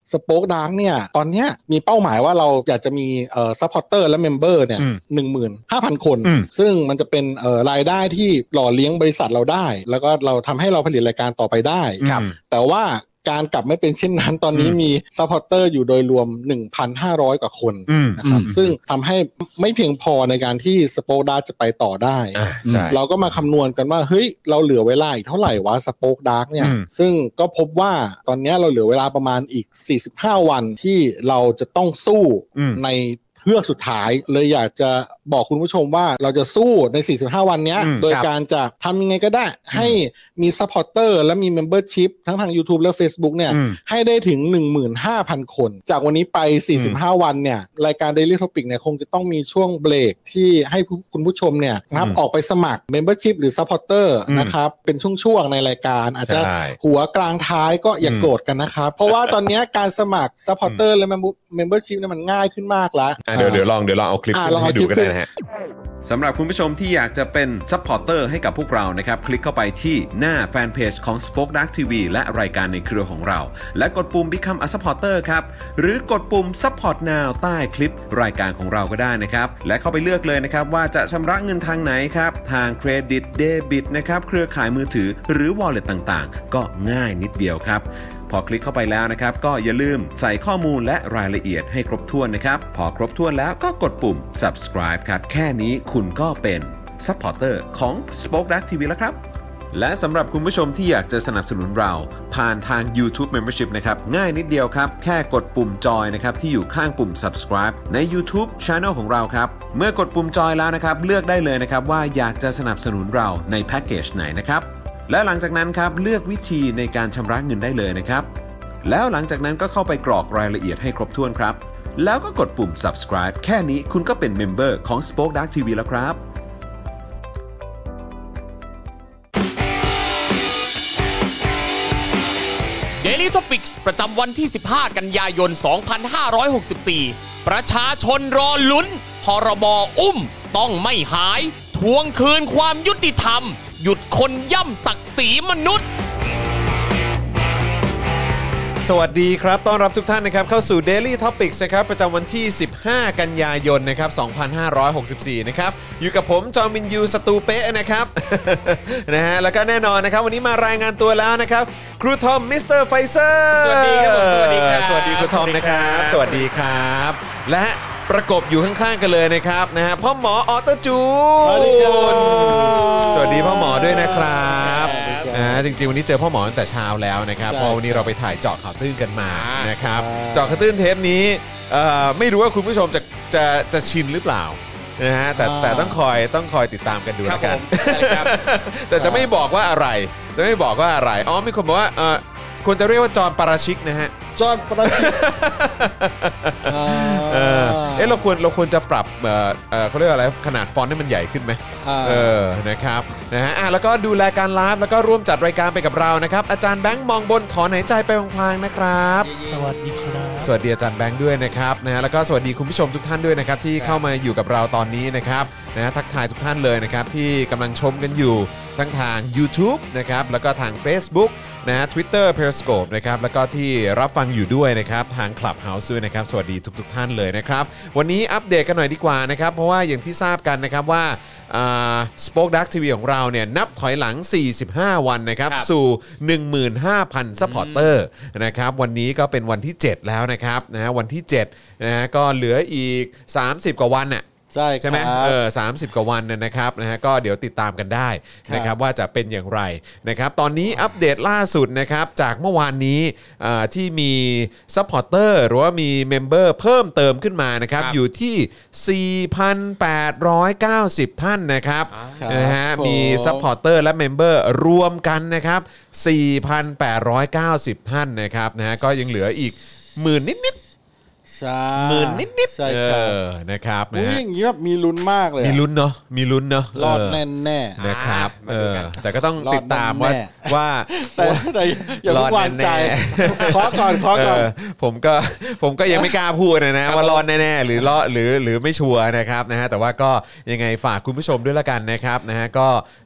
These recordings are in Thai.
Spoke Dark เนี่ยตอนเนี้ยมีเป้าหมายว่าเราอยากจะมีซัพพอร์เตอร์และเมมเบอร์เนี่ย 15,000 คนซึ่งมันจะเป็นรายได้ที่หล่อเลี้ยงบริษัทเราได้แล้วก็เราทำให้เราผลิตรายการต่อไปได้แต่ว่าการกลับไม่เป็นเช่นนั้นตอนนี้มีซัพพอร์เตอร์อยู่โดยรวม 1,500 กว่าคนนะครับซึ่งทำให้ไม่เพียงพอในการที่ Spoke Dark จะไปต่อได้เราก็มาคำนวณกันว่าเฮ้ยเราเหลือเวลาอีกเท่าไหร่วะ Spoke Dark เนี่ยซึ่งก็พบว่าตอนนี้เราเหลือเวลาประมาณอีก45วันที่เราจะต้องสู้ในเพื่อสุดท้ายเลยอยากจะบอกคุณผู้ชมว่าเราจะสู้ใน45วันนี้โดยการจะทำยังไงก็ได้ให้มีซัพพอร์เตอร์และมีเมมเบอร์ชิพทั้งทาง YouTube และ Facebook เนี่ยให้ได้ถึง 15,000 คนจากวันนี้ไป45วันเนี่ยรายการ Daily Topic เนี่ยคงจะต้องมีช่วงเบรกที่ให้คุณผู้ชมเนี่ยนะครับออกไปสมัคร Membership หรือ Supporter นะครับเป็นช่วงๆในรายการอาจจะหัวกลางท้ายก็อย่าโกรธกันนะครับเพราะว่าตอนนี้การสมัคร Supporter และ Membership เนี่ยมันง่ายขึ้นมากแล้วเดี๋ยวลองเอาคลิปให้ดูกันได้นะฮะสำหรับคุณผู้ชมที่อยากจะเป็นซัพพอร์เตอร์ให้กับพวกเรานะครับคลิกเข้าไปที่หน้าแฟนเพจของ Spoke Dark TV และรายการในเครือของเราและกดปุ่ม Become a Supporter ครับหรือกดปุ่ม Support Now ใต้คลิปรายการของเราก็ได้นะครับและเข้าไปเลือกเลยนะครับว่าจะชำระเงินทางไหนครับทางเครดิตเดบิตนะครับเครือข่ายมือถือหรือ Wallet ต่างๆก็ง่ายนิดเดียวครับพอคลิกเข้าไปแล้วนะครับก็อย่าลืมใส่ข้อมูลและรายละเอียดให้ครบถ้วนนะครับพอครบถ้วนแล้วก็กดปุ่ม subscribe ครับแค่นี้คุณก็เป็น supporter ของ Spoke Dark TV แล้วครับและสำหรับคุณผู้ชมที่อยากจะสนับสนุนเราผ่านทาง YouTube Membership นะครับง่ายนิดเดียวครับแค่กดปุ่มจอยนะครับที่อยู่ข้างปุ่ม subscribe ใน YouTube Channel ของเราครับเมื่อกดปุ่มจอยแล้วนะครับเลือกได้เลยนะครับว่าอยากจะสนับสนุนเราในแพ็คเกจไหนนะครับและหลังจากนั้นครับเลือกวิธีในการชำระเงินได้เลยนะครับแล้วหลังจากนั้นก็เข้าไปกรอกรายละเอียดให้ครบถ้วนครับแล้วก็กดปุ่ม subscribe แค่นี้คุณก็เป็นเมมเบอร์ของ Spoke Dark TV แล้วครับ Daily Topics ประจำวันที่15กันยายน2564ประชาชนรอลุ้นพรบ.อุ้มต้องไม่หายทวงคืนความยุติธรรมหยุดคนย่ำศักดิ์ศรีมนุษย์สวัสดีครับต้อนรับทุกท่านนะครับเข้าสู่ Daily Topics นะครับประจำวันที่15กันยายนนะครับ2564นะครับอยู่กับผมจอมินยูสตูเป๊ะนะครับ นะฮะแล้วก็แน่นอนนะครับวันนี้มารายงานตัวแล้วนะครับครูทอมมิสเตอร์ไฟเซอร์สวัสดีครับสวัสดีครับสวัสดีครูทอมนะครับสวัสดีครับและประกบอยู่ข้างๆกันเลยนะครับนะฮะพ่อหมอออโตจูนสวัสดีพ่อหมอด้วยนะครับจริงๆวันนี้เจอพ่อหมอตั้งแต่เช้าแล้วนะครับเพราะวันนี้เราไปถ่ายเจาะข่าวตื้นกันมานะครับเจาะข่าวตื้นเทปนี้ไม่รู้ว่าคุณผู้ชมจะชินหรือเปล่านะฮะแต่ต้องคอยติดตามกันดูแล้วกันแต่จะไม่บอกว่าอะไรอ๋อมีคนบอกว่าควรจะเรียกว่าจอห์นปาราชิกนะฮะจอห์นปาราชิกเราควรจะปรับเขาเรียกอะไรขนาดฟอนต์ให้มันใหญ่ขึ้นไหมนะครับนะฮะแล้วก็ดูแลการไลฟ์แล้วก็ร่วมจัดรายการไปกับเรานะครับอาจารย์แบงค์มองบนถอนหายใจไปพลางๆนะครับสวัสดีครับสวัสดีอาจารย์แบงค์ด้วยนะครับนะฮะแล้วก็สวัสดีคุณผู้ชมทุกท่านด้วยนะครับที่เข้ามาอยู่กับเราตอนนี้นะครับนะทักทายทุกท่านเลยนะครับที่กำลังชมกันอยู่ทั้งทาง YouTube นะครับแล้วก็ทาง Facebook นะ Twitter Periscope นะครับแล้วก็ที่รับฟังอยู่ด้วยนะครับทาง Clubhouse ด้วยนะครับสวัสดีทุกท่านเลยนะครับวันนี้อัปเดตกันหน่อยดีกว่านะครับเพราะว่าอย่างที่ทราบกันนะครับว่าSpoke Dark TV ของเราเนี่ยนับถอยหลัง45วันนะครับสู่ 15,000 ซัพพอร์เตอร์นะครับวันนี้ก็เป็นวันที่7แล้วนะครับนะวันที่7นะก็เหลืออีก30กว่าวันน่ะใช่ไหม30กว่าวันนะครับนะฮะก็เดี๋ยวติดตามกันได้นะครับว่าจะเป็นอย่างไรนะครับตอนนี้อัปเดตล่าสุดนะครับจากเมื่อวานนี้ที่มีซัพพอร์เตอร์หรือว่ามีเมมเบอร์เพิ่มเติมขึ้นมานะครับอยู่ที่ 4,890 ท่านนะครับนะฮะมีซัพพอร์เตอร์และเมมเบอร์รวมกันนะครับ 4,890 ท่านนะครับนะฮะก็ยังเหลืออีก10,000นิดใช่หมื่นนิดๆใช่ครับนะครับนะฮะอย่างนี้แบบมีลุ้นมากเลยมีลุ้นเนาะรอดแน่แน่นะครับแต่ก็ต้องติดตามว่าแต่อย่าเพิ่งวางใจขอก่อนผมก็ยังไม่กล้าพูดนะว่ารอดแน่ๆหรือรอดหรือไม่ชัวร์นะครับนะฮะแต่ว่าก็ยังไงฝากคุณผู้ชมด้วยละกันนะครับนะฮะก็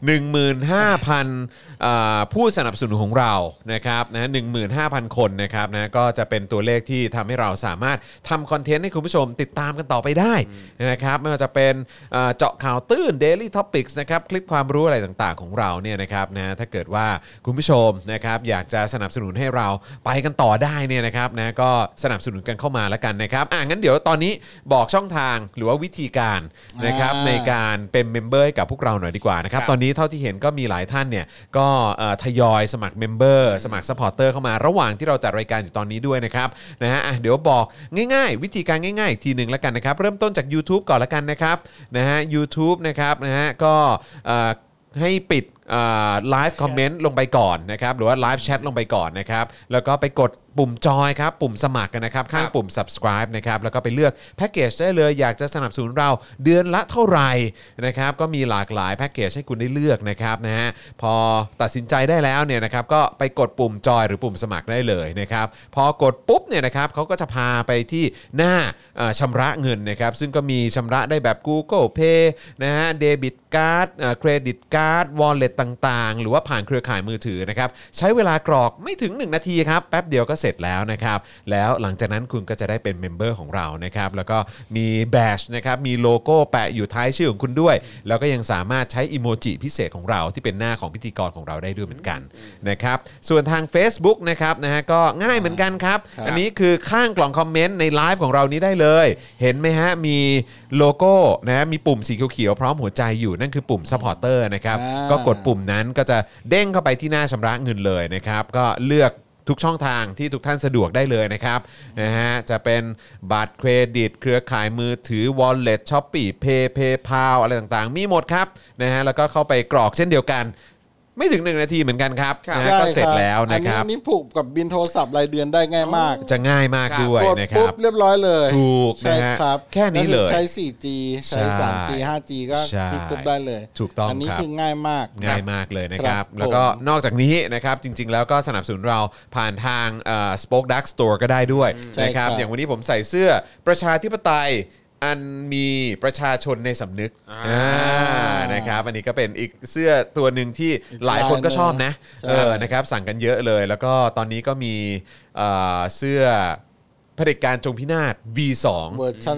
15,000 ผู้สนับสนุนของเรานะครับนะ 15,000 คนนะครับนะก็จะเป็นตัวเลขที่ทำให้เราสามารถทำคอนเทนต์ให้คุณผู้ชมติดตามกันต่อไปได้นะครับไม่ว่าจะเป็นเจาะข่าวตื้น Daily Topics นะครับคลิปความรู้อะไรต่างๆของเราเนี่ยนะครับนะถ้าเกิดว่าคุณผู้ชมนะครับอยากจะสนับสนุนให้เราไปกันต่อได้เนี่ยนะครับนะก็สนับสนุนกันเข้ามาแล้วกันนะครับงั้นเดี๋ยวตอนนี้บอกช่องทางหรือว่าวิธีการนะครับในการเป็นเมมเบอร์ให้กับพวกเราหน่อยดีกว่านะครับตอนนี้เท่าที่เห็นก็มีหลายท่านเนี่ยก็ทยอยสมัครเมมเบอร์สมัครซัพพอร์เตอร์เข้ามาระหว่างที่เราจัดรายการอยู่ตอนนี้ด้วยนะครับนะฮะเดี๋ยวบอกง่ายๆวิธีการง่ายๆอีกทีนึงแล้วกันนะครับเริ่มต้นจาก YouTube ก่อนแล้วกันนะครับนะฮะ YouTube นะครับนะฮะก็ให้ปิดไลฟ์คอมเมนต์ลงไปก่อนนะครับหรือว่าไลฟ์แชทลงไปก่อนนะครับแล้วก็ไปกดปุ่มจอยครับปุ่มสมัครกันนะครับข้างปุ่ม subscribe นะครับแล้วก็ไปเลือกแพ็กเกจได้เลยอยากจะสนับสนุนเราเดือนละเท่าไหร่นะครับก็มีหลากหลายแพ็กเกจให้คุณได้เลือกนะครับนะฮะพอตัดสินใจได้แล้วเนี่ยนะครับก็ไปกดปุ่มจอยหรือปุ่มสมัครได้เลยนะครับพอกดปุ๊บเนี่ยนะครับเขาก็จะพาไปที่หน้าชำระเงินนะครับซึ่งก็มีชำระได้แบบ Google Pay นะฮะเดบิตการ์ดเครดิตการ์ด Wallet ต่างๆหรือว่าผ่านเครือข่ายมือถือนะครับใช้เวลากรอกไม่ถึง1นาทีครับแป๊บเดียวก็เสร็จแล้วนะครับแล้วหลังจากนั้นคุณก็จะได้เป็นเมมเบอร์ของเรานะครับแล้วก็มีแบดจ์นะครับมีโลโก้แปะอยู่ท้ายชื่อของคุณด้วยแล้วก็ยังสามารถใช้อีโมจิพิเศษของเราที่เป็นหน้าของพิธีกรของเราได้ด้วยเหมือนกันนะครับส่วนทาง Facebook นะครับนะฮะก็ง่ายเหมือนกันครับอันนี้คือข้างกล่องคอมเมนต์ในไลฟ์ของเรานี้ได้เลยเห็นไหมฮะมีโลโก้นะมีปุ่มสีเขียวๆพร้อมหัวใจอยู่นั่นคือปุ่ม Supporter นะครับก็กดปุ่มนั้นก็จะเด้งเข้าไปที่หน้าชำระเงินเลยนะครับก็เลือกทุกช่องทางที่ทุกท่านสะดวกได้เลยนะครับนะฮะจะเป็นบัตรเครดิตเครือข่ายมือถือ Wallet Shopee Pay PayPal อะไรต่างๆมีหมดครับนะฮะแล้วก็เข้าไปกรอกเช่นเดียวกันไม่ถึง1นาทีเหมือนกันครับนะก็เสร็จแล้วนะครับอันนี้ผูกกับบินโทรศัพท์รายเดือนได้ง่ายมากจะง่ายมากด้วยนะครับปุ๊บเรียบร้อยเลยถูกนะฮะแค่นี้เลยใช้ 4G ใช้ 3G 5G ก็คลิกปุ๊บได้เลยถูกต้องอันนี้คือง่ายมากเลยนะครับแล้วก็นอกจากนี้นะครับจริงๆแล้วก็สนับสนุนเราผ่านทางSpoke Dark Store ก็ได้ด้วยนะครับอย่างวันนี้ผมใส่เสื้อประชาธิปไตยอันมีประชาชนในสำนึกนะครับอันนี้ก็เป็นอีกเสื้อตัวหนึ่งที่หลายคนก็ชอบนะนะครับสั่งกันเยอะเลยแล้วก็ตอนนี้ก็มีเสื้อเผด็จการจงพินาศ V2 เวอร์ชัน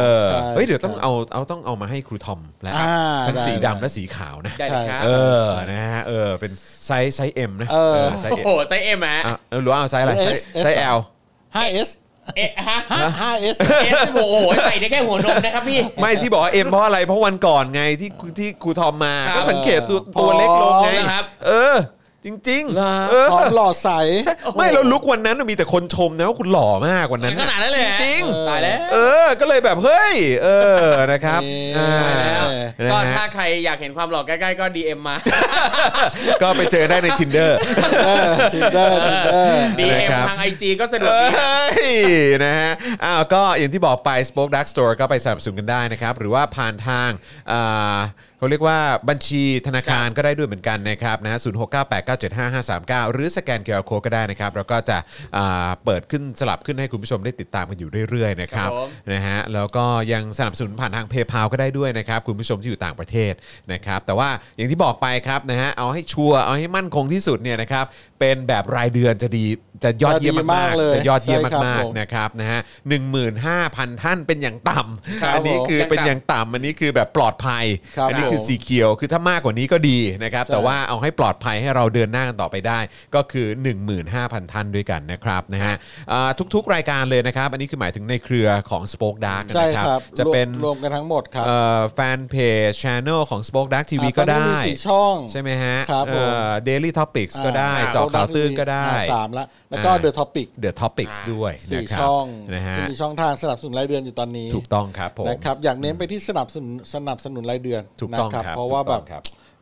2 เดี๋ยวต้องเอามาให้ครูทอมแล้วทั้งสีดำและสีขาวนะนะฮะเป็นไซส์ M นะไซส์ M โอ้ไซส์ M ฮะหรือว่าเอาไซส์อะไรไซส์ L 5S 5S โอ้โหใส่ได้แค่หัวนมนะครับพี่ไม่ที่บอกว่า M เพราะอะไรเพราะวันก่อนไงที่ครูทอมมาก็สังเกตตัวเล็กลงไงจริงๆหล่อใสไม่แล้วลุควันนั้นมีแต่คนชมนะว่าคุณหล่อมากวันนั้นขนาดนั้นเลยจริงตายแล้วก็เลยแบบเฮ้ยนะครับก็ถ้าใครอยากเห็นความหล่อใกล้ๆก็ DM มาก็ไปเจอได้ใน Tinder DM ทาง IG ก็สะดวกดีนะฮะก็อย่างที่บอกไป Spoke Dark Store ก็ไปสนับสนุนกันได้นะครับหรือว่าผ่านทางเขาเรียกว่าบัญชีธนาคารก็ได้ด้วยเหมือนกันนะครับนะ0698975539หรือสแกน QR Code ก็ได้นะครับแล้วก็จะเปิดขึ้นสลับขึ้นให้คุณผู้ชมได้ติดตามกันอยู่เรื่อยๆนะครับนะฮะแล้วก็ยังสนับสนุนผ่านทาง PayPal ก็ได้ด้วยนะครับคุณผู้ชมที่อยู่ต่างประเทศนะครับแต่ว่าอย่างที่บอกไปครับนะฮะเอาให้ชัวร์เอาให้มั่นคงที่สุดเนี่ยนะครับเป็นแบบรายเดือนจะดีจะยอดเยี่ยมมากๆจะยอดเยี่ยมมากๆนะครับนะฮะ 15,000 ท่านเป็นอย่างต่ำอันนี้คือเป็นอย่างต่ำอันนี้คือแบบปลอดภัยอันนี้คือสีเขียวคือถ้ามากกว่านี้ก็ดีนะครับแต่ว่าเอาให้ปลอดภัยให้เราเดินหน้ากันต่อไปได้ก็คือ 15,000 ท่านด้วยกันนะครับนะฮะทุกๆรายการเลยนะครับอันนี้คือหมายถึงในเครือของ Spoke Dark นะครับจะเป็นรวมกันทั้งหมดครับแฟนเพจ Channel ของ Spoke Dark TV ก็ได้มี4ช่องใช่ไหมฮะDaily Topics ก็ได้เจาะข่าวตื้นก็ได้ 3แล้วก็ The Topics ด้วย 4ช่องจะมีช่องทางสนับสนุนรายเดือนอยู่ตอนนี้ถูกต้องครับผมนะครับอยากเน้นไปที่สนับสนุนรายเดือนนะครับเพราะว่าแบบ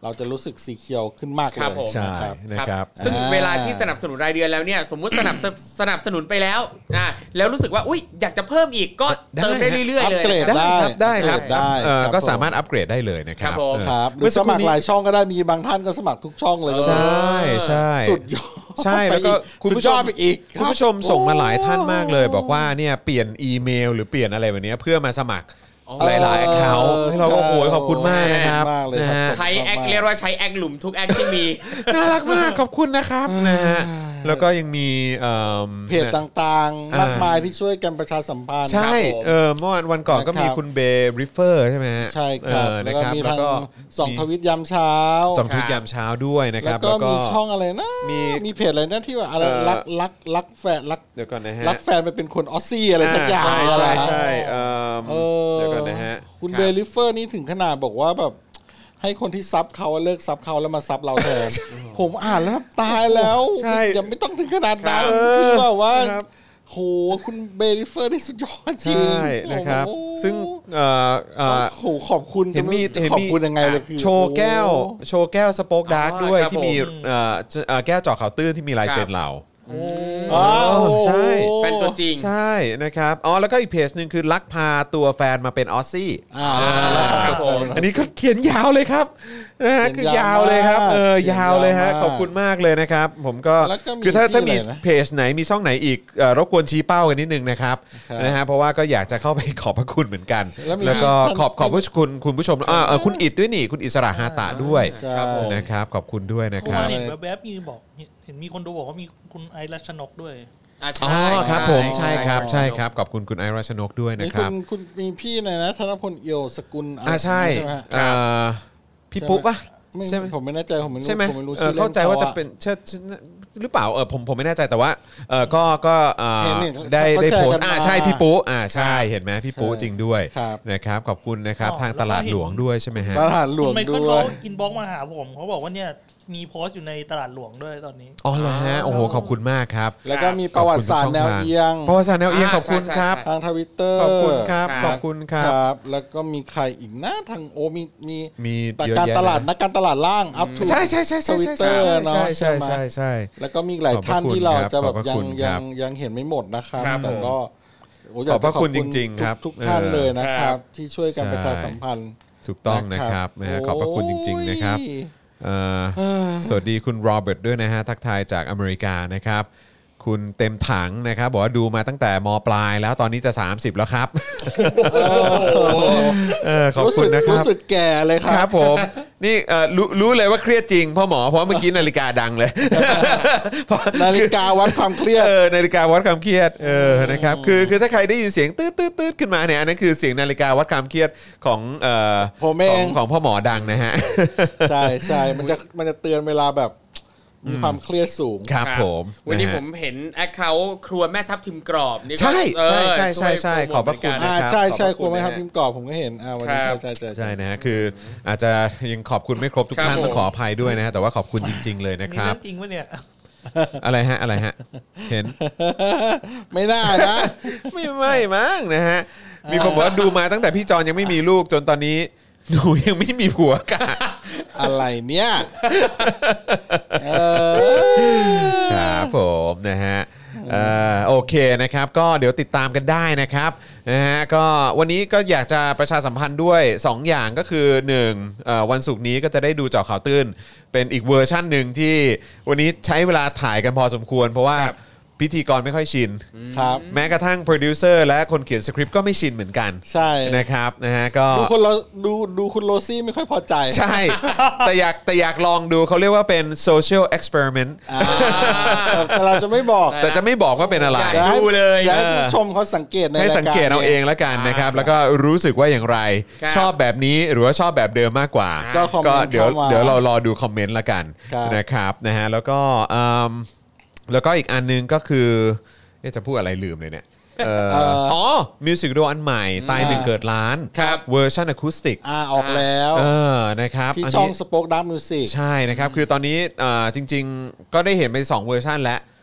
เราจะรู้สึกสีเขียวขึ้นมากเลยใช่นะครับซึ่งเวลาที่สนับสนุนรายเดือนแล้วเนี่ยสมมุติสนับสนุนไปแล้วแล้วรู้สึกว่าอุ๊ยอยากจะเพิ่มอีกก็เติมได้เรื่อยๆเลยได้ครับก็สามารถอัปเกรดได้เลยนะครับครับหรือสมัครหลายช่องก็ได้มีบางท่านก็สมัครทุกช่องเลยใช่สุดยอดใช่แล้วก็คุณผู้ชมอีกคุณผู้ชมส่งมาหลายท่านมากเลยบอกว่าเนี่ยเปลี่ยนอีเมลหรือเปลี่ยนอะไรแบบนี้เพื่อมาสมัครหลายๆเขาให้เราก็โวยขอบคุณมากนะครับใช้แอคเรียกว่าใช้แอคหลุมทุกแอคที่มีน่ารักมากขอบคุณนะครับนะฮะแล้วก็ยังมีเพจต่างๆมากมายที่ช่วยกันประชาสัมพันธ์ใช่เมื่อวันก่อนก็มีคุณเบย์ริฟเฟอร์ใช่ไหมใช่ครับแล้วก็มีทาง2ทวิตยามเช้า 2ทวิตยามเช้าด้วยนะครับแล้วก็มีช่องอะไรนะมีเพจอะไรนะที่ว่าอะไรรักแฟนเดี๋ยวก่อนนะฮะรักแฟนไปเป็นคนออสซี่อะไรสักอย่างใช่เดี๋ยวก่อนนะฮะคุณเบย์ริฟเฟอร์นี่ถึงขนาดบอกว่าแบบให้คนที่ซับเขาเลิกซับเขาแล้วมาซับเราแทนผมอ่านแล้วตายแล้วอย่าไม่ต้องถึงขนาดนั้นคือแบบว่าโหคุณเบย์ริฟเฟอร์นี่สุดยอดจริงนะครับซึ่งโหขอบคุณขอบคุณยังไงเลยคือโชว์แก้วสโป๊กดาร์กด้วยที่มีแก้วเจาะข่าวตื้นที่มีลายเซ็นเราใช่แฟนตัวจริงใช่นะครับแล้วก็อีกเพจนึงคือลักพาตัวแฟนมาเป็นออสซี่อันนี้ก็เขียนยาวเลยครับนะฮะคือยาวเลยครับยาวเลยฮะขอบคุณมากเลยนะครับผมก็คือถ้ามีเพจไหนมีช่องไหนอีกรบกวนชี้เป้ากันนิดนึงนะครับนะฮะเพราะว่าก็อยากจะเข้าไปขอบพระคุณเหมือนกันแล้วก็ขอบคุณผู้ชมคุณอิดด้วยนี่คุณอิสระฮาตะด้วยนะครับขอบคุณด้วยนะครับเห็นแวบๆมีบอกเห็นมีคนดูบอกว่ามีคุณไอรัชนกด้วยครับผมใช่ครับขอบคุณคุณไอรัชนกด้วยนะครับคุณมีพี่ไหนนะธนพลเอี่ยวสกุลใช่พี่ปุ๊ป่ะใช่ไหมผมไม่แน่ใจผมไม่รู้เข้าใจว่าจะเป็นหรือเปล่าผมไม่แน่ใจแต่ว่าก็ได้โพสต์ใช่พี่ปุ๊ใช่เห็นไหมพี่ปุ๊จริงด้วยนะครับขอบคุณนะครับทางตลาดหลวงด้วยใช่ไหมฮะตลาดหลวงด้วยเขาอินบ็อกซ์มาหาผมเขาบอกว่าเนี่ยมีโพสต์อยู่ในตลาดหลวงด้วยตอนนี้เหรอฮะโอ้โหขอบคุณมากครับแล้วก็มีประวัติศาสตร์แนวเอียงขอบคุณครับทาง Twitter ขอบคุณครับแล้วก็มีใครอีกนะทางมีการตลาดนักการตลาดล่างอัพทูใช่แล้วก็มีหลายท่านที่เราจะแบบยังเห็นไม่หมดนะครับแต่ก็ขอบพระคุณจริงๆครับทุกท่านเลยนะครับที่ช่วยกันประชาสัมพันธ์ถูกต้องนะครับขอบพระคุณจริงๆนะครับสวัสดีคุณโรเบิร์ตด้วยนะฮะทักทายจากอเมริกานะครับคุณเต็มถังนะครับบอกว่าดูมาตั้งแต่ม.ปลายแล้วตอนนี้จะ30แล้วครับขอบคุณนะครับรู้สึกแก่เลยครับผมนี่รู้เลยว่าเครียดจริงพ่อหมอเพราะเมื่อกี้นาฬิกาดังเลยนาฬิกาวัดความเครียดนาฬิกาวัดความเครียดนะครับคือถ้าใครได้ยินเสียงตืดขึ้นมาเนี่ยอันนั้นคือเสียงนาฬิกาวัดความเครียดของของพ่อหมอดังนะฮะใช่มันจะเตือนเวลาแบบมีความเครียดสูงครับผมวันนี้ผมเห็นแอคเคาท์ครัวแม่ทับทิมกรอบนี่ใช่ขอบพระคุณใช่ครัวแม่ทับทิมกรอบผมก็เห็นวันนี้ใช่นะฮะคืออาจจะยังขอบคุณไม่ครบทุกท่านต้องขออภัยด้วยนะฮะแต่ว่าขอบคุณจริงๆเลยนะครับจริงป่ะเนี่ยอะไรฮะเห็นไม่น่านะไม่มั้งนะฮะมีคนบอกว่าดูมาตั้งแต่พี่จอนยังไม่มีลูกจนตอนนี้หนูยังไม่มีผัวกะอะไรเนี่ยครับผมนะฮะโอเคนะครับก็เดี๋ยวติดตามกันได้นะครับนะฮะก็วันนี้ก็อยากจะประชาสัมพันธ์ด้วย2อย่างก็คือ1วันศุกร์นี้ก็จะได้ดูเจาะข่าวตื้นเป็นอีกเวอร์ชั่นหนึ่งที่วันนี้ใช้เวลาถ่ายกันพอสมควรเพราะว่าพิธีกรไม่ค่อยชินแม้กระทั่งโปรดิวเซอร์และคนเขียนสคริปต์ก็ไม่ชินเหมือนกันใช่นะครับนะฮะก็ดูคุณโรซี่ไม่ค่อยพอใจใช่แต่อยากลองดูเขาเรียกว่าเป็น social experiment แต่เราจะไม่บอกแต่จะไม่บอกว่าเป็นอะไรดูเลยให้ผู้ชมเขาสังเกตให้สังเกตเอาเองแล้วกันนะครับแล้วก็รู้สึกว่าอย่างไรชอบแบบนี้หรือว่าชอบแบบเดิมมากกว่าก็เดี๋ยวเรารอดูคอมเมนต์ละกันนะครับนะฮะแล้วก็อีกอันนึงก็คือจะพูดอะไรลืมเลยเนี่ยมิวสิกวิดีโออันใหม่ตายหนึ่งเกิดล้านเวอร์ชันอะคูสติกออกแล้วนะครับที่ช่อง Spoke Dark Music ใช่นะครับคือตอนนี้จริงๆก็ได้เห็นไป2เวอร์ชันแล้ว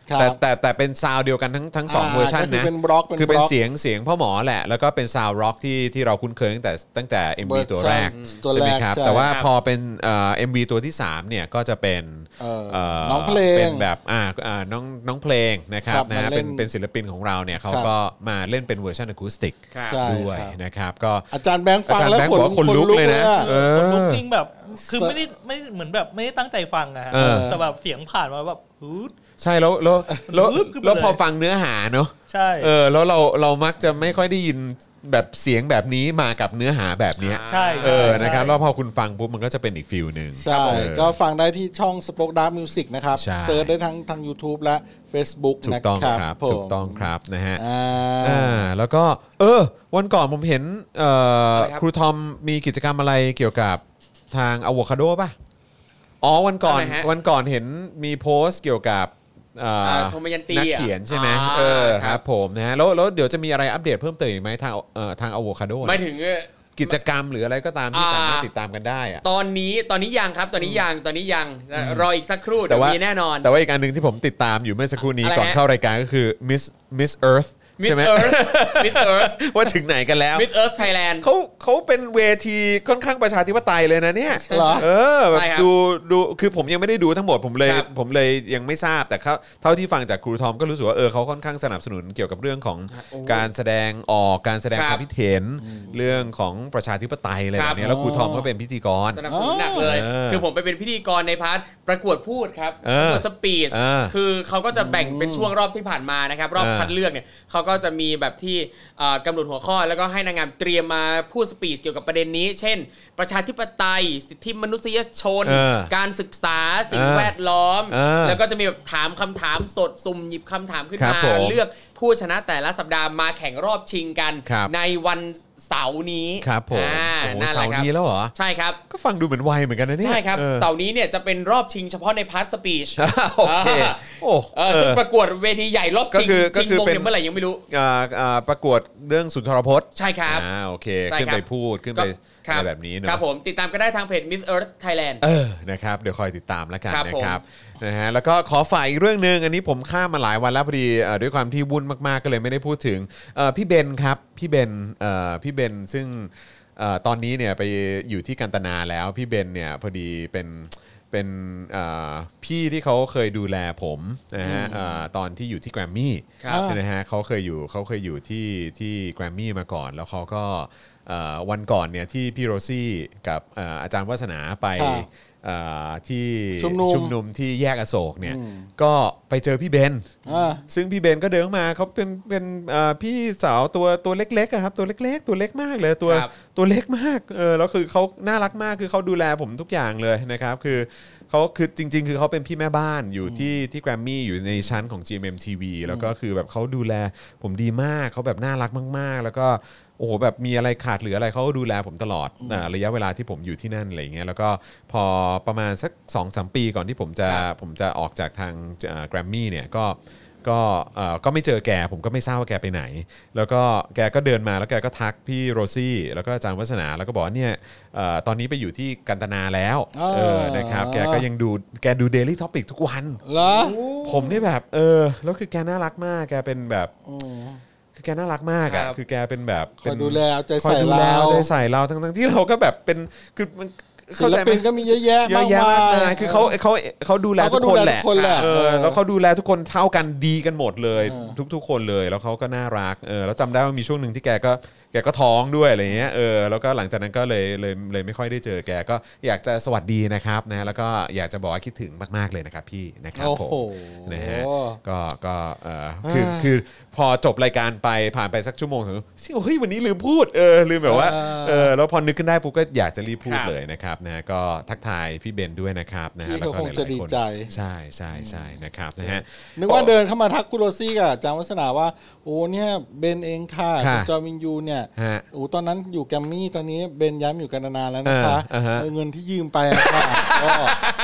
แต่เป็นซาวด์เดียวกันทั้ง2เวอร์ชันนะคือเป็นเสียงพ่อหมอแหละแล้วก็เป็นซาวด์ร็อกที่เราคุ้นเคยตั้งแต่ MV ตัวแรกใช่ไหมครับแต่ว่าพอเป็นMV ตัวที่3เนี่ยก็จะเป็นน้องเพลงเป็นแบบน้องเพลงนะครับนะเป็นศิลปินของเราเนี่ยเขาก็มาเล่นเป็นเวอร์ชันอะคูสติกด้วยนะครับก็อาจารย์แบงค์ฟังแล้วคนลุกเลยนะคนลุกจริงแบบคือไม่เหมือนแบบไม่ได้ตั้งใจฟังอะแต่แบบเสียงผ่านมาแบบใช่แล้วพอฟังเนื้อหาเนอะใช่แล้วเรามักจะไม่ค่อยได้ยินแบบเสียงแบบนี้มากับเนื้อหาแบบนี้ใช่นะครับแล้วพอคุณฟังปุ๊บมันก็จะเป็นอีกฟีลนึงใช่ก็ฟังได้ที่ช่อง Spoke Dark Music นะครับเซิร์ชได้ทาง YouTube และ Facebook นะครับถูกต้องครับนะฮะแล้วก็วันก่อนผมเห็นครูทอมมีกิจกรรมอะไรเกี่ยวกับทางอะโวคาโดป่ะวันก่อนเห็นมีโพสต์เกี่ยวกับนักเขียนใช่ไหมครับผมนะฮะแล้วเดี๋ยวจะมีอะไรอัปเดตเพิ่มเติมอีกไหมทางอะโวคาโดไม่ถึงกิจกรรมหรืออะไรก็ตามที่สามารถติดตามกันได้อะตอนนี้ยังครับตอนนี้ยังรออีกสักครู่เดี๋ยวมีแน่นอนแต่ว่าอีกอันนึงที่ผมติดตามอยู่เมื่อสักครู่นี้ก่อนเข้ารายการก็คือ Miss Earthใช่ไหม Miss Earth ว่าถึงไหนกันแล้ว Miss Earth Thailand เขาเป็นเวทีค่อนข้างประชาธิปไตยเลยนะเนี่ยแบบดูคือผมยังไม่ได้ดูทั้งหมดผมเลยยังไม่ทราบแต่เท่าที่ฟังจากครูทอมก็รู้สึกว่าเขาค่อนข้างสนับสนุนเกี่ยวกับเรื่องของการแสดงออกการแสดงความคิดเห็นเรื่องของประชาธิปไตยอะไรแบบนี้แล้วครูทอมก็เป็นพิธีกรสนับสนุนหนักเลยคือผมไปเป็นพิธีกรในพาร์ทประกวดพูดครับประกวดสปีชคือเขาก็จะแบ่งเป็นช่วงรอบที่ผ่านมานะครับรอบคัดเลือกเนี่ยเขาก็จะมีแบบที่กำหนดหัวข้อแล้วก็ให้นางงามเตรียมมาพูดสปีชเกี่ยวกับประเด็นนี้เช่นประชาธิปไตยสิทธิมนุษยชนการศึกษาสิ่งแวดล้อมแล้วก็จะมีแบบถามคำถามสดสุ่มหยิบคำถามขึ้นมาเลือกผู้ชนะแต่ละสัปดาห์มาแข่งรอบชิงกันในวันเสาร์นี้ครับผมเสาร์นี้แล้วเหรอใช่ครับก็ฟังดูเหมือนไวเหมือนกันนะเนี่ยใช่ครับเสาร์นี้เนี่ยจะเป็นรอบชิงเฉพาะในพาร์ทสปีชโอเคซึ่งประกวดเวทีใหญ่รอบชิงวงเมื่อไหร่ยังไม่รู้ประกวดเรื่องสุนทรพจน์ใช่ครับโอเคขึ้นไปพูดขึ้นไปอะไรแบบนี้เนอะครับผมติดตามก็ได้ทางเพจ Miss Earth Thailand นะครับเดี๋ยวคอยติดตามแล้วกันนะครับนะฮะแล้วก็ขอฝ่ายอีกเรื่องนึงอันนี้ผมข้ามมาหลายวันแล้วพอดีด้วยความที่วุ่นมากๆก็เลยไม่ได้พูดถึงพี่เบนครับพี่เบนซึ่งตอนนี้เนี่ยไปอยู่ที่กันตนาแล้วพี่เบนเนี่ยพอดีเป็นพี่ที่เขาเคยดูแลผมนะฮะตอนที่อยู่ที่แกรมมี่นะฮะเขาเคยอยู่ที่แกรมมี่มาก่อนแล้วเขาก็วันก่อนเนี่ยที่พี่โรซี่กับอาจารย์วัฒนาไปที่ชุมนุมที่แยกอโศกเนี่ยก็ไปเจอพี่เบนซึ่งพี่เบนก็เดินมาเขาเป็นพี่สาวตัวเล็กๆครับตัวเล็กตัวเล็กมากเลยตัวเล็กมากแล้วคือเขาน่ารักมากคือเขาดูแลผมทุกอย่างเลยนะครับคือจริงๆคือเขาเป็นพี่แม่บ้านอยู่ที่แกรมมี่อยู่ในชั้นของ GMMTV แล้วก็คือแบบเขาดูแลผมดีมากเขาแบบน่ารักมากๆแล้วก็โอ้โหแบบมีอะไรขาดหรืออะไรเขาก็ดูแลผมตลอดระยะเวลาที่ผมอยู่ที่นั่นอะไรเงี้ยแล้วก็พอประมาณสัก 2-3 ปีก่อนที่ผมจะออกจากทางแกรมมี่เนี่ยก็ไม่เจอแกผมก็ไม่ทราบว่าแกไปไหนแล้วก็แกก็เดินมาแล้วแกก็ทักพี่โรซี่แล้วก็อาจารย์วัฒนาแล้วก็บอกว่าเนี่ยตอนนี้ไปอยู่ที่กันตนาแล้วนะครับแกก็ยังดูDaily Topic ทุกวันเหรอผมนี่แบบแล้วคือแกน่ารักมากแกเป็นแบบคือแกน่ารักมากอ่ะคือแกเป็นแบบคอยดูแลเอาใจใส่เราทั้งที่เราก็แบบเป็นคือศิลปินก็มีเยอะแยะมากมายคือเขาดูแลทุกคนแหละแล้วเขาดูแลทุกคนเท่ากันดีกันหมดเลยทุกคนเลยแล้วเขาก็น่ารักแล้วจำได้ว่ามีช่วงหนึ่งที่แกก็ท้องด้วยอะไรเงี้ยแล้วก็หลังจากนั้นก็เลยไม่ค่อยได้เจอแกก็อยากจะสวัสดีนะครับนะแล้วก็อยากจะบอกว่าคิดถึงมากๆเลยนะครับพี่นะครับผมนะฮะก็คือพอจบรายการไปผ่านไปสักชั่วโมงถึงเฮ้ยวันนี้ลืมพูดลืมแบบว่าแล้วพอนึกขึ้นได้ปุ๊บก็อยากจะรีบพูดเลยนะครับนะก็ทักทายพี่เบนด้วยนะครับนะฮะแล้วก็คงจะดีใจใช่นะครับนะฮะนึกว่าเดินเข้ามาทักคุณโรซี่กับอาจารย์วัฒนาว่าโอ้เนี่ยเบนเองค่ะจอมินยูเนี่ยโอ้ตอนนั้นอยู่แกรมมี่ตอนนี้เบนย้ายมาอยู่กันนานแล้วนะคะเงินที่ยืมไปก็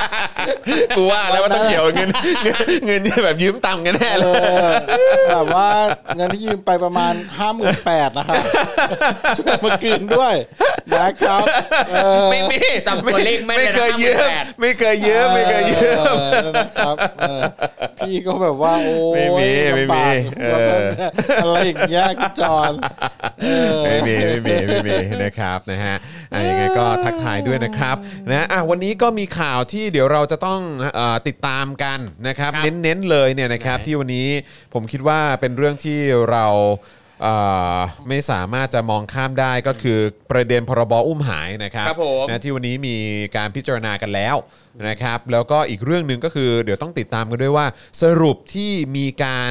กูว่าแล้วว่าต้องเกี่ยวเงินแบบยืมตังค์กันแน่เลยแบบว่าเงินที่ยืมไปประมาณ 58,000 นะครับช่วยมาคืนด้วยนะครับไม่มีจำตัวเลขไม่เคยยืมไม่เคยยืมนะครับพี่ก็แบบว่าโอ้ไม่มีอะไรอย่างเงี้ยคุณจอนไม่มีนะครับนะฮะยังไงก็ทักทายด้วยนะครับนะวันนี้ก็มีข่าวที่เดี๋ยวเราจะต้องติดตามกันนะครับเน้นๆเลยเนี่ยนะครับที่วันนี้ผมคิดว่าเป็นเรื่องที่เราไม่สามารถจะมองข้ามได้ก็คือประเด็นพรบอุ้มหายนะครับนะที่วันนี้มีการพิจารณากันแล้วนะครับแล้วก็อีกเรื่องนึงก็คือเดี๋ยวต้องติดตามกันด้วยว่าสรุปที่มี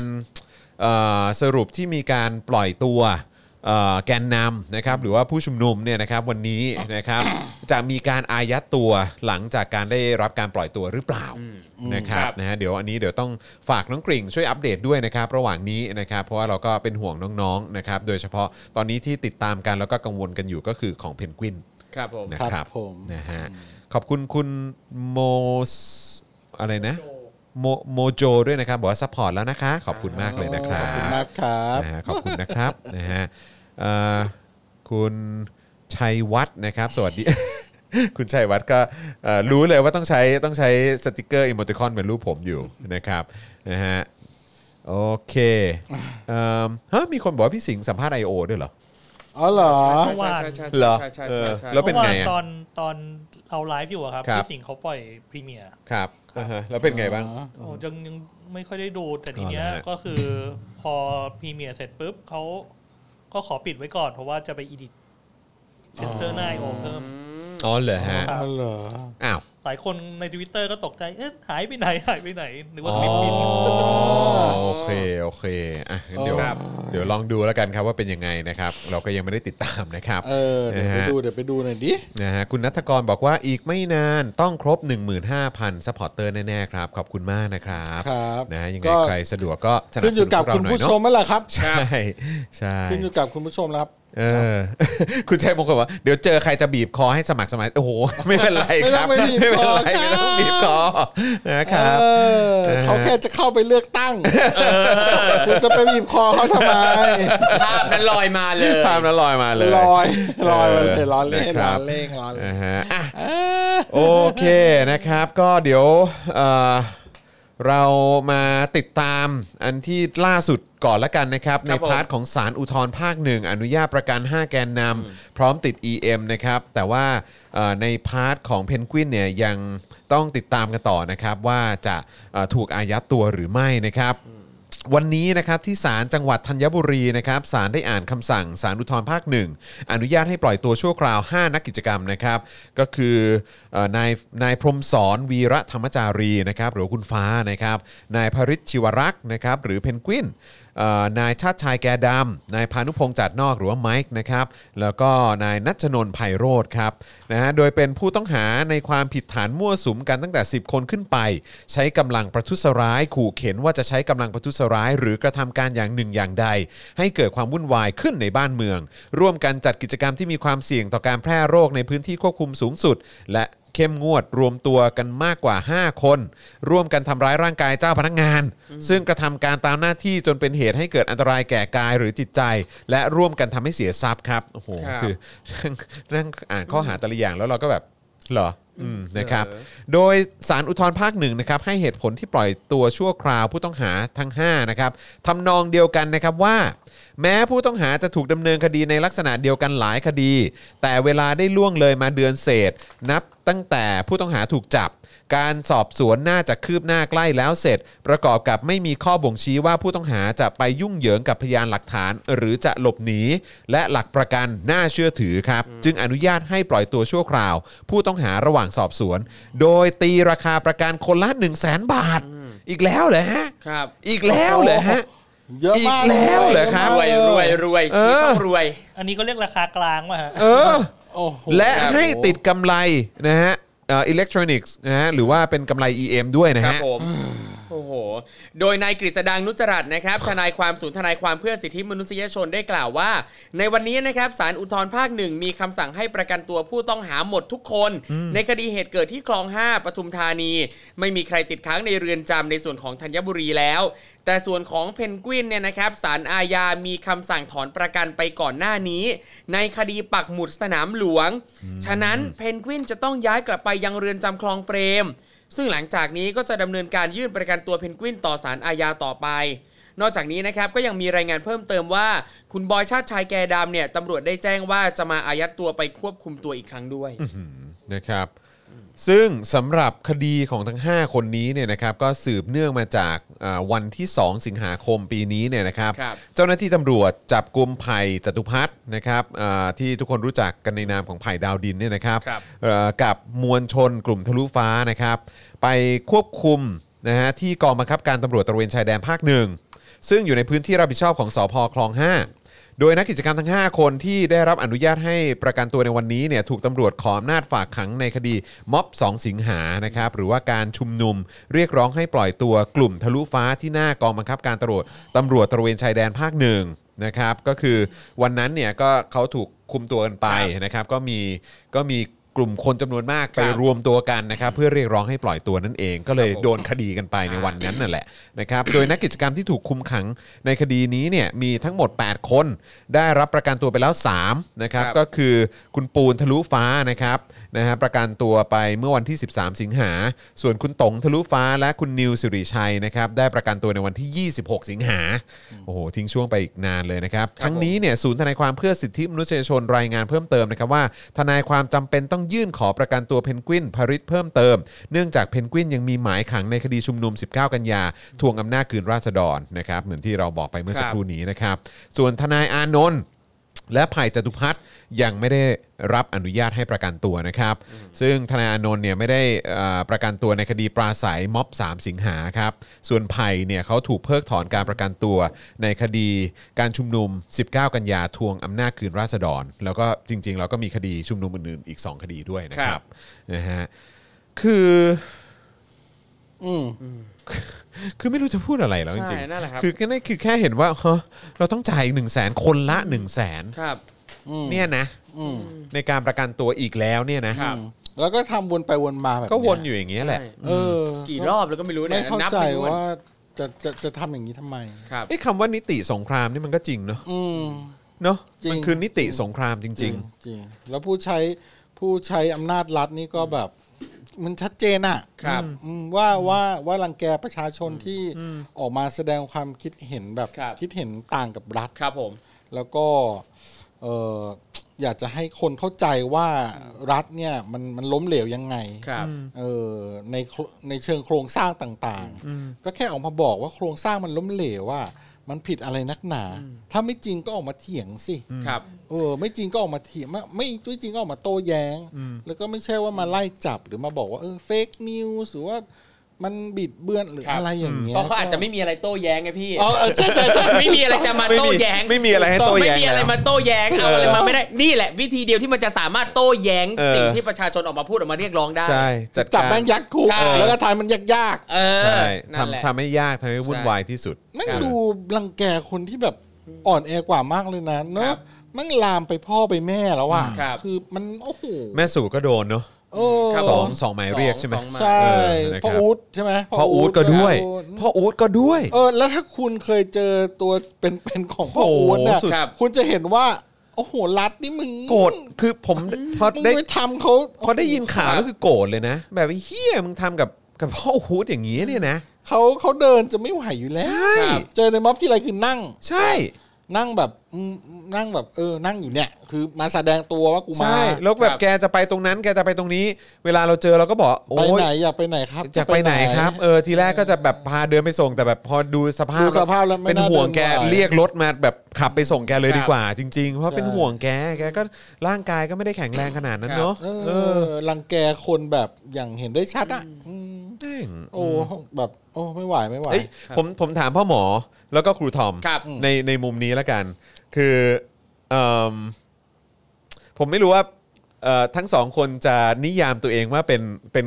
การปล่อยตัวแกนนำนะครับหรือว่าผู้ชุมนุมเนี่ยนะครับวันนี้นะครับจะมีการอายัดตัวหลังจากการได้รับการปล่อยตัวหรือเปล่านะครับนะฮะเดี๋ยวอันนี้เดี๋ยวต้องฝากน้องกริ่งช่วยอัปเดตด้วยนะครับระหว่างนี้นะครับเพราะว่าเราก็เป็นห่วงน้องๆนะครับโดยเฉพาะตอนนี้ที่ติดตามกันแล้วก็กังวลกันอยู่ก็คือของเพนกวินนะครับนะฮะขอบคุณคุณโมอะไรนะโมโจด้วยนะครับบอกว่าซัพพอร์ตแล้วนะคะขอบคุณมากเลยนะครับขอบคุณมากครับขอบคุณนะครับนะฮะคุณชัยวัฒน์นะครับสวัสดี คุณชัยวัฒน์ก็รู้เลยว่าต้องใช้สติกเกอร์อีโมติคอนเหมือนรูปผมอยู่นะครับนะฮะโอเคมีคนบอกว่าพี่สิงห์สัมภาษณ์ I.O. ด้วยเหรออ๋อเหรอเหรอแล้วเป็นไงตอนเราไลฟ์อยู่ครับพี่สิงห์เขาปล่อยพรีเมียร์ครับแล้วเป็นไงบ้างยังไม่ค่อยได้ดูแต่ทีเนี้ยก็คือพอพรีเมียร์เสร็จปุ๊บเขาก็ขอปิดไว้ก่อนเพราะว่าจะไปอีดิทเซนเซอร์หน้า I.O. เพิ่มอ๋อเหรอฮะอ้าวหลายคนใน Twitter ก็ตกใจหายไปไหนหรือว่าคลิปบินโอเคอ่ะเดี๋ยวลองดูแล้วกันครับว่าเป็นยังไงนะครับเราก็ยังไม่ได้ติดตามนะครับเดี๋ยวไปดูหน่อยดินะฮะคุณณัฐกรบอกว่าอีกไม่นานต้องครบ 15,000 ซัพพอร์ตเตอร์แน่ๆครับขอบคุณมากนะครับนะฮะยังไงใครสะดวกก็สนับสนุนพวกเราหน่อยเนาะขึ้นอยู่กับคุณผู้ชมนั่นแหละครับใช่ขึ้นอยู่กับคุณผู้ชมแล้วครับคุณชัยมงคลว่าเดี๋ยวเจอใครจะบีบคอให้สมัครโอ้โหไม่เป็นไรครับไม่ต้องบีบคอนะครับเขาแค่จะเข้าไปเลือกตั้งคุณจะไปบีบคอเขาทำไมภาพนั้นลอยมาเลยลอยมาเลยลอยมาเลยล้อเล่นโอเคนะครับก็เดี๋ยวเรามาติดตามอันที่ล่าสุดก่อนละกันนะครับในพาร์ทของศาลอุทธรณ์ภาค1อนุญาตประกัน5แกนนำพร้อมติด EM นะครับแต่ว่าในพาร์ทของเพนกวินเนี่ยยังต้องติดตามกันต่อนะครับว่าจะถูกอายัดตัวหรือไม่นะครับวันนี้นะครับที่ศาลจังหวัดธัญบุรีนะครับศาลได้อ่านคำสั่งศาลอุทธรณ์ภาค1อนุญาตให้ปล่อยตัวชั่วคราว5นักกิจกรรมนะครับก็คือนายพรหมสอนวีระธรรมจารีนะครับหรือคุณฟ้านะครับนายภริชชิวรักษ์นะครับหรือเพนกวินนายชาติชายแกดำนายพานุพงษ์จัดนอกหรือว่าไมค์นะครับแล้วก็นายณัชนนท์ไพโรจน์ครับนะฮะโดยเป็นผู้ต้องหาในความผิดฐานมั่วสุมกันตั้งแต่10คนขึ้นไปใช้กำลังประทุษร้ายขู่เข็นว่าจะใช้กำลังประทุษร้ายหรือกระทำการอย่างหนึ่งอย่างใดให้เกิดความวุ่นวายขึ้นในบ้านเมืองร่วมกันจัดกิจกรรมที่มีความเสี่ยงต่อการแพร่โรคในพื้นที่ควบคุมสูงสุดและเข้มงวดรวมตัวกันมากกว่า5คนร่วมกันทำร้ายร่างกายเจ้าพนักงานซึ่งกระทำการตามหน้าที่จนเป็นเหตุให้เกิดอันตรายแก่กายหรือจิตใจและร่วมกันทำให้เสียทรัพย์ครับโอ้โหคือนั่งอ่านข้อหาแต่ละอย่างแล้วเราก็แบบเหรอนะครับโดยศาลอุทธรณ์ภาค1นะครับให้เหตุผลที่ปล่อยตัวชั่วคราวผู้ต้องหาทั้ง5นะครับทำนองเดียวกันนะครับว่าแม้ผู้ต้องหาจะถูกดำเนินคดีในลักษณะเดียวกันหลายคดีแต่เวลาได้ล่วงเลยมาเดือนเศษนับตั้งแต่ผู้ต้องหาถูกจับการสอบสวนน่าจะคืบหน้าใกล้แล้วเสร็จประกอบกับไม่มีข้อบ่งชี้ว่าผู้ต้องหาจะไปยุ่งเหยิงกับพยานหลักฐานหรือจะหลบหนีและหลักประกันน่าเชื่อถือครับจึงอนุญาตให้ปล่อยตัวชั่วคราวผู้ต้องหาระหว่างสอบสวนโดยตีราคาประกันคนละ 100,000 บาทอีกแล้วเหรอฮะอีกแล้วเหรอฮะเยอะมากแล้วเหรอครับรวยต้องรวยอันนี้ก็เรียกราคากลางว่ะฮะและให้ติดกำไรนะฮะอิเล็กทรอนิกส์นะฮะหรือว่าเป็นกำไร EM ด้วยนะฮะโอ้โหโดยนายกฤษดางนุจรัตน์นะครับทนายความศูนย์ทนายความเพื่อสิทธิมนุษยชนได้กล่าวว่าในวันนี้นะครับศาลอุทธรณ์ภาคหนึ่งมีคำสั่งให้ประกันตัวผู้ต้องหาหมดทุกคนในคดีเหตุเกิดที่คลอง5ปทุมธานีไม่มีใครติดค้างในเรือนจำในส่วนของธัญบุรีแล้วแต่ส่วนของเพนกวินเนี่ยนะครับศาลอาญามีคำสั่งถอนประกันไปก่อนหน้านี้ในคดีปักหมุดสนามหลวงฉะนั้นเพนกวินจะต้องย้ายกลับไปยังเรือนจำคลองเปรมซึ่งหลังจากนี้ก็จะดำเนินการยื่นประกันตัวเพนกวินต่อศาลอาญาต่อไปนอกจากนี้นะครับก็ยังมีรายงานเพิ่มเติมว่าคุณบอยชาติชายแกดำเนี่ยตำรวจได้แจ้งว่าจะมาอายัดตัวไปควบคุมตัวอีกครั้งด้วยนะครับซึ่งสำหรับคดีของทั้ง5คนนี้เนี่ยนะครับก็สืบเนื่องมาจากวันที่2สิงหาคมปีนี้เนี่ยนะครับเจ้าหน้าที่ตำรวจจับกุมไผ่จตุพัฒน์นะครับที่ทุกคนรู้จักกันในนามของไผ่ดาวดินเนี่ยนะครับกับมวลชนกลุ่มทะลุฟ้านะครับไปควบคุมนะฮะที่กองบังคับการตำรวจตระเวนชายแดนภาค1ซึ่งอยู่ในพื้นที่รับผิดชอบของสภ.คลอง5โดยนักกิจกรรมทั้ง5คนที่ได้รับอนุญาตให้ประกันตัวในวันนี้เนี่ยถูกตำรวจขออำนาจฝากขังในคดีม็อบ2สิงหานะครับหรือว่าการชุมนุมเรียกร้องให้ปล่อยตัวกลุ่มทะลุฟ้าที่หน้ากองบังคับการตำรวจตระเวนชายแดนภาค1นะครับก็คือวันนั้นเนี่ยก็เขาถูกคุมตัวกันไปนะครับก็มีกลุ่มคนจำนวนมากไปรวมตัวกันนะครับเพื่อเรียกร้องให้ปล่อยตัวนั่นเองก็เลยโดนคดีกันไปในวันนั้นนั่นแหละนะครับโดยนักกิจกรรมที่ถูกคุมขังในคดีนี้เนี่ยมีทั้งหมด8คนได้รับประกันตัวไปแล้ว3นะครับก็คือคุณปูนทะลุฟ้านะครับประกันตัวไปเมื่อวันที่13สิงหาส่วนคุณต๋งทะลุฟ้าและคุณนิวสิริชัยนะครับได้ประกันตัวในวันที่26สิงหาโอ้โหทิ้งช่วงไปอีกนานเลยนะครับทั้งนี้เนี่ยศูนย์ทนายความเพื่อสิทธิมนุษยชนรายงานเพิ่มเติมนะครับว่าทนายความจำเป็นต้องยื่นขอประกันตัวเพนกวินภริษเพิ่มเติมเนื่องจากเพนกวินยังมีหมายขังในคดีชุมนุม19กันยาทวงอำนาจคืนราษฎรนะครับเหมือนที่เราบอกไปเมื่อสักครู่นี้นะครับส่วนทนายอานนท์และไผ่จตุพัฒน์ยังไม่ได้รับอนุญาตให้ประกันตัวนะครับซึ่งทนายอานนท์เนี่ยไม่ได้ประกันตัวในคดีปราศัยม็อบ3สิงหาครับส่วนไผ่เนี่ยเขาถูกเพิกถอนการประกันตัวในคดีการชุมนุม19กันยาทวงอำนาจคืนราษฎรแล้วก็จริงๆเราก็มีคดีชุมนุมอื่นๆอีก2คดีด้วยนะครับนะฮะคือไม่รู้จะพูดอะไรแล้วจริงๆคือแค่เห็นว่าเราต้องจ่ายอีก 100,000 คนละ 100,000 ครับเนี่ยนะในการประกันตัวอีกแล้วเนี่ยนะแล้วก็ทำวนไปวนมาแบบก็วนอยู่อย่างเงี้ยแหละกี่รอบแล้วก็ไม่รู้เนี่ยไม่เข้าใจว่าจะทำอย่างนี้ทำไมคำว่านิติสงครามนี่มันก็จริงเนาะเนาะมันคือนิติสงครามจริงจริงแล้วผู้ใช้อำนาจรัฐนี่ก็แบบมันชัดเจนอะว่ารังแกประชาชนที่ออกมาแสดงความคิดเห็นแบบคิดเห็นต่างกับรัฐครับผมแล้วก็อยากจะให้คนเข้าใจว่ารัฐเนี่ยมันล้มเหลวยังไงในเชิงโครงสร้างต่างๆก็แค่ออกมาบอกว่าโครงสร้างมันล้มเหลวว่ามันผิดอะไรนักหนาถ้าไม่จริงก็ออกมาเถียงสิครับไม่จริงก็ออกมาเถียงไม่จริงก็ออกมาโต้แย้งแล้วก็ไม่ใช่ว่ามาไล่จับหรือมาบอกว่าเฟกนิวส์หรือว่ามันบิดเบือนหรืออะไรอย่างเงี้ยเพราะเขาอาจจะไม่มีอะไรโต้แย้งไงพี่ใช่ไม่มีอะไรจะมาโต้แย้งไม่มีอะไรให้โต้แย้งไม่มีอะไรมาโต้แย้งเอาอะไรมาไม่ได้นี่แหละวิธีเดียวที่มันจะสามารถโต้แย้งสิ่งที่ประชาชนออกมาพูดออกมาเรียกร้องได้ใช่จับแม่งยัดคุกแล้วก็ทายมันยากใช่ทำให้ยากทำให้วุ่นวายที่สุดแม่งดูรังแกคนที่แบบอ่อนแอกว่ามากเลยนะเนาะแม่งลามไปพ่อไปแม่แล้วอ่ะคือมันโอ้โหแม่สู่ก็โดนเนาะสองหมายเรียกใช่ไหมใช่พ่ออู๊ดใช่ไหมพ่ออู๊ดก็ด้วยแล้วถ้าคุณเคยเจอตัวเป็นของพ่ออู๊ดเนี่ยคุณจะเห็นว่าโอ้โหรัฐนี่มึงโกรธคือผมพอได้ทำเขาพอได้ยินข่าวแล้วคือโกรธเลยนะแบบไอ้เหี้ยมึงทำกับพ่ออู๊ดอย่างงี้เนี่ยนะเขาเดินจะไม่ไหวอยู่แล้วเจอในม็อบที่ไรคือนั่งใช่นั่งแบบนั่งอยู่เนี่ยคือมาแสดงตัวว่ากูมาใช่แล้วแบบแกจะไปตรงนั้นแกจะไปตรงนี้เวลาเราเจอเราก็บอกไปไหนอยากไปไหนครับอยากไปไหนครับทีแรกก็จะแบบพาเดินไปส่งแต่แบบพอดูสภาพแล้วเป็นห่วงแกเรียกรถมาแบบขับไปส่งแกเลยดีกว่าจริงๆเพราะเป็นห่วงแกก็ร่างกายก็ไม่ได้แข็งแรงขนาดนั้นเนาะรังแกคนแบบอย่างเห็นได้ชัดอ่ะโอ้แบบโอ้ไม่ไหวผมถามพ่อหมอแล้วก็ครูทอมในมุมนี้แล้วกันคือผมไม่รู้ว่าทั้งสองคนจะนิยามตัวเองว่าเป็น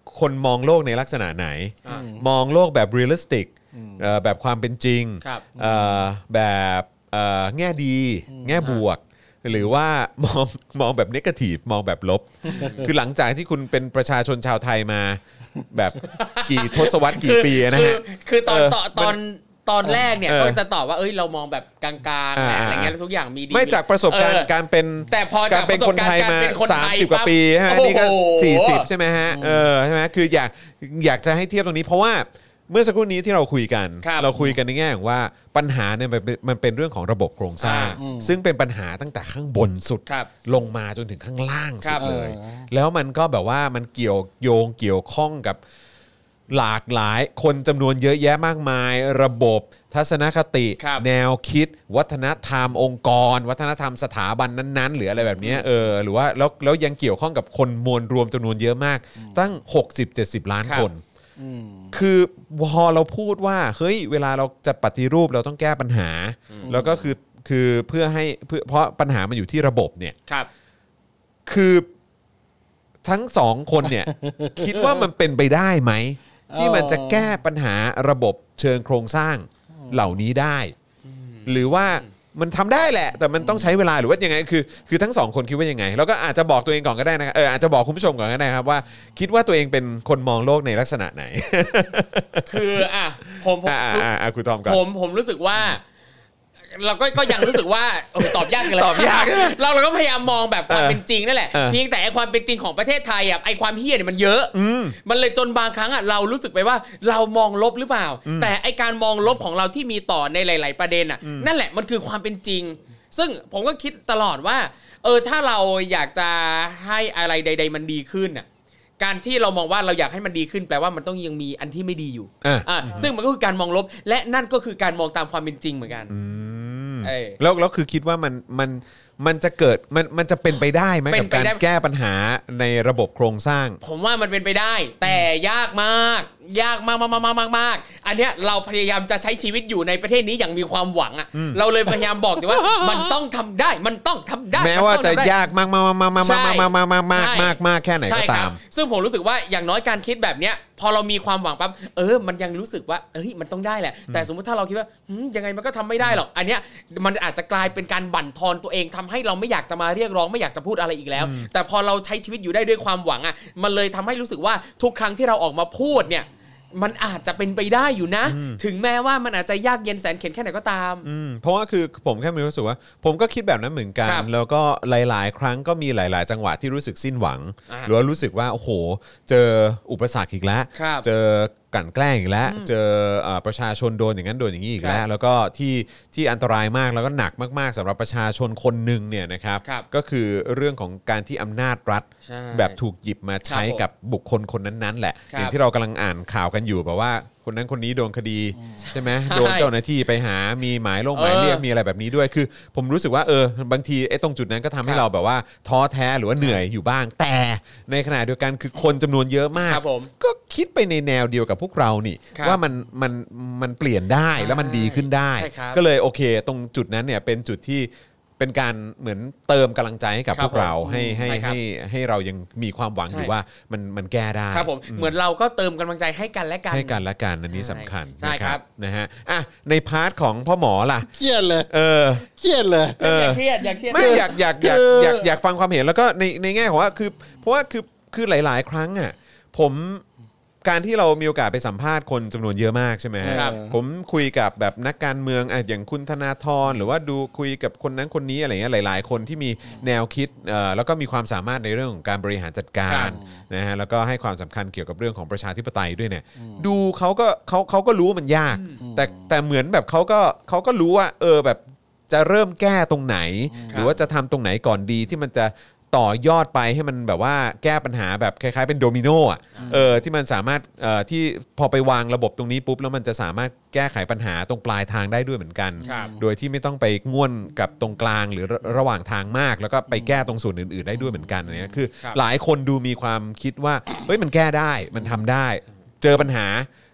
คนมองโลกในลักษณะไหนมองโลกแบบเรียลลิสติกแบบความเป็นจริงแบบแง่ดีแง่บวกหรือว่ามองแบบเนกาทีฟมองแบบลบคือหลังจากที่คุณเป็นประชาชนชาวไทยมาแบบกี่ทศวรรษกี่ปีนะฮะคือตอนแรกเนี่ยก็จะตอบว่าเรามองแบบกลางๆอะไรเงี้ยทุกอย่างมีดีไม่จากประสบการณ์การเป็นแต่พอจากประสบการณ์การเป็นคนไทย 30 กว่าปีฮะนี่ก็40ใช่ไหมฮะใช่ไหมคืออยากจะให้เทียบตรงนี้เพราะว่าเมื่อสักครู่นี้ที่เราคุยกันในแง่ของว่าปัญหาเนี่ยมันเป็นเรื่องของระบบโครงสร้างซึ่งเป็นปัญหาตั้งแต่ข้างบนสุดลงมาจนถึงข้างล่างสุดเลยแล้วมันก็แบบว่ามันเกี่ยวโยงเกี่ยวข้องกับหลากหลายคนจำนวนเยอะแยะมากมายระบบทัศนคติแนวคิดวัฒนธรรมองค์กรวัฒนธรรมสถาบันนั้นๆหรืออะไรแบบนี้หรือว่าแล้วยังเกี่ยวข้องกับคนมวลรวมจำนวนเยอะมากตั้ง 60-70 ล้านคนคือพอเราพูดว่าเฮ้ยเวลาเราจะปฏิรูปเราต้องแก้ปัญหาแล้วก็คือเพื่อเพราะปัญหามันอยู่ที่ระบบเนี่ยคือทั้งสองคนเนี่ย คิดว่ามันเป็นไปได้ไหมที่มันจะแก้ปัญหาระบบเชิงโครงสร้างเหล่านี้ได้หรือว่ามันทำได้แหละแต่มันต้องใช้เวลาหรือว่ายังไงคือทั้งสองคนคิดว่ายังไงแล้วก็อาจจะบอกตัวเองก่อนก็ได้นะอาจจะบอกคุณผู้ชมก่อนก็ได้ครับว่าคิดว่าตัวเองเป็นคนมองโลกในลักษณะไหนคือคุณทอมก่อนผมรู้สึกว่าเราก็ยังรู้สึกว่าตอบยากเลยตอบยากเราก็พยายามมองแบบความเป็นจริงนั่นแหละเพียงแต่ความเป็นจริงของประเทศไทยไอความเหี้ยเนี่ยมันเยอะมันเลยจนบางครั้งเรารู้สึกไปว่าเรามองลบหรือเปล่าแต่ไอการมองลบของเราที่มีต่อในหลายๆประเด็นนั่นแหละมันคือความเป็นจริงซึ่งผมก็คิดตลอดว่าถ้าเราอยากจะให้อะไรใดๆมันดีขึ้นการที่เรามองว่าเราอยากให้มันดีขึ้นแปลว่ามันต้องยังมีอันที่ไม่ดีอยู่ซึ่งมันก็คือการมองลบและนั่นก็คือการมองตามความเป็นจริงเหมือนกันแล้วคือคิดว่ามันจะเกิดมันจะเป็นไปได้ไหมกับการแก้ปัญหาในระบบโครงสร้างผมว่ามันเป็นไปได้แต่ยากมากอันเนี้ยเราพยายามจะใช้ชีวิตอยู่ในประเทศนี้อย่างมีความหวังเราเลยพยายามบอกว่ามันต้องทำได้มันต้องทำได้แม้ว่าจะยากมากแค่ไหนก็ตามซึ่งผมรู้สึกว่าอย่างน้อยการคิดแบบเนี้ยพอเรามีความหวังปั๊บมันยังรู้สึกว่ามันต้องได้แหละแต่สมมุติถ้าเราคิดว่ายังไงมันก็ทำไม่ได้หรอกอันเนี้ยมันอาจจะกลายเป็นการบั่นทอนตัวเองทำให้เราไม่อยากจะมาเรียกร้องไม่อยากจะพูดอะไรอีกแล้วแต่พอเราใช้ชีวิตอยู่ได้ด้วยความหวังมันเลยทำให้รู้สึกว่าทุกครั้งที่เราออกมาพูดเนี่ยมันอาจจะเป็นไปได้อยู่นะถึงแม้ว่ามันอาจจะยากเย็นแสนเข็ญแค่ไหนก็ตามเพราะว่าคือผมแค่มีรู้สึกว่าผมก็คิดแบบนั้นเหมือนกันแล้วก็หลายๆครั้งก็มีหลายๆจังหวะที่รู้สึกสิ้นหวังหรือว่ารู้สึกว่าโอ้โหเจออุปสรรคอีกแล้วเจอกลั่นแกล้งอีกแล้วเจอประชาชนโดนอย่างนั้นโดนอย่างนี้อีกแล้วก็ที่อันตรายมากแล้วก็หนักมากๆสำหรับประชาชนคนหนึ่งเนี่ยนะครับก็คือเรื่องของการที่อำนาจรัฐแบบถูกหยิบมาใช้กับบุคคลคนนั้นๆแหละอย่างที่เรากำลังอ่านข่าวกันอยู่แบบว่าคนนั้นคนนี้โดนคดีใช่ไหมโดนเจ้าหน้าที่ไปหามีหมายเรียกมีอะไรแบบนี้ด้วยคือผมรู้สึกว่าบางทีตรงจุดนั้นก็ทำให้เราแบบว่าท้อแท้หรือว่าเหนื่อยอยู่บ้างแต่ในขณะเดียวกันคือคนจำนวนเยอะมากก็คิดไปในแนวเดียวกับพวกเรานี่ว่ามันเปลี่ยนได้แล้วมันดีขึ้นได้ก็เลยโอเคตรงจุดนั้นเนี่ยเป็นจุดที่เป็นการเหมือนเติมกำลังใจให้กับพวกเราให้เรายังมีความหวังอยู่ว่ามันแก้ได้ครับผมเหมือนเราก็เติมกำลังใจให้กันและกันอันนี้สำคัญนะครับนะฮะในพาร์ทของพ่อหมอล่ะเครียดเลยเครียดเลยอย่าเครียดไม่อยากฟังความเห็นแล้วก็ในแง่ของว่าคือเพราะว่าคือหลายๆครั้งผมการที่เรามีโอกาสไปสัมภาษณ์คนจำนวนเยอะมากใช่ไหมผมคุยกับแบบนักการเมืองอย่างคุณธนาธรหรือว่าดูคุยกับคนนั้นคนนี้อะไรเงี้ยหลายๆคนที่มีแนวคิดแล้วก็มีความสามารถในเรื่องของการบริหารจัดการนะฮะแล้วก็ให้ความสำคัญเกี่ยวกับเรื่องของประชาธิปไตยด้วยเนี่ยดูเขาก็รู้ว่ามันยากแต่เหมือนแบบเขาก็รู้ว่าแบบจะเริ่มแก้ตรงไหนหรือว่าจะทำตรงไหนก่อนดีที่มันจะต่อยอดไปให้มันแบบว่าแก้ปัญหาแบบคล้ายๆเป็นโดมิโนที่มันสามารถที่พอไปวางระบบตรงนี้ปุ๊บแล้วมันจะสามารถแก้ไขปัญหาตรงปลายทางได้ด้วยเหมือนกันโดยที่ไม่ต้องไปง่วนกับตรงกลางหรือระหว่างทางมากแล้วก็ไปแก้ตรงส่วนอื่นๆได้ด้วยเหมือนกันอันนี้คือหลายคนดูมีความคิดว่าเฮ้ยมันแก้ได้มันทำได้เจอปัญหา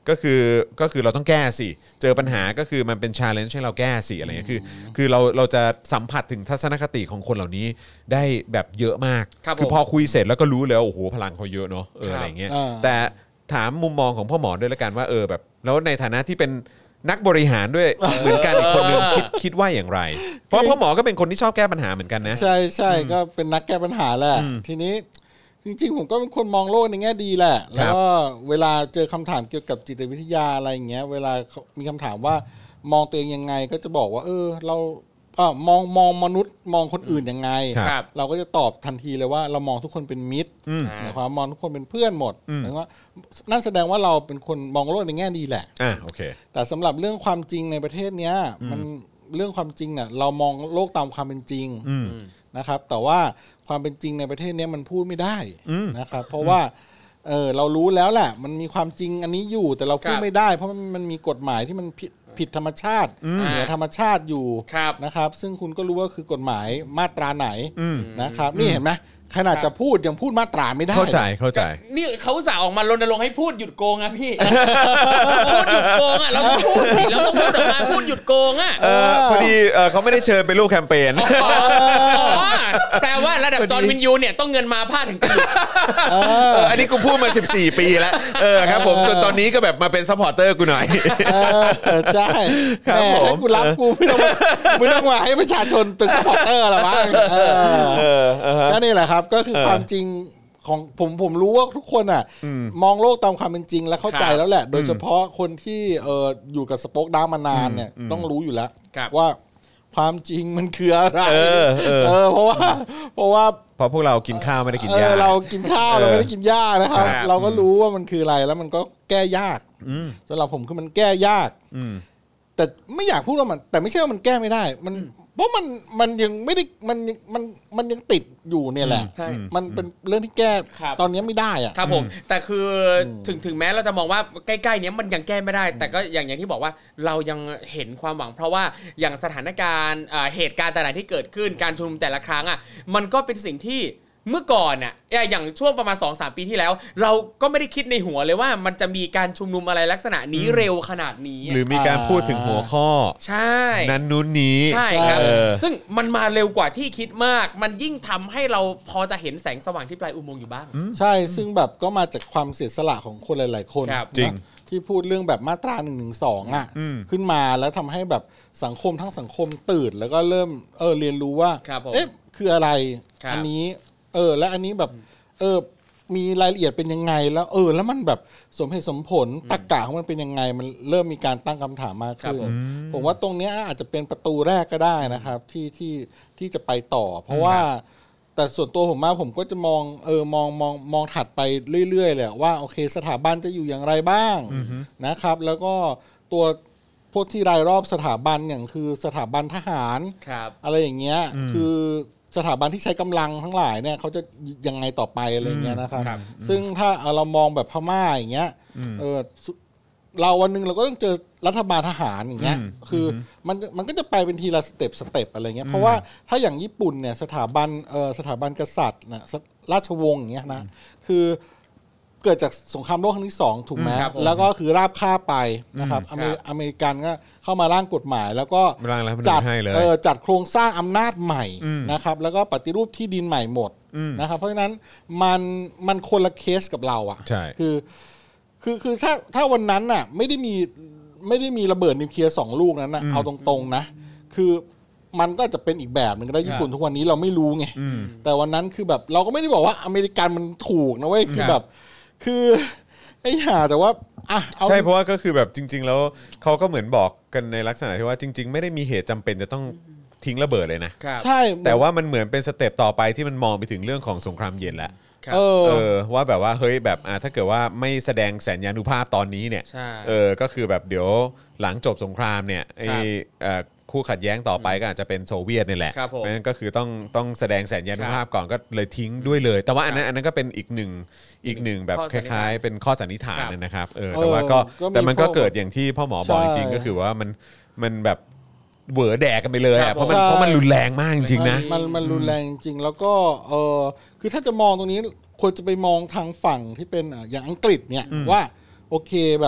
ก็คือเราต้องแก้สิเจอปัญหาก็คือมันเป็น challenge ให้เราแก้สิอะไรเงี้ยคือเราจะสัมผัสถึงทัศนคติของคนเหล่านี้ได้แบบเยอะมากคือพอคุยเสร็จแล้วก็รู้แล้วโอ้โหพลังเขาเยอะเนาะอะไรเงี้ยแต่ถามมุมมองของพ่อหมอด้วยละกันว่าแบบแล้วในฐานะที่เป็นนักบริหารด้วยเหมือนกันอีกคนนึงคิดว่าอย่างไรเพราะพ่อหมอก็เป็นคนที่ชอบแก้ปัญหาเหมือนกันนะใช่ก็เป็นนักแก้ปัญหาแหละทีนี้จริงๆผมก็เป็นคนมองโลกในแง่ดีแหละแล้วก็เวลาเจอคำถามเกี่ยวกับจิตวิทยาอะไรอย่างเงี้ยเวลามีคำถามว่ามองตัวเองยังไงก็จะบอกว่าเรามองมนุษย์มองคนอื่นยังไงเราก็จะตอบทันทีเลยว่าเรามองทุกคนเป็นมิตรหมายความมองทุกคนเป็นเพื่อนหมดหมายว่านั่นแสดงว่าเราเป็นคนมองโลกในแง่ดีแหละโอเคแต่สำหรับเรื่องความจริงในประเทศเนี้ยมันเรื่องความจริงเนี่ยเรามองโลกตามความเป็นจริงนะครับแต่ว่าความเป็นจริงในประเทศนี้มันพูดไม่ได้นะครับเพราะว่าเรารู้แล้วแหละมันมีความจริงอันนี้อยู่แต่เราพูดไม่ได้เพราะมันมีกฎหมายที่มันผิดธรรมชาติเหนือธรรมชาติอยู่นะครับซึ่งคุณก็รู้ว่าคือกฎหมายมาตราไหนนะครับนี่เห็นไหมขนาดจะพูดยังพูดมาตราไม่ได้เข้าใจนี่เขาอุตส่าห์ออกมารณรงค์ให้พูดหยุดโกงอะพี่พูดหยุดโกงอะเราต้องพูดผิดเราต้องพูดออกมาพูดหยุดโกงอะพอดีเขาไม่ได้เชิญไปร่วมแคมเปญแปลว่าระดับจอห์นวินยูเนี่ยต้องเงินมาพาดถึงจะหยุดอันนี้กูพูดมา14ปีแล้วครับผมจนตอนนี้ก็แบบมาเป็นซัพพอร์ตเตอร์กูหน่อยใช่ครับผมกูรับกูไม่ต้องมาให้ประชาชนเป็นซัพพอร์ตเตอร์หรอวะก็นี่แหละครับก็คือความจริงของผมรู้ว่าทุกคนมองโลกตามความเป็นจริงและเข้าใจแล้วแหละโดยเฉพาะคนที่อยู่กับสป็อคดาร์กมานานเนี่ยต้องรู้อยู่แล้วว่าความจริงมันคืออะไรเพราะว่าพอพวกเรากินข้าวไม่ได้กินหญ้าเรากินข้าวเราไม่ได้กินหญ้านะครับเราก็รู้ว่ามันคืออะไรแล้วมันก็แก้ยากสำหรับผมคือมันแก้ยากแต่ไม่อยากพูดว่ามันแต่ไม่ใช่ว่ามันแก้ไม่ได้มันเพราะมันยังไม่ได้มันยังติดอยู่เนี่ยแหละมันเป็นเรื่องที่แก้ตอนนี้ไม่ได้อะครับผมแต่คือถึงแม้เราจะมองว่าใกล้ๆเนี้ยมันยังแก้ไม่ได้แต่ก็อย่างที่บอกว่าเรายังเห็นความหวังเพราะว่าอย่างสถานการณ์เหตุการณ์ต่างๆที่เกิดขึ้นการชุมนุมแต่ละครั้งอ่ะมันก็เป็นสิ่งที่เมื่อก่อนน่ะอย่างช่วงประมาณ 2-3 ปีที่แล้วเราก็ไม่ได้คิดในหัวเลยว่ามันจะมีการชุมนุมอะไรลักษณะนี้เร็วขนาดนี้หรือมีการพูดถึงหัวข้อใช่นั้นนู้นนี้ใช่ครับซึ่งมันมาเร็วกว่าที่คิดมากมันยิ่งทำให้เราพอจะเห็นแสงสว่างที่ปลายอุโมงค์อยู่บ้างใช่ซึ่งแบบก็มาจากความเสียสละของคนหลายๆคนจริงที่พูดเรื่องแบบมาตรา112ขึ้นมาแล้วทำให้แบบสังคมทั้งสังคมตื่นแล้วก็เริ่มเรียนรู้ว่าคืออะไรอันนี้และอันนี้แบบมีรายละเอียดเป็นยังไงแล้วแล้วมันแบบสมเหตุสมผลตรรกะของมันเป็นยังไงมันเริ่มมีการตั้งคำถามมากขึ้นผมว่าตรงนี้อาจจะเป็นประตูแรกก็ได้นะครับที่จะไปต่อเพราะว่าแต่ส่วนตัวผมก็จะมองถัดไปเรื่อยๆเลยว่าโอเคสถาบันจะอยู่อย่างไรบ้างนะครับแล้วก็ตัวพวกที่รายรอบสถาบันอย่างคือสถาบันทหารอะไรอย่างเงี้ยคือสถาบันที่ใช้กำลังทั้งหลายเนี่ยเขาจะยังไงต่อไปอะไรเงี้ยนะครับซึ่งถ้าเรามองแบบพม่าอย่างเงี้ยเราวันนึงเราก็ต้องเจอรัฐบาลทหารอย่างเงี้ยคือมันก็จะไปเป็นทีละสเต็ปอะไรเงี้ยเพราะว่าถ้าอย่างญี่ปุ่นเนี่ยสถาบันกษัตริย์นะราชวงศ์อย่างเงี้ยนะคือเกิดจากสงครามโลกครั้งที่2ถูกไหมแล้วก็คือราบคาบไปนะครับอเมริกันก็เข้ามาร่างกฎหมายแล้วก็จัดโครงสร้างอำนาจใหม่นะครับแล้วก็ปฏิรูปที่ดินใหม่หมดนะครับเพราะฉะนั้นมันคนละเคสกับเราอ่ะคือถ้าวันนั้นน่ะไม่ได้มีระเบิดนิวเคลียร์2ลูกนั้นนะเอาตรงๆนะคือมันก็จะเป็นอีกแบบนึงก็ได้ญี่ปุ่นทุกวันนี้เราไม่รู้ไงแต่วันนั้นคือแบบเราก็ไม่ได้บอกว่าอเมริกันมันถูกนะเว้ยคือแบบคือไอ้ห่าแต่ว่าใช่เพราะว่าก็คือแบบจริงๆแล้วเขาก็เหมือนบอกกันในลักษณะที่ว่าจริงๆไม่ได้มีเหตุจำเป็นจะต้องทิ้งระเบิดเลยนะใช่แต่ว่ามันเหมือนเป็นสเต็ปต่อไปที่มันมองไปถึงเรื่องของสงครามเย็นแล้วว่าแบบว่าเฮ้ยแบบถ้าเกิดว่าไม่แสดงแสนยานุภาพตอนนี้เนี่ยก็คือแบบเดี๋ยวหลังจบสงครามเนี่ยไอ้คู่ขัดแย้งต่อไปก็อาจจะเป็นโซเวียตนี่แหละเพราะฉะนั้นก็คือต้องแสดงแสนยานุภาพก่อนก็เลยทิ้งด้วยเลยแต่ว่าอันนั้นก็เป็นอีกหนึ่งแบบคล้ายๆเป็นข้อสันนิษฐานนะครับแต่ว่าก็แต่มันก็เกิดอย่างที่พ่อหมอบอกจริงๆก็คือว่ามันแบบเบอแดกกันไปเลยเพราะมันรุนแรงมากจริงๆนะมันรุนแรงจริงแล้วก็คือถ้าจะมองตรงนี้ควรจะไปมองทางฝั่งที่เป็นอย่างอังกฤษเนี่ยว่าโอเคแบบ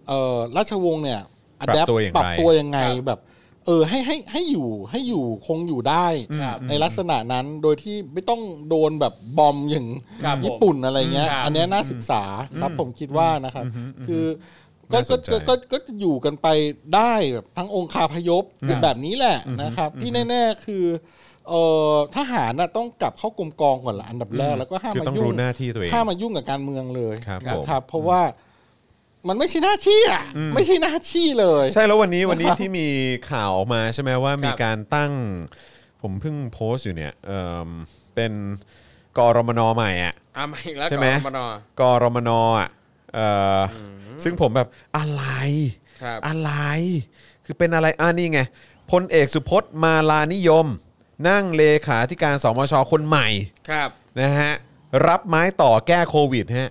ราชวงศ์เนี่ยปรับตัวยังไงแบบให้อยู่คงอยู่ได้ในลักษณะนั้นโดยที่ไม่ต้องโดนแบบบอมอย่างญี่ปุ่นอะไรเงี้ยอันนี้น่าศึกษาครับผมคิดว่านะครับคือก็อยู่กันไปได้แบบทั้งองคาพยพแบบนี้แหละนะครับที่แน่ๆคือทหารน่ะต้องกลับเข้ากรมกองก่อนละอันดับแรกแล้วก็ห้ามมายุ่งหน้าที่ตัวเองห้ามมายุ่งกับการเมืองเลยครับเพราะว่ามันไม่ใช่หน้าที่อ่ะไม่ใช่หน้าที่เลยใช่แล้ววันนี้ที่มีข่าวออกมาใช่ไหมว่ามีการตั้งผมเพิ่งโพสต์อยู่เนี่ยเป็นกรมนใหม่อ่ะใช่ไหมกรมนอ่ะซึ่งผมแบบอะไรคือเป็นอะไรนี่ไงพลเอกสุพจน์มาลานิยมนั่งเลขาธิการสมช.คนใหม่นะฮะรับไม้ต่อแก้โควิดฮะ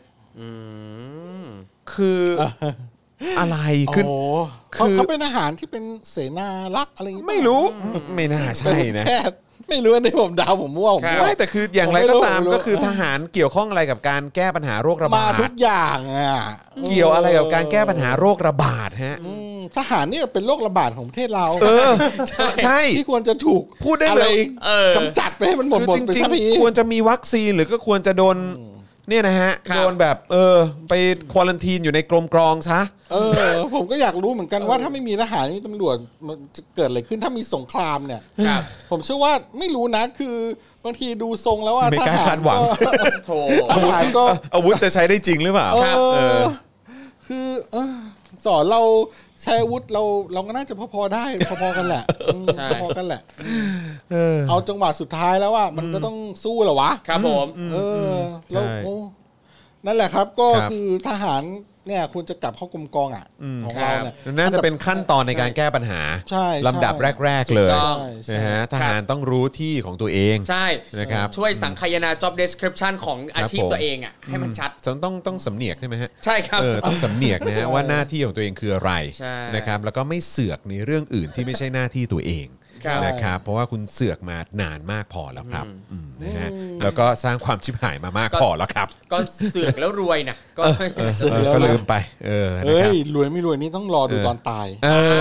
คืออะไรคือเขาเป็นอาหารที่เป็นเสนารักษ์อะไรไม่รู้ไม่น่าใช่นะไม่รู้ในผมดาวผมมั่วไม่แต่คืออย่างไรก็ตามก็คือทหารเกี่ยวข้องอะไรกับการแก้ปัญหาโรคระบาดมาทุกอย่างอ่ะเกี่ยวอะไรกับการแก้ปัญหาโรคระบาดฮะทหารนี่เป็นโรคระบาดของประเทศเราใช่ที่ควรจะถูกพูดได้เลยกำจัดไปให้มันหมดจริงๆควรจะมีวัคซีนหรือก็ควรจะโดนเนี่ยนะฮะโดนแบบไปควอรันทีนอยู่ในกรมกรองซะผมก็อยากรู้เหมือนกันว่าถ้าไม่มีทหารมีตำรวจมันจะเกิดอะไรขึ้นถ้ามีสงครามเนี่ยผมเชื่อว่าไม่รู้นะคือบางทีดูทรงแล้วว่าทหารก็ทหารก็อาวุธจะใช้ได้จริงหรือเปล่าคือสอนเราใช้อาวุธเราก็น่าจะพอได้พอกันแหละพอกันแหละเอาจังหวะสุดท้ายแล้วว่ามันก็ต้องสู้เหรอวะครับผมแล้วนั่นแหละครับก็คือทหารเนี่ยควรจะกลับเข้ากรมกองของเราเนี่ยน่าจะเป็นขั้นตอนในการแก้ปัญหาลำดับแรกๆเลยนะฮะทหารต้องรู้ที่ของตัวเองใช่นะครับช่วยสังคายนา job description ของอาชีพตัวเองให้มันชัดต้องสำเนียกใช่ไหมฮะใช่ครับต้องสำเนียกนะฮะว่าหน้าที่ของตัวเองคืออะไรนะครับแล้วก็ไม่เสือกในเรื่องอื่นที่ไม่ใช่หน้าที่ตัวเองนะครับเพราะว่าคุณเสือกมานานมากพอแล้วครับนะฮะแล้วก็สร้างความชิบหายมามากพอแล้วครับก็เสือกแล้วรวยนะก็ลืมไปรวยไม่รวยนี่ต้องรอดูตอนตาย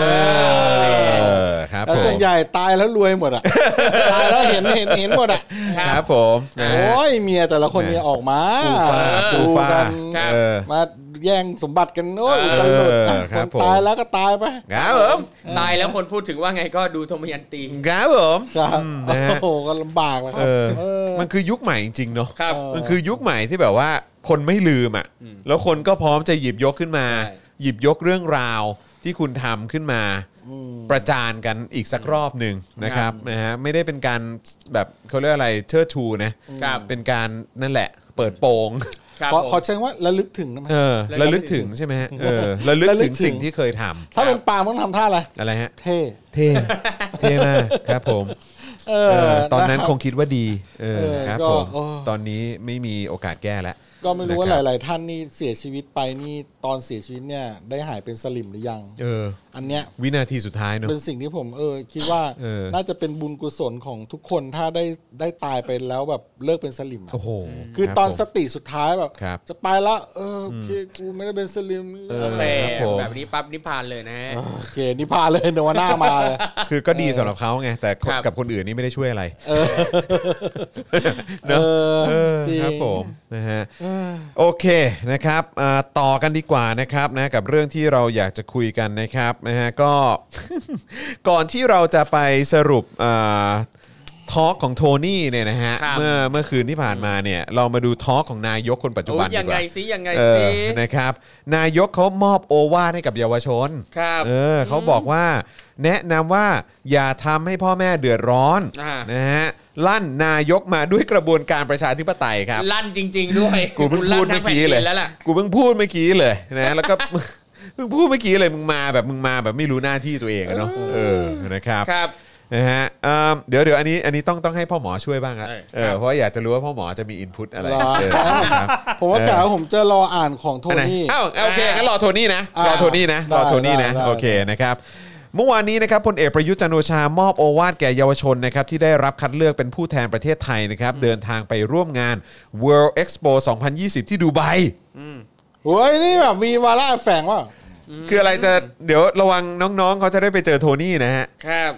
ครับแต่ส่วนใหญ่ตายแล้วรวยหมดอ่ะตายแล้วเห็นหมดอ่ะครับผมโอ้ยเมียแต่ละคนเนี่ยออกมาปูฟ้ามาแย่งสมบัติกันโอ้ยตลกคนตายแล้วก็ตายไปครับผมตายแล้วคนพูดถึงว่าไงก็ดูธมยันตีครับผมโอ้ก็ลำบากแล้วครับมันคือยุคใหม่จริงๆเนาะมันคือยุคใหม่ที่แบบว่าคนไม่ลืมอ่ะแล้วคนก็พร้อมจะหยิบยกขึ้นมาหยิบยกเรื่องราวที่คุณทำขึ้นมาประจานกันอีกสักรอบหนึ่งนะครับนะฮะไม่ได้เป็นการแบบเขาเรียกอะไรเชิดชูนะเป็นการนั่นแหละเปิดโปงขอแจ้งว่าระลึกถึงนะระลึกถึงใช่ไหมฮะระลึกถึงสิ่งที่เคยทำถ้าเป็นปาล์มต้องทำท่าอะไรฮะเท่มากครับผมตอนนั้นคงคิดว่าดีครับผมตอนนี้ไม่มีโอกาสแก้แล้วก็ไม่รู้ว่าหลายๆท่านนี่เสียชีวิตไปนี่ตอนเสียชีวิตเนี่ยได้หายเป็นสลิมหรือยังอันเนี้ยวินาทีสุดท้ายเนอะเป็นสิ่งที่ผมคิดว่าน่าจะเป็นบุญกุศลของทุกคนถ้าได้ตายไปแล้วแบบเลิกเป็นสลิมโอ้โหคือตอนสติสุดท้ายแบบจะไปแล้วโอเคกูไม่ได้เป็นสลิมโอเคแบบนี้ปั๊บนิพพานเลยนะโอเคนิพพานเลยโนวาน่ามาเลยคือก็ดีสำหรับเขาไงแต่กับคนอื่นนี่ไม่ได้ช่วยอะไรครับผมนะฮะโอเคนะครับต่อกันดีกว่านะครับนะกับเรื่องที่เราอยากจะคุยกันนะครับนะฮะก็ ก่อนที่เราจะไปสรุปทอล์กของโทนี่เนี่ยนะฮะเมื่อคืนที่ผ่านมาเนี่ยเรามาดูทอล์กของนายกคนปัจจุบันดีกว่ายังไงสินะครับนายกเขามอบโอวาทให้กับเยาวชนเขาบอกว่าแนะนำว่าอย่าทำให้พ่อแม่เดือดร้อนนะฮะลั่นนายกมาด้วยกระบวนการประชาธิปไตยครับลั่นจริงๆด้วยกูเพิ่งพูดเมื่อกี้เลยกูเพิ่งพูดเมื่อกี้เลยนะแล้วก็เพิ่งพูดเมื่อกี้เลยมึงมาแบบไม่รู้หน้าที่ตัวเองเนาะนะครับนะฮะเดี๋ยวอันนี้ต้องให้พ่อหมอช่วยบ้างนะเพราะอยากจะรู้ว่าพ่อหมอจะมีอินพุตอะไรผมว่ากะว่าผมจะรออ่านของโทนี่โอเคงั้นรอโทนี่นะรอโทนี่นะโอเคนะครับเมื่อวานนี้นะครับพลเอกประยุทธ์จันทร์โอชามอบโอวาทแก่เยาวชนนะครับที่ได้รับคัดเลือกเป็นผู้แทนประเทศไทยนะครับเดินทางไปร่วมงาน World Expo 2020 ที่ดูไบโอ้ยนี่แบบมีวาระแฝงว่าคืออะไรจะเดี๋ยวระวังน้องๆเขาจะได้ไปเจอโทนี่นะฮะครับ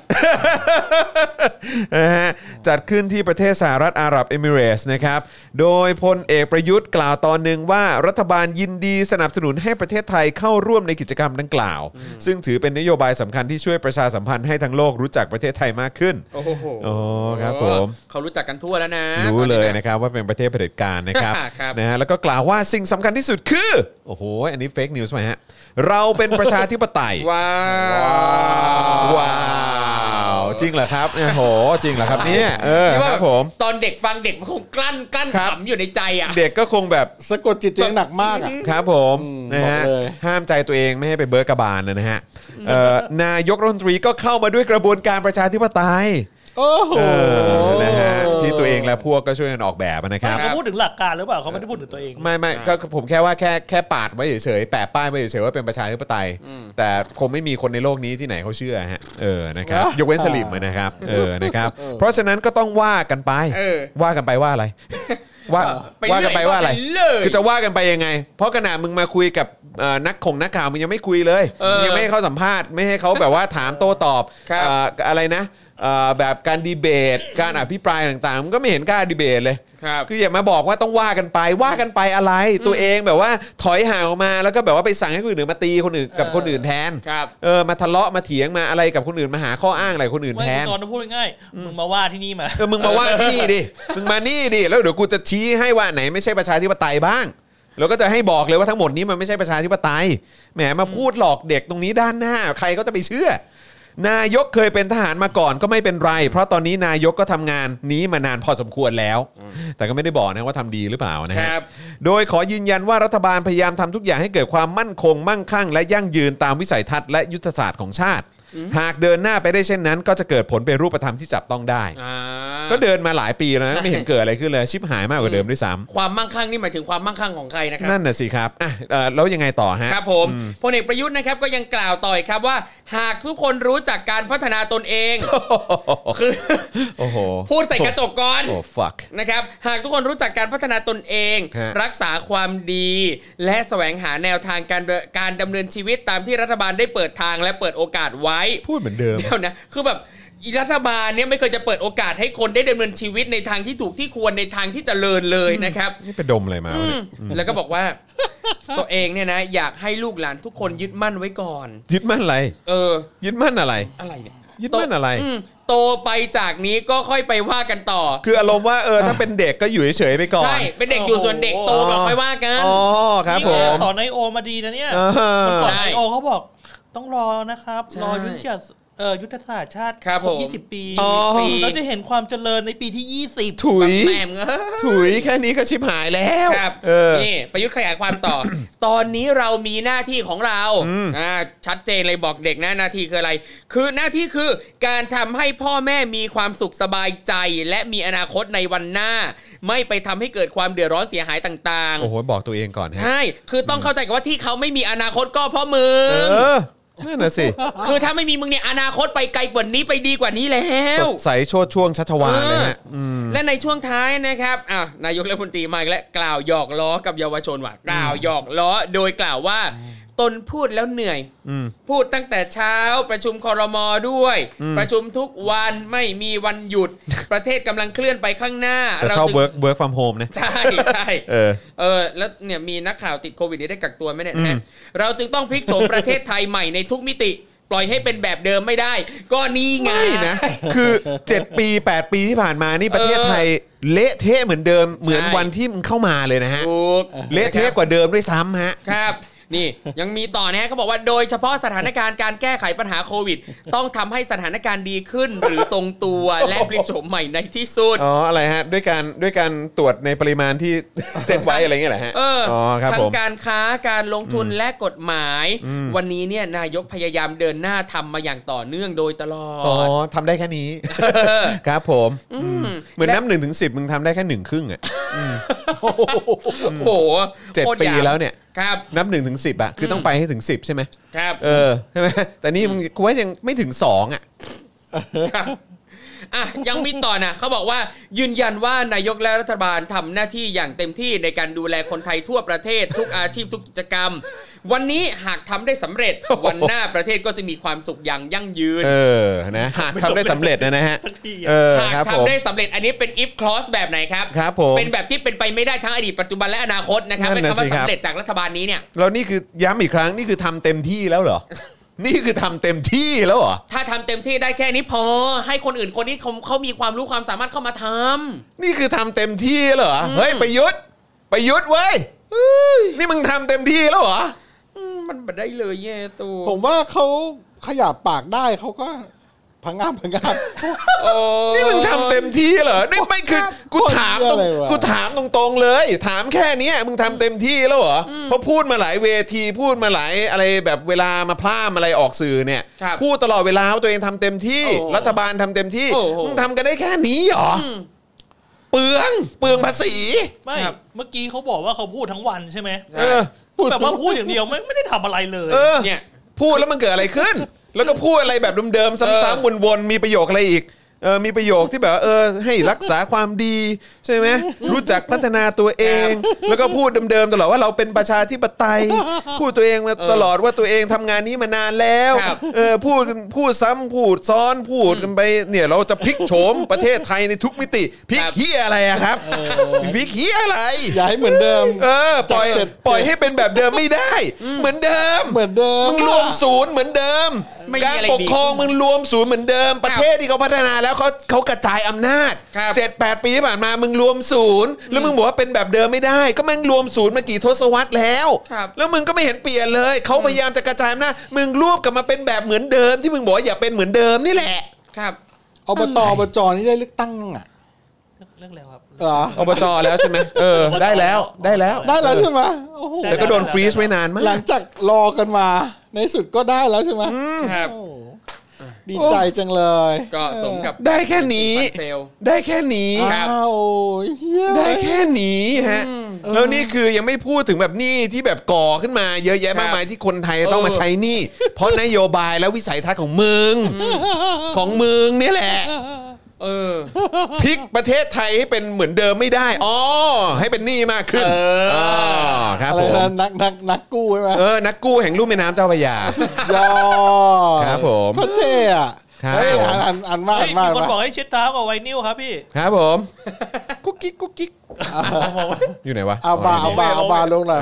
จัดขึ้นที่ประเทศสหรัฐอาหรับเอมิเรตส์นะครับโดยพลเอกประยุทธ์กล่าวตอนหนึ่งว่ารัฐบาลยินดีสนับสนุนให้ประเทศไทยเข้าร่วมในกิจกรรมดังกล่าวซึ่งถือเป็นนโยบายสำคัญที่ช่วยประชาสัมพันธ์ให้ทั้งโลกรู้จักประเทศไทยมากขึ้นโอ้โหครับผมเขารู้จักกันทั่วแล้วนะรู้เลยนะครับว่าเป็นประเทศเผด็จการนะครับนะฮะแล้วก็กล่าวว่าสิ่งสำคัญที่สุดคือโอ้โหอันนี้เฟกนิวส์ไหมฮะเราเป็นประชาธิปไตยว้าวจริงเหรอครับโอ้โหจริงเหรอครับเนี่ยครับผมตอนเด็กฟังเด็กมันคงกลั้นขำอยู่ในใจอ่ะเด็กก็คงแบบสะกดจิตตัวเองหนักมากอ่ะครับผมนะฮะห้ามใจตัวเองไม่ให้ไปเบิร์กกระบาลนะฮะนายกรัฐมนตรีก็เข้ามาด้วยกระบวนการประชาธิปไตยโอ้โหนะฮะที่ตัวเองและพวกก็ช่วยกันออกแบบนะครับเขาพูดถึงหลักการหรือเปล่าเขาไม่ได้พูดถึงตัวเองไม่ก็ผมแค่ว่าแค่ปาดไว้เฉยๆแปะป้ายไว้เฉยๆว่าเป็นประชาธิปไตยแต่คงไม่มีคนในโลกนี้ที่ไหนเขาเชื่อฮะนะครับยกเว้นสลิมนะครับนะครับเพราะฉะนั้นก็ต้องว่ากันไปว่ากันไปว่าอะไรว่ากันไปว่าอะไรคือจะว่ากันไปยังไงเพราะขณะมึงมาคุยกับนักข่าวมึงยังไม่คุยเลยยังไม่ให้เขาสัมภาษณ์ไม่ให้เขาแบบว่าถามโต้ตอบอะไรนะแบบการดีเบตการอภิปรายต่างๆมันก็ไม่เห็นกล้าดีเบตเลยคืออย่ามาบอกว่าต้องว่ากันไปอะไรตัวเองแบบว่าถอยห่างออกมาแล้วก็แบบว่าไปสั่งให้คนอื่นมาตีคนอื่นกับคนอื่นแทนมาทะเลาะมาเถียงมาอะไรกับคนอื่นมาหาข้ออ้างอะไรคนอื่นแทนตอนพูดง่ายมึงมาว่าที่นี่มามึงมาว่าที่นี่ดิมึงมานี่ดิแล้วเดี๋ยวกูจะชี้ให้ว่าไหนไม่ใช่ประชาธิปไตยบ้างแล้วก็จะให้บอกเลยว่าทั้งหมดนี้มันไม่ใช่ประชาธิปไตยแหมมาพูดหลอกเด็กตรงนี้ด้านหน้าใครก็จะไปเชื่อนายกเคยเป็นทหารมาก่อนก็ไม่เป็นไรเพราะตอนนี้นายกก็ทำงานนี้มานานพอสมควรแล้วแต่ก็ไม่ได้บอกนะว่าทำดีหรือเปล่านะฮะโดยขอยืนยันว่ารัฐบาลพยายามทำทุกอย่างให้เกิดความมั่นคงมั่งคั่งและยั่งยืนตามวิสัยทัศน์และยุทธศาสตร์ของชาติหากเดินหน้าไปได้เช่นนั้นก็จะเกิดผลเป็นรูปธรรมที่จับต้องได้ก็เดินมาหลายปีแล้วไม่เห็นเกิดอะไรขึ้นเลยชิบหายมากกว่าเดิมด้วยซ้ำความมั่งคั่งนี่หมายถึงความมั่งคั่งของใครนะครับนั่นน่ะสิครับแล้วยังไงต่อฮะครับผมพลเอกประยุทธ์นะครับก็ยังกล่าวต่อครับว่าหากทุกคนรู้จักการพัฒนาตนเองคือพูดใส่กระจกก่อนนะครับหากทุกคนรู้จักการพัฒนาตนเองรักษาความดีและแสวงหาแนวทางการดำเนินชีวิตตามที่รัฐบาลได้เปิดทางและเปิดโอกาสไว้พูดเหมือนเดิมเดี๋ยวนะคือแบบรัฐบาลเนี่ยไม่เคยจะเปิดโอกาสให้คนได้ดำเนินชีวิตในทางที่ถูกที่ควรในทางที่เจริญเลยนะครับนี่ไปดมอะไรมาแล้วก็บอกว่าตัวเองเนี่ยนะอยากให้ลูกหลานทุกคนยึดมั่นไว้ก่อนยึดมั่นอะไรยึดมั่นอะไรเนี่ยยึดมั่นอะไรโตไปจากนี้ก็ค่อยไปว่ากันต่อคืออารมณ์ว่าถ้าเป็นเด็กก็อยู่เฉยๆไปก่อนใช่เป็นเด็กอยู่ส่วนเด็กโตก็ค่อยว่ากันครับผมสอนไอโอมาดีนะเนี่ยก่อนไอโอเขาบอกต้องรอนะครับรอยุทธศาสตร์ชาติครบ20 ปีเราจะเห็นความเจริญในปีที่20 ถุยแค่นี้ก็ชิบหายแล้วนี่ประยุทธ์ขยายความต่อ ตอนนี้เรามีหน้าที่ของเราชัดเจนเลยบอกเด็กนะหน้าที่คืออะไรคือหน้าที่คือการทำให้พ่อแม่มีความสุขสบายใจและมีอนาคตในวันหน้าไม่ไปทำให้เกิดความเดือดร้อนเสียหายต่างๆโอ้โหบอกตัวเองก่อนใช่คือต้องเข้าใจกันว่าที่เขาไม่มีอนาคตก็เพราะมึงนั่นน่ะสิคือถ้าไม่มีมึงเนี่ยอนาคตไปไกลกว่านี้ไปดีกว่านี้แล้วสดใสโชติช่วงชัชวาลเลยฮะและในช่วงท้ายนะครับนายกรัฐมนตรีมาอีกแล้วกล่าวหยอกล้อกับเยาวชนว่ากล่าวหยอกล้อโดยกล่าวว่าตนพูดแล้วเหนื่อยพูดตั้งแต่เช้าประชุมครม.ด้วยประชุมทุกวันไม่มีวันหยุดประเทศกำลังเคลื่อนไปข้างหน้าเราชอบ work from home นะใช่ใช่แล้วเนี่ยมีนักข่าวติดโควิดได้กักตัวไหมเนี่ยเราจึงต้องพลิกโฉมประเทศไทยใหม่ในทุกมิติปล่อยให้เป็นแบบเดิมไม่ได้ก็นี่ไงนะคือ7 ปี 8 ปีที่ผ่านมานี่ประเทศไทยเละเทะเหมือนเดิมเหมือนวันที่มึงเข้ามาเลยนะฮะเละเทะกว่าเดิมด้วยซ้ำฮะครับนี่ยังมีต่อนะฮะเขาบอกว่าโดยเฉพาะสถานการณ์การแก้ไขปัญหาโควิดต้องทำให้สถานการณ์ดีขึ้นหรือทรงตัวและพลิกโฉมใหม่ในที่สุดอะไรฮะด้วยการตรวจในปริมาณที่เซ็ตไว้อะไรเงี้ยแหละฮะทั้งการค้าการลงทุนและกฎหมายวันนี้เนี่ยนายกพยายามเดินหน้าทำมาอย่างต่อเนื่องโดยตลอดทำได้แค่นี้ครับผมเหมือนนับ 1 ถึง 10มึงทำได้แค่1 ครึ่งอ่ะโอ้โห 7 ปีแล้วเนี่ยนับ1 ถึง 10อ่ะคือต้องไปให้ถึง10ใช่ไหมครับใช่ไหมแต่นี่มึงกูว่ายังไม่ถึง2อ่ะยังมีต่อนะเขาบอกว่ายืนยันว่านายกและรัฐบาลทำหน้าที่อย่างเต็มที่ในการดูแลคนไทยทั่วประเทศทุกอาชีพทุกกิจกรรมวันนี้หากทำได้สำเร็จ วันหน้าประเทศก็จะมีความสุขอย่างยั่งยืนนะหากทำได้สำเร็จนะฮะหากทำได้สำเร็จอันนี้เป็น if clause แบบไหนครับครับผมเป็นแบบที่เป็นไปไม่ได้ทั้งอดีตปัจจุบันและอนาคตนะครับเป็นคำว่าสำเร็จจากรัฐบาลนี้เนี่ยแล้วนี่คือย้ำอีกครั้งนี่คือทำเต็มที่แล้วเหรอ นี่คือทำเต็มที่แล้วเหรอถ้าทำเต็มที่ได้แค่นี้พอให้คนอื่นคนที่เขามีความรู้ความสามารถเข้ามาทำนี่คือทำเต็มที่เหรอเฮ้ยประยุทธ์เว้ยนี่มึงทำเต็มที่แล้วเหรอมันไม่ได้เลยแย่ตัวผมว่าเขาขยับปากได้เขาก็พังงาบนี่มึงทำเต็มที่เหรอนี่ไม่คือกูถามตรงๆเลยถามแค่นี้มึงทำเต็มที่แล้วเหรอเพราะพูดมาหลายเวทีพูดมาหลายอะไรแบบเวลามาพร่ำอะไรออกสื่อเนี่ยพูดตลอดเวลาว่าตัวเองทำเต็มที่รัฐบาลทำเต็มที่มึงทำกันได้แค่นี้เหรอเปลืองภาษีไม่เมื่อกี้เขาบอกว่าเขาพูดทั้งวันใช่ไหมพูดแบบว่าพูดอย่างเดียวไม่ได้ทำอะไรเลยเนี่ยพูดแล้วมันเกิดอะไรขึ้นแล้วก็พูดอะไรแบบเดิมๆซ้ำๆวนๆมีประโยคอะไรอีกมีประโยคที่แบบให้รักษาความดีใช่ไหมรู้จักพัฒนาตัวเองแล้วก็พูดเดิมๆตลอดว่าเราเป็นประชาธิปไตยพูดตัวเองมาตลอดว่าตัวเองทำงานนี้มานานแล้วพูดซ้ำพูดซ้อนพูดกันไปเนี่ยเราจะพลิกโฉมประเทศไทยในทุกมิติพลิกเหี้ยอะไรอะครับพลิกเหี้ยอะไรอย่าให้เหมือนเดิมปล่อยให้เป็นแบบเดิมไม่ได้เหมือนเดิมมึงรวมศูนย์เหมือนเดิมการปกครองมึงรวมศูนย์เหมือนเดิมประเทศที่เขาพัฒนาแล้วเขากระจายอำนาจ 7-8 ปีที่ผ่านมามึงรวมศูนย์แล้วมึงบอกว่าเป็นแบบเดิมไม่ได้ก็แม่งรวมศูนย์มากี่ทศวรรษแล้วแล้วมึงก็ไม่เห็นเปลี่ยนเลยเขาพยายามจะกระจายอำนาจมึงรวบกลับมาเป็นแบบเหมือนเดิมที่มึงบอกอย่าเป็นเหมือนเดิมนี่แหละครับอบจนี่ได้เลือกตั้งอ่ะเลือกแล้วครับอบจแล้วใช่ไหมได้แล้วใช่ไหมแต่ก็โดนฟรีซไว้นานมากหลังจากรอกันมาในสุดก็ได้แล้วใช่ไหมครับดีใจจังเลยก็สมกับได้แค่นี้ได้แค่นี้ได้แค่นี้ฮะแล้วนี่คือยังไม่พูดถึงแบบหนี้ที่แบบก่อขึ้นมาเยอะแยะมากมายที่คนไทยต้องมาใช้หนี้เพราะนโยบายและวิสัยทัศน์ของมึงนี่แหละพลิกประเทศไทยให้เป็นเหมือนเดิมไม่ได้ให้เป็นหนี้มากขึ้นครับผมนักกู้ใช่ไหมนักกู้แห่งลุ่มแม่น้ำเจ้าพระยาครับผมโคตรเท่อะอ่านมากมีคนบอกให้เช็ดเท้ากับไวนิลครับพี่ครับผมกุ๊กกิ๊กอยู่ไหนวะเอาบาลงหน่อย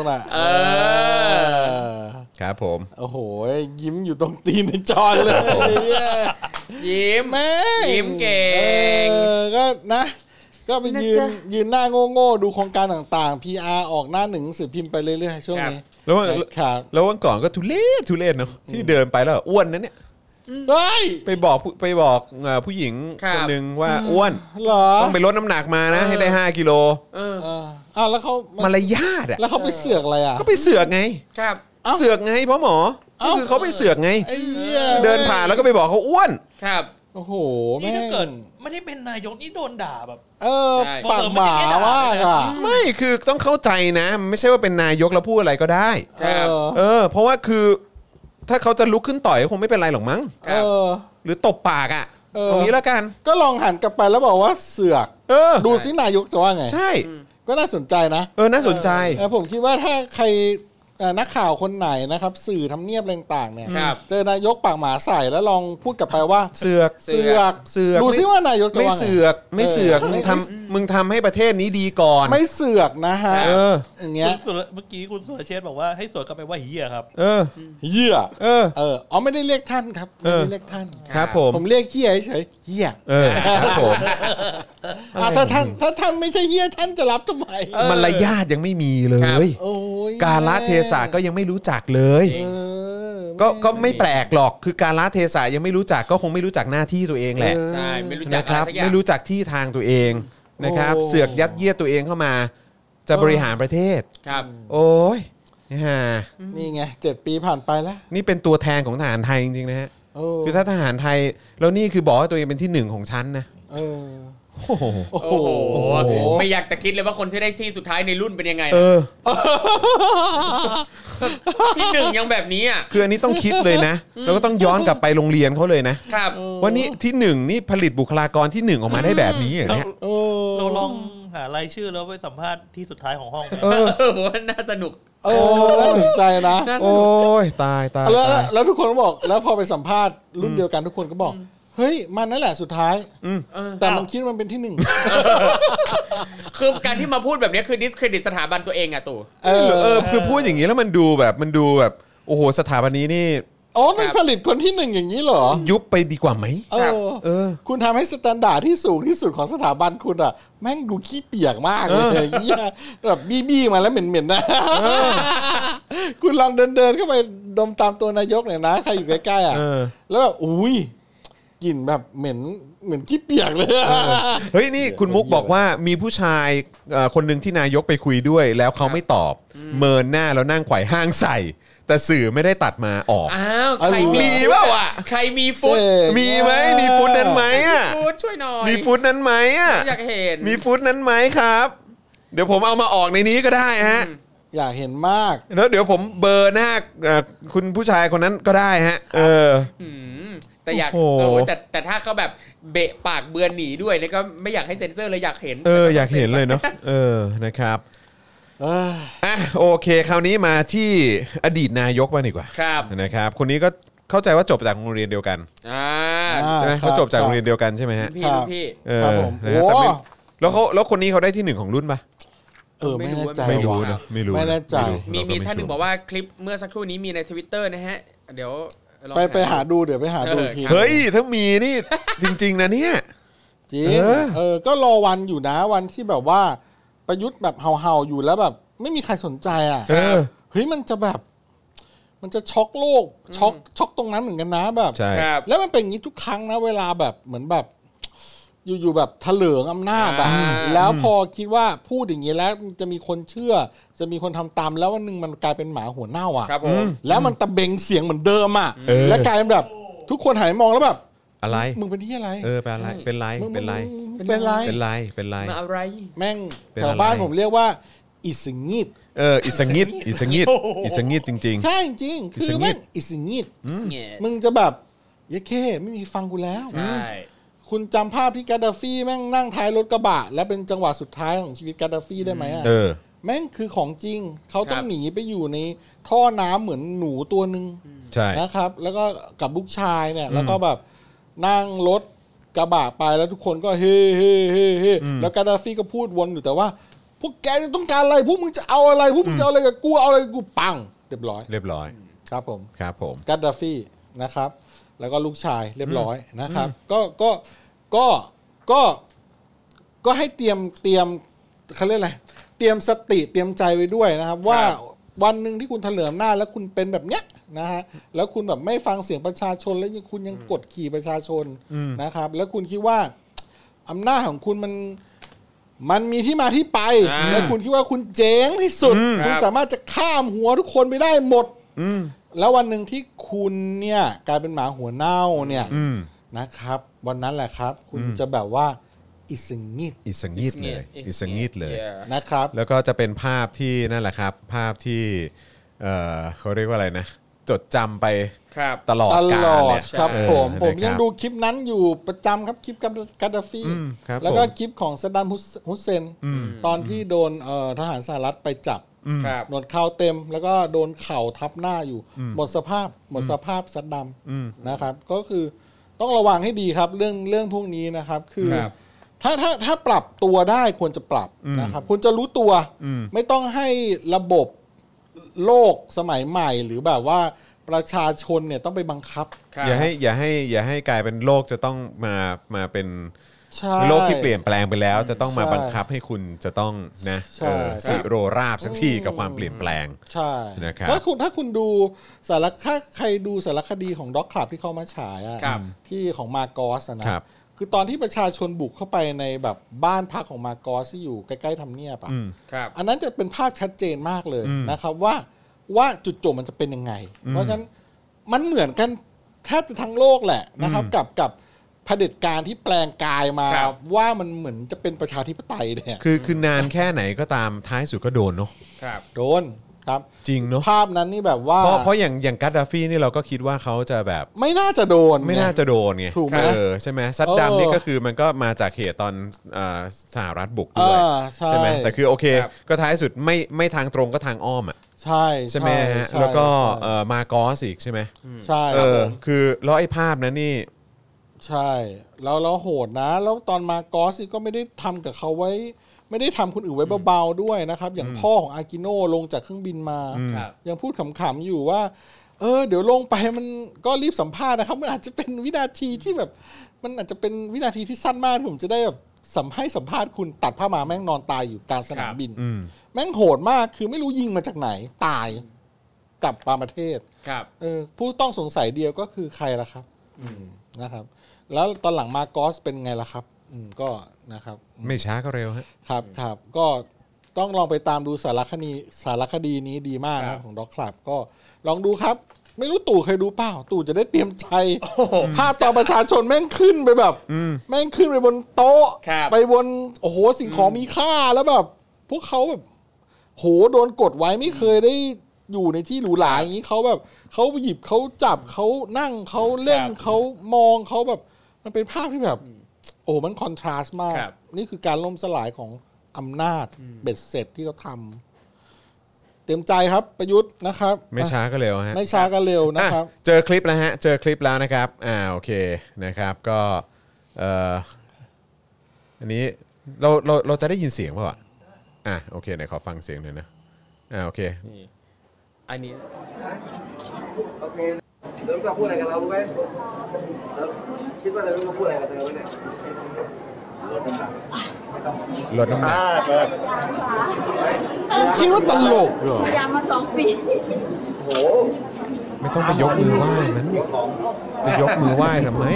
ครับผมโอ้โหยิ้มอยู่ตรงตีนในจอเลยยิ้มแม่ยิ้มเก่งก็นะก็ไปยืนหน้าโง่ๆดูโครงการต่างๆ PR ออกหน้าหนึ่งหนังสือพิมพ์ไปเรื่อยๆช่วงนี้แล้ววันก่อนก็ทุเรศเนาะที่เดินไปแล้วอ้วนนะเนี่ยไปบอกผู้หญิงคนนึงว่าอ้วนต้องไปลดน้ำหนักมานะให้ได้5 กิโลแล้วเขามารยาทแล้วเขาไปเสือกอะไรก็ไปเสือกไงครับเสือกไงเพราะหมอคือเขาไปเสือกไงเดินผ่านแล้วก็ไปบอกเขาอ้วนครับโอ้โหนี่ถ้าเกิดไม่ได้เป็นนายกนี่โดนด่าแบบปากหมามากอ่ะไม่คือต้องเข้าใจนะไม่ใช่ว่าเป็นนายกแล้วพูดอะไรก็ได้เพราะว่าคือถ้าเขาจะลุกขึ้นต่อยคงไม่เป็นไรหรอกมั้งหรือตบปากอ่ะตรงนี้แล้วกันก็ลองหันกลับไปแล้วบอกว่าเสือกดูซินายกจะว่าไงใช่ก็น่าสนใจนะน่าสนใจผมคิดว่าถ้าใครนักข่าวคนไหนนะครับสื่อทำเนียบต่างๆเนี่ยเจอนายกปากหมาใส่แล้วลองพูดกลับไปว่าเสือกดูซิว่านายกจะว่าไงไม่เสือกมึงทำให้ประเทศนี้ดีก่อนไม่เสือกนะฮะอย่างเงี้ยเมื่อกี้คุณสุรเชษฐ์บอกว่าให้สวนกลับไปว่าเหี้ยครับเหี้ยไม่ได้เรียกท่านครับไม่ได้เรียกท่านครับผมเรียกเหี้ยเฉยเหี้ยครับผมถ้าท่านไม่ใช่เหี้ยท่านจะรับทำไมมารยาทยังไม่มีเลยกาลเทศะก็ยังไม่รู้จักเลยก็ไม่แปลกหรอกคือการละเทศะยังไม่รู้จักก็คงไม่รู้จักหน้าที่ตัวเองแหละใช่ไม่รู้จักนะครับไม่รู้จักที่ทางตัวเองนะครับเสือกยัดเยียดตัวเองเข้ามาจะบริหารประเทศครับโอ้ยนี่ไง7 ปีผ่านไปแล้วนี่เป็นตัวแทนของทหารไทยจริงๆนะฮะคือถ้าทหารไทยแล้วนี่คือบอกว่าตัวเองเป็นที่1ของชั้นนะโอ้โหไม่อยากจะคิดเลยว่าคนที่ได้ที่สุดท้ายในรุ่นเป็นยังไงที่1ยังแบบนี้อ่ะคืออันนี้ต้องคิดเลยนะแล้วก็ต้องย้อนกลับไปโรงเรียนเขาเลยนะครับว่านี่ที่1นี่ผลิตบุคลากรที่1ออกมาได้แบบนี้เหรอเนี่ยเราลองหารายชื่อแล้วไปสัมภาษณ์ที่สุดท้ายของห้องว่าน่าสนุกน่าสนใจนะโอ้ยตายแล้วทุกคนก็บอกแล้วพอไปสัมภาษณ์รุ่นเดียวกันทุกคนก็บอกเฮ้ยมันนั่นแหละสุดท้ายแต่มันคิดมันเป็นที่หนึ่งคือการที่มาพูดแบบนี้คือ discredit สถาบันตัวเองอะตู่คือพูดอย่างนี้แล้วมันดูแบบโอ้โหสถาบันนี้นี่ไม่ผลิตคนที่หนึ่งอย่างนี้เหรอยุบไปดีกว่าไหมคุณทำให้สแตนดาร์ดที่สูงที่สุดของสถาบันคุณอะแม่งดูขี้เปียกมากเลยเงี้ยแบบบี้มาแล้วเหม็นๆนะคุณลองเดินเข้าไปดมตามตัวนายกหน่อยนะใครอยู่ใกล้ๆอะแล้วแบบอุ้ยกลิ่นแบบเหม็นขี้เปียกเลยเฮ้ยนี่คุณมุกบอกว่ามีผู้ชายคนหนึ่งที่นายกไปคุยด้วยแล้วเขาไม่ตอบเมินหน้าแล้วนั่งไขว่ห้างใส่แต่สื่อไม่ได้ตัดมาออกใครมีเปล่าอ่ะใครมีฟุตมีไหมมีฟุตนั้นไหมอ่ะฟุตช่วยหน่อยมีฟุตนั้นไหมอ่ะอยากเห็นมีฟุตนั้นไหมครับเดี๋ยวผมเอามาออกในนี้ก็ได้ฮะอยากเห็นมากแล้วเดี๋ยวผมเบอร์หน้าคุณผู้ชายคนนั้นก็ได้ฮะแต่อยากแต่ถ้าเขาแบบเบะปากเบือนหนีด้วยเนี่ยก็ไม่อยากให้เซ็นเซอร์เลยอยากเห็นอยากเห็นเลยเนาะนะครับโอเคคราวนี้มาที่อดีตนายกบ้างดีกว่านะครับคนนี้ก็เข้าใจว่าจบจากโรงเรียนเดียวกันใช่ไหมเขาจบจากโรงเรียนเดียวกันใช่ไหมฮะพี่ครับผมแล้วคนนี้เขาได้ที่1ของรุ่นปะไม่แน่ใจไม่รู้นะไม่แน่ใจมีท่านหนึ่งบอกว่าคลิปเมื่อสักครู่นี้มีใน Twitter นะฮะเดี๋ยวไปหาดูเดี๋ยวไปหาดูทีเฮ้ยถ้ามีนี่จริงๆนะเนี่ยจริงก็รอวันอยู่นะวันที่แบบว่าประยุทธ์แบบเห่าๆอยู่แล้วแบบไม่มีใครสนใจอ่ะเฮ้ยมันจะแบบมันจะช็อกโลกช็อกตรงนั้นเหมือนกันนะแบบแล้วมันเป็นอย่างนี้ทุกครั้งนะเวลาแบบเหมือนแบบอยู่ๆแบบเถลิงอำนาจอ่ะแล้วพอคิดว่าพูดอย่างนี้แล้วจะมีคนเชื่อจะมีคนทำตามแล้ววันนึงมันกลายเป็นหมาหัวเน่าอ่ะแล้วมันตะเบงเสียงเหมือนเดิมอ่ะแล้วกลายเป็นแบบทุกคนหันมองแล้วแบบอะไรมึงเป็นที่อะไรเป็นอะไรเป็นไรเป็นไรมาอะไรแม่งแถวบ้านผมเรียกว่าอิสงิดอิสงิดจริงๆใช่จริงคือแม่งอิสงิดมึงจะแบบเย้เข้ไม่มีฟังกูแล้วคุณจำภาพที่กาดาฟีแม่งนั่งท้ายรถกระบะแล้วเป็นจังหวะสุดท้ายของชีวิตกาดาฟีได้ไหมอ่ะแม่งคือของจริงเขาต้องหนีไปอยู่ในท่อน้ำเหมือนหนูตัวนึงนะครับแล้วก็กับลูกชายเนี่ยแล้วก็แบบนั่งรถกระบะไปแล้วทุกคนก็เฮ้แล้วกาดาฟีก็พูดวนอยู่แต่ว่าพวกแกต้องการอะไรพวกมึงจะเอาอะไรพวกมึงจะเอาอะไรกับกูเอาอะไรกับกูปังเรียบร้อยครับผมกาดาฟีนะครับแล้วก็ลูกชายเรียบร้อยนะครับก็ให้เตรียมเขาเรียกอะไรเตรียมสติเตรียมใจไว้ด้วยนะครับว่าวันนึงที่คุณเถลิมหน้าแล้วคุณเป็นแบบเนี้ยนะฮะแล้วคุณแบบไม่ฟังเสียงประชาชนแล้วคุณยังกดขี่ประชาชนนะครับแล้วคุณคิดว่าอำนาจของคุณมันมีที่มาที่ไปแล้วคุณคิดว่าคุณเจ๋งที่สุดคุณสามารถจะข้ามหัวทุกคนไปได้หมดแล้ววันหนึ่งที่คุณเนี่ยกลายเป็นหมาหัวเน่าเนี่ยนะครับวันนั้นแหละครับคุณจะแบบว่าอิสงิดเลยนะครับแล้วก็จะเป็นภาพที่นั่นแหละครับภาพที่เขาเรียกว่าอะไรนะจดจำไปตลอดกาลเลยครับผมยังดูคลิปนั้นอยู่ประจำครับคลิปกาดาฟีแล้วก็คลิปของซัดดัมฮุสเซนตอนที่โดนทหารสหรัฐไปจับหนวดเข่าเต็มแล้วก็โดนเข่าทับหน้าอยู่หมดสภาพซัดดัมนะครับก็คือต้องระวังให้ดีครับเรื่องพวกนี้นะครับคือถ้าปรับตัวได้ควรจะปรับนะครับควรจะรู้ตัวไม่ต้องให้ระบบโลกสมัยใหม่หรือแบบว่าประชาชนเนี่ยต้องไปบังคับอย่าให้กลายเป็นโลกจะต้องมาเป็นโลกที่เปลี่ยนแปลงไปแล้วจะต้องมาบังคับให้คุณจะต้องนะสิโรราบสักทีกับความเปลี่ยนแปลงใช่นะครับถ้าคุณดูถ้าใครดูสารคดีของด็อกคลับที่เขามาฉายที่ของมาโกสนะคือตอนที่ประชาชนบุกเข้าไปในแบบบ้านพักของมาโกสที่อยู่ใกล้ๆทำเนียบอันนั้นจะเป็นภาพชัดเจนมากเลยนะครับว่าจุดจบมันจะเป็นยังไงเพราะฉะนั้นมันเหมือนกันแทบจะทั้งโลกแหละนะครับกับเผด็จการที่แปลงกายมาว่ามันเหมือนจะเป็นประชาธิปไตยเนี่ยคือนานแค่ไหนก็ตามท้ายสุดก็โดนเนาะโดนครับจริงเนาะภาพนั้นนี่แบบว่าเพราะอย่างกาดาฟีนี่เราก็คิดว่าเขาจะแบบไม่น่าจะโดนไงถูกไหมใช่ไหมซัดดัมนี่ก็คือมันก็มาจากเหตุตอนสหรัฐบุกด้วยใช่ไหมแต่คือโอเคก็ท้ายสุดไม่ทางตรงก็ทางอ้อมอ่ะใช่ไหมฮะแล้วก็มากอสอีกใช่ไหมใช่คือแล้วไอ้ภาพนั้นนี่ใช่แล้วโหดนะแล้วตอนมากอสก็ไม่ได้ทำกับเขาไว้ไม่ได้ทำคนอื่นไว้เบาๆด้วยนะครับอย่างพ่อของอากิโน่ลงจากเครื่องบินมายังพูดขำๆอยู่ว่าเดี๋ยวลงไปมันก็รีบสัมภาษณ์นะครับมันอาจจะเป็นวินาทีที่แบบมันอาจจะเป็นวินาทีที่สั้นมากผมจะได้แบบให้สัมภาษณ์คุณตัดผ้ามาแม่งนอนตายอยู่กลางสนามบินแม่งโหดมากคือไม่รู้ยิงมาจากไหนตายกลับประเทศผู้ต้องสงสัยเดียวก็คือใครล่ะครับนะครับแล้วตอนหลังมากอสเป็นไงล่ะครับก็นะครับไม่ช้าก็เร็วฮะครับก็ต้องลองไปตามดูสารคดีนี้ดีมากนะของด็อกคลับก็ลองดูครับไม่รู้ตู่เคยดูเปล่าตู่จะได้เตรียมใจภาพตอนประชาชนแม่งขึ้นไปแบบแม่งขึ้นไปบนโต๊ะไปบนโอ้โหสิ่งของมีค่าแล้วแบบพวกเขาแบบโหโดนกดไว้ไม่เคยได้อยู่ในที่หรูหราอย่างนี้เขาแบบเขาหยิบเขาจับเขานั่งเขาเล่นเขามองเขาแบบมันเป็นภาพที่แบบโอ้มันคอนทราสต์มากนี่คือการล่มสลายของอำนาจเบ็ดเสร็จที่เขาทำเต็มใจครับประยุทธ์นะครับไม่ช้าก็เร็วฮะไม่ช้าก็เร็วนะครับเจอคลิปแล้วฮะเจอคลิปแล้วนะครับโอเคนะครับก็อันนี้เราจะได้ยินเสียงป่ะโอเคไหนขอฟังเสียงหน่อยนะโอเคอันนี้โอเคเริ่มจะพูดอะไรกันเรารู้ไหมคิดว่าเราจะพูดอะไรกันเธอเนี่ยลดน้ำหนักคิดว่าตลกเหรอยามา2 ปีโอ้ไม่ต้องไปยกมือไหว้มันจะยกมือไหว้ทำไม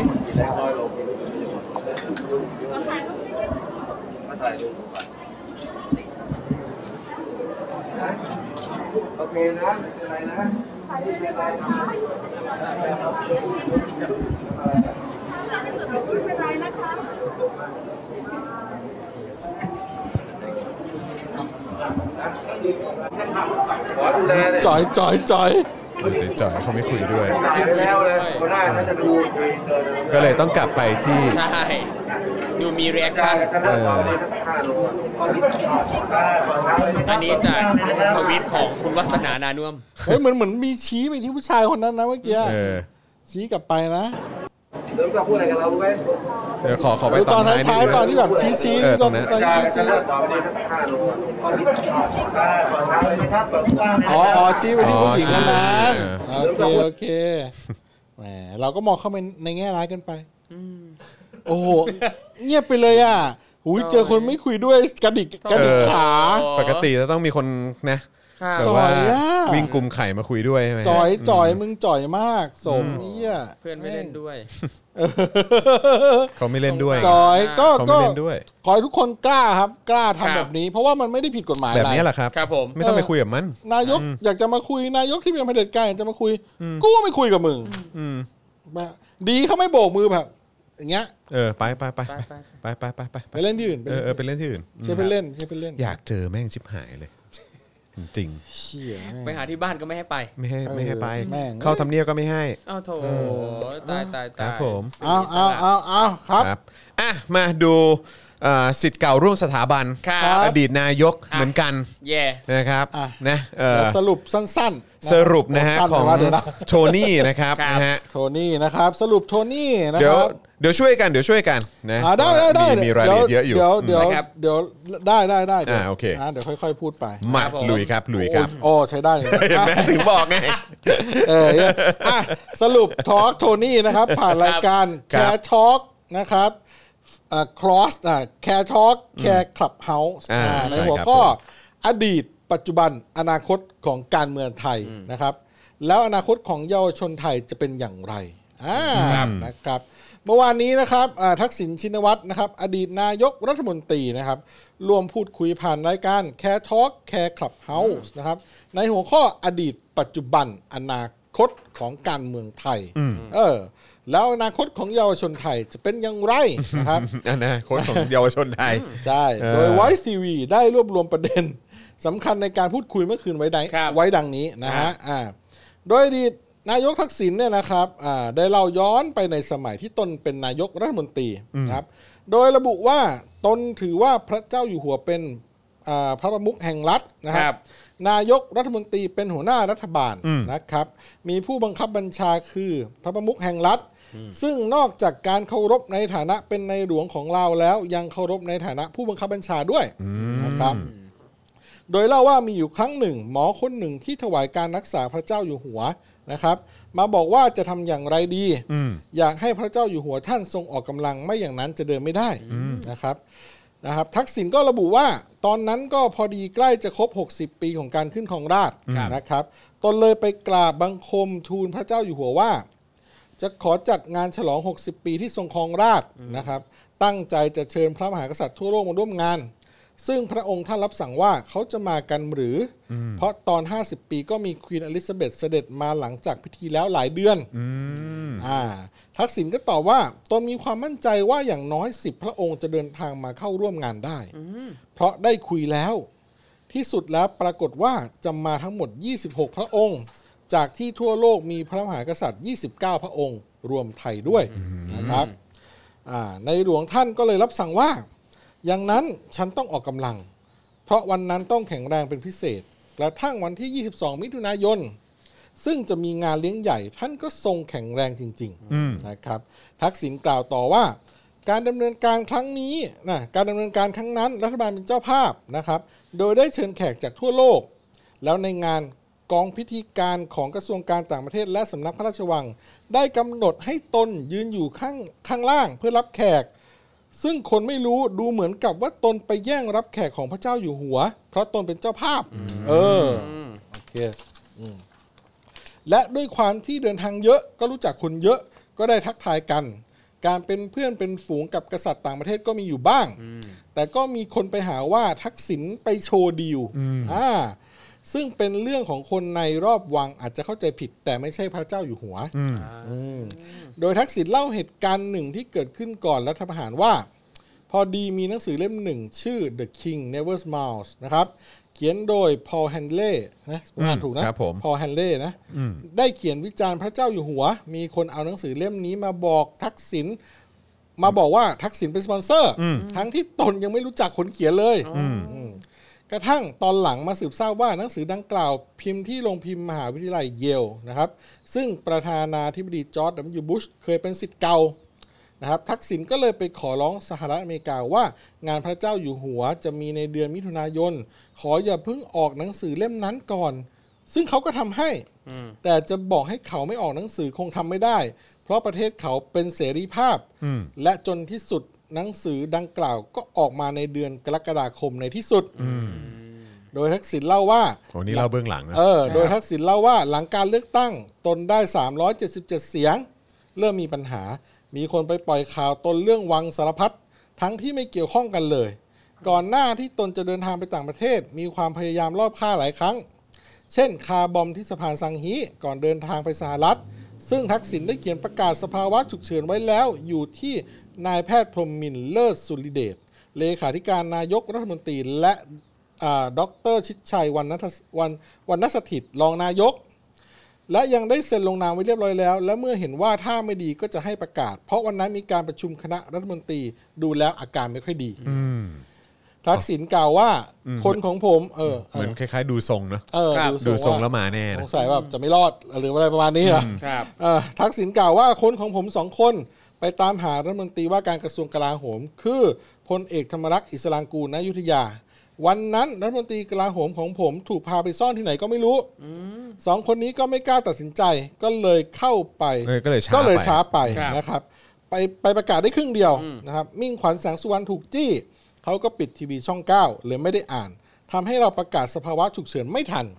โอเคนะอะไรนะไม่เป็นไรนะจ่อยเขาไม่คุยด้วยแล้วเลยคนหน้าจะดูก็เลยต้องกลับไปที่ใช่ดูมีรีแอคชั่นอันนี้จากทวิตของคุณวัฒนานานุ่มเหมือนมีชี้ไปที่ผู้ชายคนนั้นนะเมื่อกี้ชี้กลับไปนะเริ่มจะพูดอะไรกันเรารู้ไหมขอไปตอนท้ายตอนที่แบบชี้ตอนนี้ชี้ชี้ไปที่ผู้หญิงคนนั้นโอเคแหมเราก็มองเข้าไปในแง่ร้ายกันไปโอ้โหเงียบไปเลยอ่ะเจอคนไม่คุยด้วยกระดิกขาปกติจะต้องมีคนนะจ่อยวิ่งกลุ่มไข่มาคุยด้วยใช่ไหมจ่อยมึงจ่อยมากสมเนี่ยเพื่อนไม่เล่นด้วยเขาไม่เล่นด้วยจ่อยก็ขอให้ทุกคนกล้าครับกล้าทำแบบนี้เพราะว่ามันไม่ได้ผิดกฎหมายแบบนี้แหละครับครับผมไม่ต้องไปคุยกับมันนายกอยากจะมาคุยนายกที่เป็นเผด็จการอยากจะมาคุยกูไม่คุยกับมึงดีเขาไม่โบกมือแบบอย่างเงี้ยไปเล่นที่อื่นไปเล่นที่อื่นใช่ไปเล่นอยากเจอแม่งชิบหายเลยจริงไปหาที่บ้านก็ไม่ให้ไปไม่ให้ไปเข้าทำเนียบก็ไม่ให้โถตายครับผมเอาครับมาดูสิทธิ์เก่าร่วมสถาบันอดีตนายกเหมือนกันนะครับนะสรุปสั้นๆสรุปนะฮะของโทนี่นะครับนะฮะโทนี่นะครับสรุปโทนี่นะครับเดี๋ยวช่วยกันนะได้มีรายละเอียดเยอะอยู่เดี๋ยวได้โอเคเดี๋ยวค่อยๆพูดไปมาลุยครับโอ้ใช้ได้แม่ถึงบอกไงสรุปทอล์กโทนี่นะครับผ่านรายการแคร์ทอล์กนะครับcross care talk care clubhouse ในหัวข้ออดีตปัจจุบันอนาคตของการเมืองไทยนะครับแล้วอนาคตของเยาวชนไทยจะเป็นอย่างไรนะครับเมื่อวานนี้นะครับทักษิณชินวัตรนะครับอดีตนายกรัฐมนตรีนะครับร่วมพูดคุยผ่านรายการ care talk care clubhouse นะครับในหัวข้ออดีตปัจจุบันอนาคตของการเมืองไทยแล้วอนาคตของเยาวชนไทยจะเป็นอย่างไรนะครับอนาคตของเยาวชนไทยใช่โดย Voice TV ได้รวบรวมประเด็นสำคัญในการพูดคุยเมื่อคืนไว้ดังนี้นะฮะโดยอดีตนายกทักษิณเนี่ยนะครับได้เล่าย้อนไปในสมัยที่ตนเป็นนายกรัฐมนตรีครับโดยระบุว่าตนถือว่าพระเจ้าอยู่หัวเป็นพระประมุขแห่งรัฐนะครับนายกรัฐมนตรีเป็นหัวหน้ารัฐบาลนะครับมีผู้บังคับบัญชาคือพระประมุขแห่งรัฐซึ่งนอกจากการเคารพในฐานะเป็นในหลวงของเราแล้วยังเคารพในฐานะผู้บังคับบัญชาด้วยนะครับโดยเล่าว่ามีอยู่ครั้งหนึ่งหมอคนหนึ่งที่ถวายการรักษาพระเจ้าอยู่หัวนะครับมาบอกว่าจะทำอย่างไรดีอยากให้พระเจ้าอยู่หัวท่านทรงออกกำลังไม่อย่างนั้นจะเดินไม่ได้นะครับทักษิณก็ระบุว่าตอนนั้นก็พอดีใกล้จะครบ60 ปีของการขึ้นครองราชย์นะครับตนเลยไปกราบบังคมทูลพระเจ้าอยู่หัวว่าจะขอจัดงานฉลอง60 ปีที่ทรงครองราชย์นะครับตั้งใจจะเชิญพระมหากษัตริย์ทั่วโลกมาร่วมงานซึ่งพระองค์ท่านรับสั่งว่าเขาจะมากันหรือเพราะตอน50 ปีก็มีควีนอลิซาเบธเสด็จมาหลังจากพิธีแล้วหลายเดือนทักษิณก็ตอบว่าตนมีความมั่นใจว่าอย่างน้อย10 พระองค์จะเดินทางมาเข้าร่วมงานได้เพราะได้คุยแล้วที่สุดแล้วปรากฏว่าจะมาทั้งหมด26 พระองค์จากที่ทั่วโลกมีพระมหากษัตริย์29 พระองค์รวมไทยด้วยนะครับในหลวงท่านก็เลยรับสั่งว่าอย่างนั้นฉันต้องออกกำลังเพราะวันนั้นต้องแข็งแรงเป็นพิเศษกระทั่งวันที่22 มิถุนายนซึ่งจะมีงานเลี้ยงใหญ่ท่านก็ทรงแข็งแรงจริงๆนะครับทักษิณกล่าวต่อว่าการดำเนินการครั้งนี้การดำเนินการครั้งนั้นรัฐบาลเป็นเจ้าภาพนะครับโดยได้เชิญแขกจากทั่วโลกแล้วในงานกองพิธีการของกระทรวงการต่างประเทศและสำนักพระราชวังได้กำหนดให้ตนยืนอยู่ข้างล่างเพื่อรับแขกซึ่งคนไม่รู้ดูเหมือนกับว่าตนไปแย่งรับแขกของพระเจ้าอยู่หัวเพราะตนเป็นเจ้าภาพโอเคและด้วยความที่เดินทางเยอะก็รู้จักคนเยอะก็ได้ทักทายกันการเป็นเพื่อนเป็นฝูงกับกษัตริย์ต่างประเทศก็มีอยู่บ้างแต่ก็มีคนไปหาว่าทักษิณไปโชว์ดีลซึ่งเป็นเรื่องของคนในรอบวังอาจจะเข้าใจผิดแต่ไม่ใช่พระเจ้าอยู่หัวโดยทักษิณเล่าเหตุการณ์หนึ่งที่เกิดขึ้นก่อนรัฐประหารว่าพอดีมีหนังสือเล่มหนึ่งชื่อ The King Never Smiles นะครับเขียนโดย Paul Henley นะอ่านถูกนะ Paul Henley นะได้เขียนวิจารณ์พระเจ้าอยู่หัวมีคนเอาหนังสือเล่มนี้มาบอกทักษิณมาบอกว่าทักษิณเป็นสปอนเซอร์ทั้งที่ตนยังไม่รู้จักคนเขียนเลยกระทั่งตอนหลังมาสืบทราบว่าหนังสือดังกล่าวพิมพ์ที่โรงพิมพ์มหาวิทยาลัยเยลนะครับซึ่งประธานาธิบดีจอร์จ W. บุชเคยเป็นศิษย์เก่านะครับทักษิณก็เลยไปขอร้องสหรัฐอเมริกาว่างานพระเจ้าอยู่หัวจะมีในเดือนมิถุนายนขออย่าเพิ่งออกหนังสือเล่มนั้นก่อนซึ่งเขาก็ทำให้แต่จะบอกให้เขาไม่ออกหนังสือคงทำไม่ได้เพราะประเทศเขาเป็นเสรีภาพและจนที่สุดหนังสือดังกล่าวก็ออกมาในเดือนกรกฎาคมในที่สุดโดยทักษิณเล่าว่านี่เล่าเบื้องหลังนะโดยทักษิณเล่าว่าหลังการเลือกตั้งตนได้377เสียงเริ่มมีปัญหามีคนไปปล่อยข่าวตนเรื่องวังสารพัดทั้งที่ไม่เกี่ยวข้องกันเลยก่อนหน้าที่ตนจะเดินทางไปต่างประเทศมีความพยายามลอบฆ่าหลายครั้งเช่นคาร์บอมที่สะพานซังฮีก่อนเดินทางไปสหรัฐซึ่งทักษิณได้เขียนประกาศสภาวะฉุกเฉินไว้แล้วอยู่ที่นายแพทย์พรหมมินทร์เลิศสุริเดชเลขาธิการนายกรัฐมนตรีและดร.ชิดชัยวรรณสถิตรองนายกและยังได้เซ็นลงนามไว้เรียบร้อยแล้วและเมื่อเห็นว่าถ้าไม่ดีก็จะให้ประกาศเพราะวันนั้นมีการประชุมคณะรัฐมนตรีดูแล้วอาการไม่ค่อยดีทักษิณกล่าวว่าคนของผมเหมือนคล้ายๆดูทรงนะดูทรงแล้วมาแน่สงสัยว่าจะไม่รอดหรืออะไรประมาณนี้เหรอทักษิณกล่าวว่าคนของผม2 คนไปตามหารัฐมนตรีว่าการกระทรวงกลาโหมคือพลเอกธรรมรักษ์อิสรางกูลณอยุธยาวันนั้นรัฐมนตรีกลาโหมของผมถูกพาไปซ่อนที่ไหนก็ไม่รู้2 คนนี้ก็ไม่กล้าตัดสินใจก็เลยเข้าไปก็เลยช้าไปนะครับไปประกาศได้ครึ่งเดียวนะครับมิ่งขวัญแสงสุวรรณถูกจี้เขาก็ปิดทีวีช่อง9เลยไม่ได้อ่านทำให้เราประกาศสภาวะฉุกเฉินไม่ทัน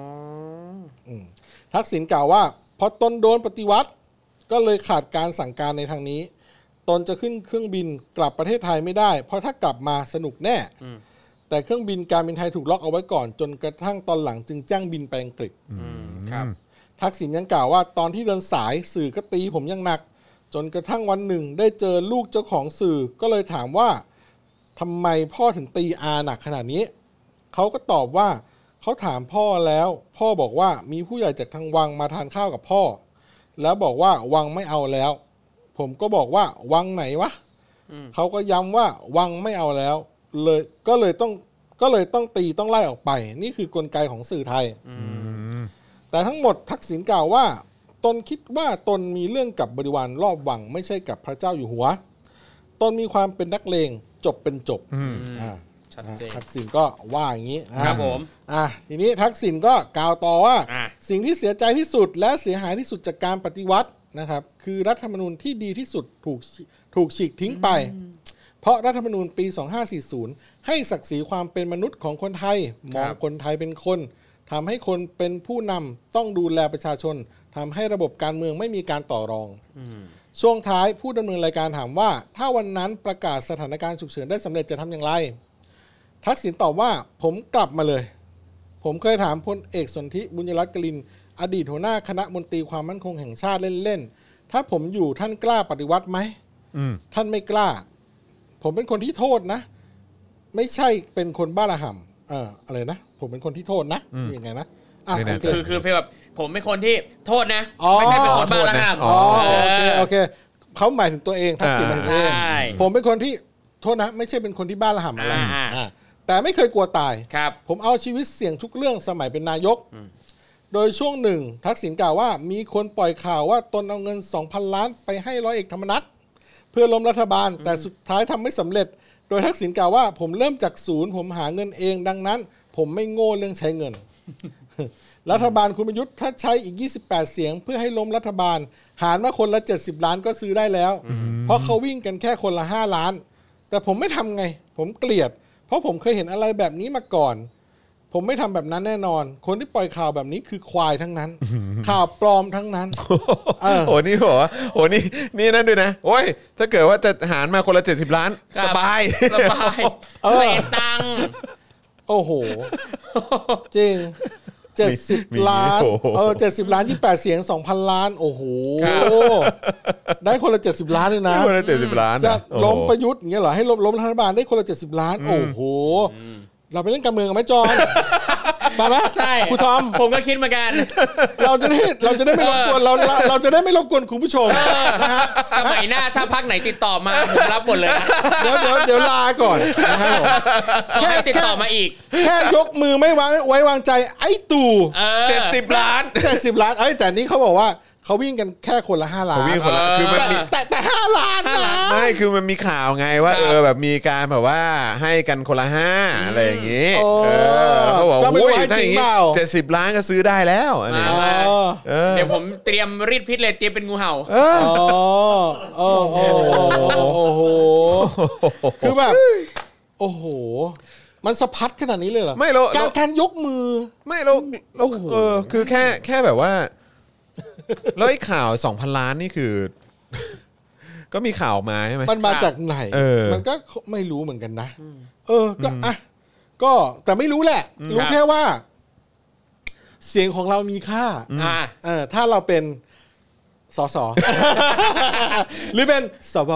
ทักษิณกล่าวว่าพอตนโดนปฏิวัติก็เลยขาดการสั่งการในทางนี้ตนจะขึ้นเครื่องบินกลับประเทศไทยไม่ได้เพราะถ้ากลับมาสนุกแน่แต่เครื่องบินการบินไทยถูกล็อกเอาไว้ก่อนจนกระทั่งตอนหลังจึงแจ้งบินไปอังกฤษทักษิณยังกล่าวว่าตอนที่เดินสายสื่อก็ตีผมอย่างหนักจนกระทั่งวันหนึ่งได้เจอลูกเจ้าของสื่อก็เลยถามว่าทำไมพ่อถึงตีอาหนักขนาดนี้เขาก็ตอบว่าเขาถามพ่อแล้วพ่อบอกว่ามีผู้ใหญ่จากทางวังมาทานข้าวกับพ่อแล้วบอกว่าวังไม่เอาแล้วผมก็บอกว่าวังไหนวะเขาก็ย้ำว่าวังไม่เอาแล้วเลยก็เลยต้องก็เลยต้องไล่ออกไปนี่คือกลไกของสื่อไทยแต่ทั้งหมดทักษิณกล่าวว่าตนคิดว่าตนมีเรื่องกับบริวารรอบวังไม่ใช่กับพระเจ้าอยู่หัวตนมีความเป็นนักเลงจบเป็นจบทักษิณก็ว่าอย่างนี้ครับผมทีนี้ทักษิณก็กล่าวต่อว่าสิ่งที่เสียใจที่สุดและเสียหายที่สุดจากการปฏิวัตินะครับคือรัฐธรรมนูญที่ดีที่สุดถูกฉีกทิ้งไปเพราะรัฐธรรมนูญปี 2540 ให้ศักดิ์ศรีความเป็นมนุษย์ของคนไทยมองคนไทยเป็นคนทำให้คนเป็นผู้นำต้องดูแลประชาชนทำให้ระบบการเมืองไม่มีการต่อรองช่วงท้ายผู้ดำเนินรายการถามว่าถ้าวันนั้นประกาศสถานการณ์ฉุกเฉินได้สำเร็จจะทำอย่างไรทักษิณตอบว่าผมกลับมาเลยผมเคยถามพลเอกสนธิบุญยรัตน์กลินอดีตหัวหน้าคณะมนตรีความมั่นคงแห่งชาติเล่นๆถ้าผมอยู่ท่านกล้าปฏิวัติไหมท่านไม่กล้าผมเป็นคนที่โทษนะไม่ใช่เป็นคนบ้าระห่ำอะไรนะผมเป็นคนที่โทษนะยังไงนะคือแบบผมเป็นคนที่โทษนะไม่ใช่เป็นคนบ้าระห่ำโอเคเขาหมายถึงตัวเองทักษิณหมายถึงตัวเองผมเป็นคนที่โทษนะไม่ใช่เป็นคนที่บ้าระห่ำอะไรแต่ไม่เคยกลัวตายผมเอาชีวิตเสี่ยงทุกเรื่องสมัยเป็นนายกโดยช่วงหนึ่งทักษิณกล่าวว่ามีคนปล่อยข่าวว่าตนเอาเงิน 2,000 ล้านไปให้ร้อยเอกธรรมนัสเพื่อล้มรัฐบาลแต่สุดท้ายทำไม่สำเร็จโดยทักษิณกล่าวว่าผมเริ่มจากศูนย์ผมหาเงินเองดังนั้นผมไม่โง่เรื่องใช้เงิน รัฐบาลคุณประยุทธ์ถ้าใช้อีก28เสียงเพื่อให้ล้มรัฐบาลหารมาคนละ70ล้านก็ซื้อได้แล้วเพราะเขาวิ่งกันแค่คนละ5ล้านแต่ผมไม่ทำไงผมเกลียดเพราะผมเคยเห็นอะไรแบบนี้มาก่อนผมไม่ทำแบบนั้นแน่นอนคนที่ปล่อยข่าวแบบนี้คือควายทั้งนั้น ข่าวปลอมทั้งนั้นโอ้นี่บอกว่าโอ้นี่นั่นด้วยนะโอ้ยถ้าเกิดว่าจะหารมาคนละ70ล้านสบายเศษตังค์โอ้โหจริง70ล้าน70ล้าน28เสียง 2,000 ล้านโอ้โหได้คนละ70ล้านเลยนะคนละ70ล้านจะล้มประยุทธ์อย่างเงี้ยเหรอให้ล้มรัฐบาลได้คนละ70ล้านโอ้โหเราไปเล่นการเมืองกันไหมจอนมาไหมใช่คุณทอมผมก็คิดเหมือนกันเราจะได้ไม่รบกวนเราจะได้ไม่รบกวนคุณผู้ชมนะฮะสมัยหน้าถ้าพรรคไหนติดต่อมาผมรับหมดเลยเดี๋ยวลาก่อนนะครับแค่ติดต่อมาอีกแค่ยกมือไม่ไว้วางใจไอ้ตู่ 70ล้านแต่นี่เขาบอกว่าเขาวิ่งกันแค่คนละ5ล้านคือมันมีแต่5ล้านนะไม่คือมันมีข่าวไงว่าแบบมีการแบบว่าให้กันคนละ5อะไรอย่างงี้เขาบอกโอ้ยถ้าอย่างงี้70ล้านก็ซื้อได้แล้วอันนี้เดี๋ยวผมเตรียมรีดพิษเลยเตรียมเป็นงูเห่าโอ้โหคือแบบโอ้โหมันสะพัดขนาดนี้เลยเหรอไม่หรอกการยกมือไม่หรอกคือแค่แบบว่าแล้วไอ้ข่าว 2,000 ล้านนี่คือก็มีข่าวมาใช่ไหมมันมาจากไหนมันก็ไม่รู้เหมือนกันนะก็แต่ไม่รู้แหละรู้แค่ว่าเสียงของเรามีค่าถ้าเราเป็นสสหรือเป็นสบ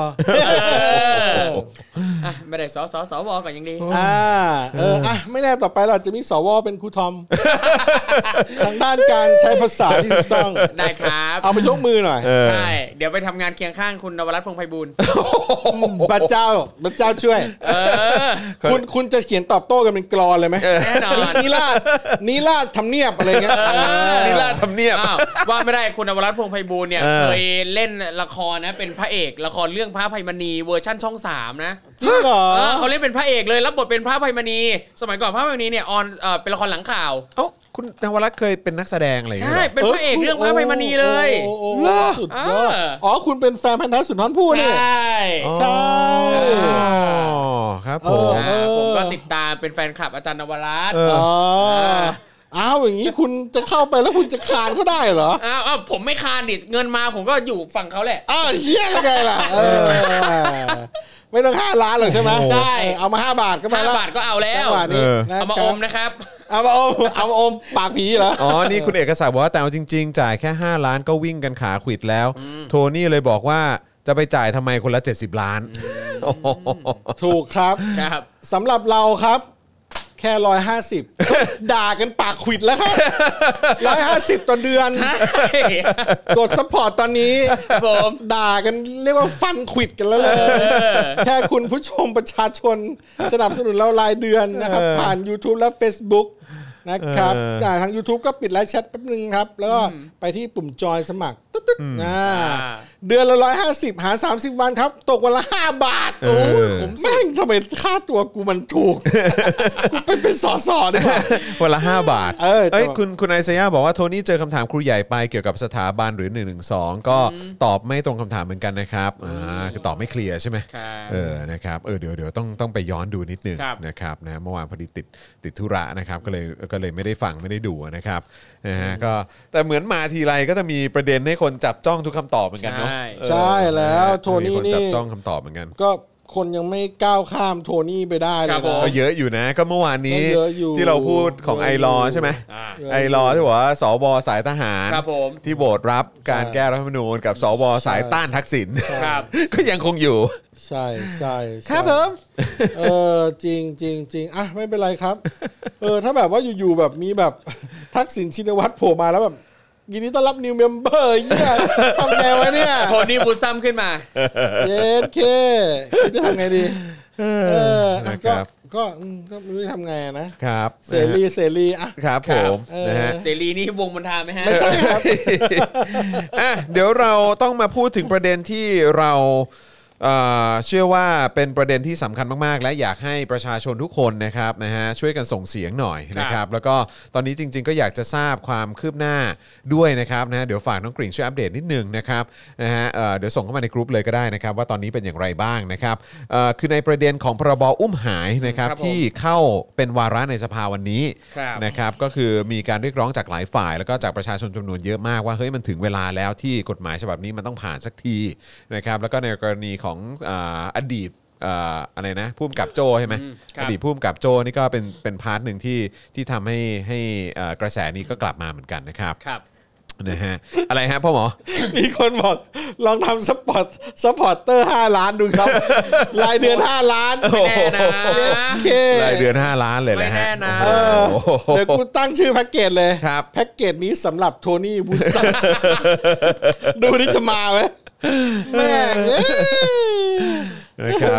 ไม่ได้สวก่อนยังดีไม่แน่ต่อไปเราจะมีสวเป็นครูทอมทางด้านการใช้ภาษาที่ถูกต้องได้ครับเอาไปยกมือหน่อยใช่เดี๋ยวไปทำงานเคียงข้างคุณนวรัตน์พงษ์ไพบูลย์พระเจ้าช่วยคุณจะเขียนตอบโต้กันเป็นกลอนเลยไหมแน่นอนนิราศทำเนียบอะไรเงี้ยนิราศทำเนียบว่าไม่ได้คุณนวรัตน์พงษ์ไพบูลย์เนี่ยเคยเล่นละครนะเป็นพระเอกละครเรื่องพระอภัยมณีเวอร์ชั่นช่อง3นะจริงเหรอเขาเล่นเป็นพระเอกเลยรับบทเป็นพระอภัยมณีสมัยก่อนพระอภัยมณีเนี่ยเป็นละครหลังข่าวคุณนวรัตน์เคยเป็นนักแสดงอะไรใช่เป็นพระเอกเรื่องพระอภัยมณีเลยสุดยอดคุณเป็นแฟนพันธะสุนทรภู่นี่ใช่ครับผมก็ติดตามเป็นแฟนคลับอาจารย์นวรัตน์อย่างนี้คุณจะเข้าไปแล้วคุณจะคานเขาได้เหรอผมไม่คานดิเงินมาผมก็อยู่ฝั่งเขาแหละเหี้ยอะไรล่ะไม่ต้อง5ล้านหรอกใช่ไหมใช่เอามา5บาทก็มาแล้ว 5บาทก็เอาแล้วเอามาอมนะครับเอามาอมปากผีเหรอนี่คุณเอกศักดิ์บอกว่าแต่เอาจริงๆจ่ายแค่5ล้านก็วิ่งกันขาขวิดแล้วโทนี่เลยบอกว่าจะไปจ่ายทำไมคนละ70ล้านถูกครับสำหรับเราครับแค่150ด่ากันปากขวิดแล้วครับ150ต่อเดือนกดซัพพอร์ตตอนนี้ผมด่ากันเรียกว่าฟันขวิดกันแล้วเลยแค่คุณผู้ชมประชาชนสนับสนุนเรารายเดือนนะครับผ่าน YouTube และ Facebook นะครับทาง YouTube ก็ปิดไลฟ์แชทแป๊บนึงครับแล้วก็ไปที่ปุ่มจอยสมัครตึ๊ดเดือนละ150หา30วันครับตกวันละ5 บาทโอ้ยผมแม่งทำไมค่าตัวกูมันถูกกูเป็นสสดีกว่าวันละ5 บาทคุณไอเซียบอกว่าโทนี่เจอคำถามครูใหญ่ไปเกี่ยวกับสถาบันหรือ112ก็ตอบไม่ตรงคำถามเหมือนกันนะครับคือตอบไม่เคลียร์ใช่ไหมนะครับเดี๋ยวต้องไปย้อนดูนิดนึงนะครับนะเมื่อวานพอดีติดธุระนะครับก็เลยไม่ได้ฟังไม่ได้ดูนะครับนะฮะก็แต่เหมือนมาทีไรก็จะมีประเด็นให้คนจับจ้องทุกคำตอบเหมือนกันเนาะใช่แล้วโทนี่นี่จับจ้องคำตอบเหมือนกันก็คนยังไม่ก้าวข้ามโทนี่ไปได้เลยนะก็เยอะอยู่นะก็เมื่อวานนี้ที่เราพูดของไอรอใช่ไหมไอรอที่บอกว่าสวสายทหารที่โหวตรับการแก้รัฐธรรมนูญกับสวสายต้านทักษิณก็ยังคงอยู่ใช่ใช่ครับผมจริงจริงจริงอ่ะไม่เป็นไรครับถ้าแบบว่าอยู่ๆแบบมีแบบทักษิณชินวัตรโผล่มาแล้วแบบยินดีต้อนรับนิวเมมเบอร์เนี่ยทำไงวะเนี่ยโทนี่บูซัมขึ้นมาเย็ดเคจะทำไงดีก็ไม่รู้จะทำไงนะครับเสรีอ่ะครับผมนะฮะเสรีนี่วงบนทาไหมฮะไม่ใช่ครับเดี๋ยวเราต้องมาพูดถึงประเด็นที่เราเชื่อว่าเป็นประเด็นที่สำคัญมากๆและอยากให้ประชาชนทุกคนนะครับนะฮะช่วยกันส่งเสียงหน่อยนะครับแล้วก็ตอนนี้จริงๆก็อยากจะทราบความคืบหน้าด้วยนะครับนะเดี๋ยวฝากน้องกริ่งช่วยอัปเดตนิดนึงนะครับนะฮะเดี๋ยวส่งเข้ามาในกรุ๊ปเลยก็ได้นะครับว่าตอนนี้เป็นอย่างไรบ้างนะครับคือในประเด็นของพรบอุ้มหายนะครับที่เข้าเป็นวาระในสภาวันนี้นะครับก็คือมีการเรียกร้องจากหลายฝ่ายแล้วก็จากประชาชนจำนวนเยอะมากว่าเฮ้ยมันถึงเวลาแล้วที่กฎหมายฉบับนี้มันต้องผ่านสักทีนะครับแล้วก็ในกรณีของอดีตอะไรนะผู้กำกับโจ้ใช่ไหมอดีตผู้กำกับโจ้นี่ก็เป็นพาร์ทหนึ่งที่ทำให้กระแสนี้ก็กลับมาเหมือนกันนะครับนะฮะอะไรฮะพ่อหมอมีคนบอกลองทำซัพพอร์ตเตอร์5 ล้านดูครับรายเดือน5 ล้านไม่แน่นะรายเดือน5 ล้านเลยแหละฮะเดี๋ยวกูตั้งชื่อแพ็กเกจเลยแพ็กเกจนี้สำหรับโทนี่บูซัมดูนี่จะมาไหมแม่งนะครับ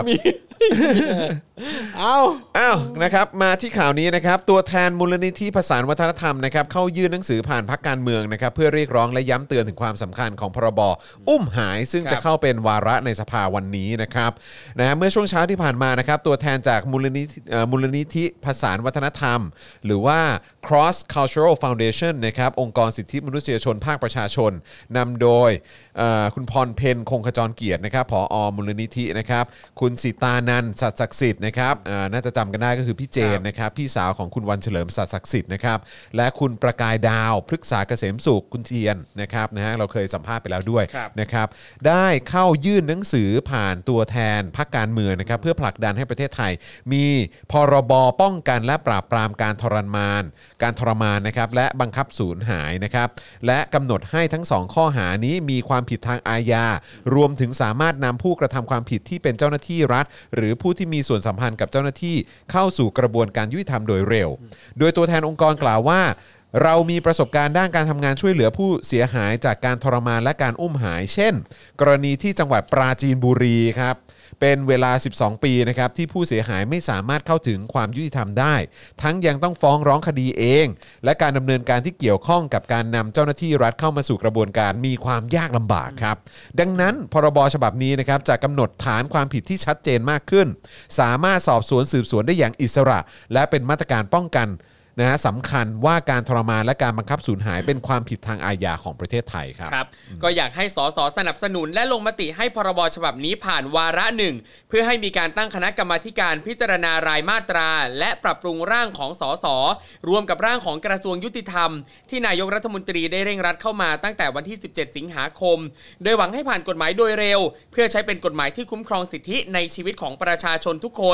เอานะครับมาที่ข่าวนี้นะครับตัวแทนมูลนิธิผสานวัฒนธรรมนะครับเข้ายื่นหนังสือผ่านพรรคการเมืองนะครับเพื่อเรียกร้องและย้ำเตือนถึงความสำคัญของพรบอุ้มหายซึ่งจะเข้าเป็นวาระในสภาวันนี้นะครับเมื่อช่วงเช้าที่ผ่านมานะครับตัวแทนจากมูลนิธิผสานวัฒนธรรมหรือว่า Cross Cultural Foundation นะครับองค์กรสิทธิมนุษยชนภาคประชาชนนำโดยคุณพรเพ็ญคงขจรเกียรตินะครับผอ.มูลนิธินะครับคุณสิตานันท์สัตย์ศักดิ์สิทธิ์นะครับน่าจะจำกันได้ก็คือพี่เจนนะครับพี่สาวของคุณวันเฉลิมสัตย์ศักดิ์สิทธิ์นะครับและคุณประกายดาวพฤกษาเกษมสุขคุณเทียนนะครับนะฮะเราเคยสัมภาษณ์ไปแล้วด้วยนะครับได้เข้ายื่นหนังสือผ่านตัวแทนพรรคการเมืองนะครับเพื่อผลักดันให้ประเทศไทยมีพรบป้องกันและปราบปรามการทรมานนะครับและบังคับสูญหายนะครับและกำหนดให้ทั้ง2ข้อหานี้มีความผิดทางอาญารวมถึงสามารถนำผู้กระทำความผิดที่เป็นเจ้าหน้าที่รัฐหรือผู้ที่มีส่วนสัมพันธ์กับเจ้าหน้าที่เข้าสู่กระบวนการยุติธรรมโดยเร็วโดยตัวแทนองค์กรกล่าวว่าเรามีประสบการณ์ด้านการทำงานช่วยเหลือผู้เสียหายจากการทรมานและการอุ้มหายเช่นกรณีที่จังหวัดปราจีนบุรีครับเป็นเวลา12ปีนะครับที่ผู้เสียหายไม่สามารถเข้าถึงความยุติธรรมได้ทั้งยังต้องฟ้องร้องคดีเองและการดำเนินการที่เกี่ยวข้องกับการนำเจ้าหน้าที่รัฐเข้ามาสู่กระบวนการมีความยากลำบากครับดังนั้นพรบฉบับนี้นะครับจะกำหนดฐานความผิดที่ชัดเจนมากขึ้นสามารถสอบสวนสืบสวนได้อย่างอิสระและเป็นมาตรการป้องกันสำคัญว่าการทรมานและการบังคับสูญหายเป็นความผิดทางอาญาของประเทศไทยครับก็อยากให้สสสนับสนุนและลงมติให้พรบฉบับนี้ผ่านวาระหนึ่งเพื่อให้มีการตั้งคณะกรรมาการพิจารณารายมาตราและปรับปรุงร่างของสสรวมกับร่างของกระทรวงยุติธรรมที่นายกรัฐมนตรีได้เร่งรัดเข้ามาตั้งแต่วันที่17สิงหาคมโดยหวังให้ผ่านกฎหมายโดยเร็วเพื่อใช้เป็นกฎหมายที่คุ้มครองสิทธิในชีวิตของประชาชนทุกคน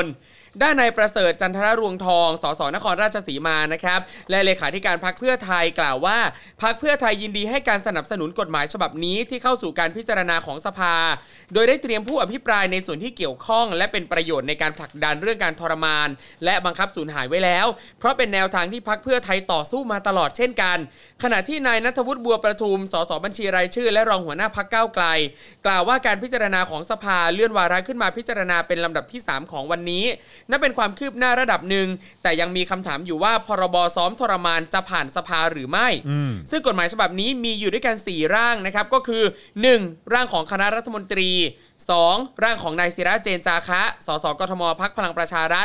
ด้านนายประเสริฐจันทรรวงทองสสนครราชสีมานะครับและเลขาธิการพรรคเพื่อไทยกล่าวว่าพรรคเพื่อไทยยินดีให้การสนับสนุนกฎหมายฉบับนี้ที่เข้าสู่การพิจารณาของสภาโดยได้เตรียมผู้อภิปรายในส่วนที่เกี่ยวข้องและเป็นประโยชน์ในการผลักดันเรื่องการทรมานและบังคับสูญหายไว้แล้วเพราะเป็นแนวทางที่พรรคเพื่อไทยต่อสู้มาตลอดเช่นกันขณะที่นายณัฐวุฒิบัวประทุมสสบัญชีรายชื่อและรองหัวหน้าพรรคก้าวไกลกล่าวว่าการพิจารณาของสภาเลื่อนวาระขึ้นมาพิจารณาเป็นลำดับที่3ของวันนี้นับเป็นความคืบหน้าระดับหนึ่งแต่ยังมีคำถามอยู่ว่าพรบซ้อมทรมานจะผ่านสภาหรือไม่ซึ่งกฎหมายฉบับนี้มีอยู่ด้วยกัน4ร่างนะครับก็คือ 1. ร่างของคณะรัฐมนตรี 2. ร่างของนายศิระเจนจาคะสสกทมพรรคพลังประชารัฐ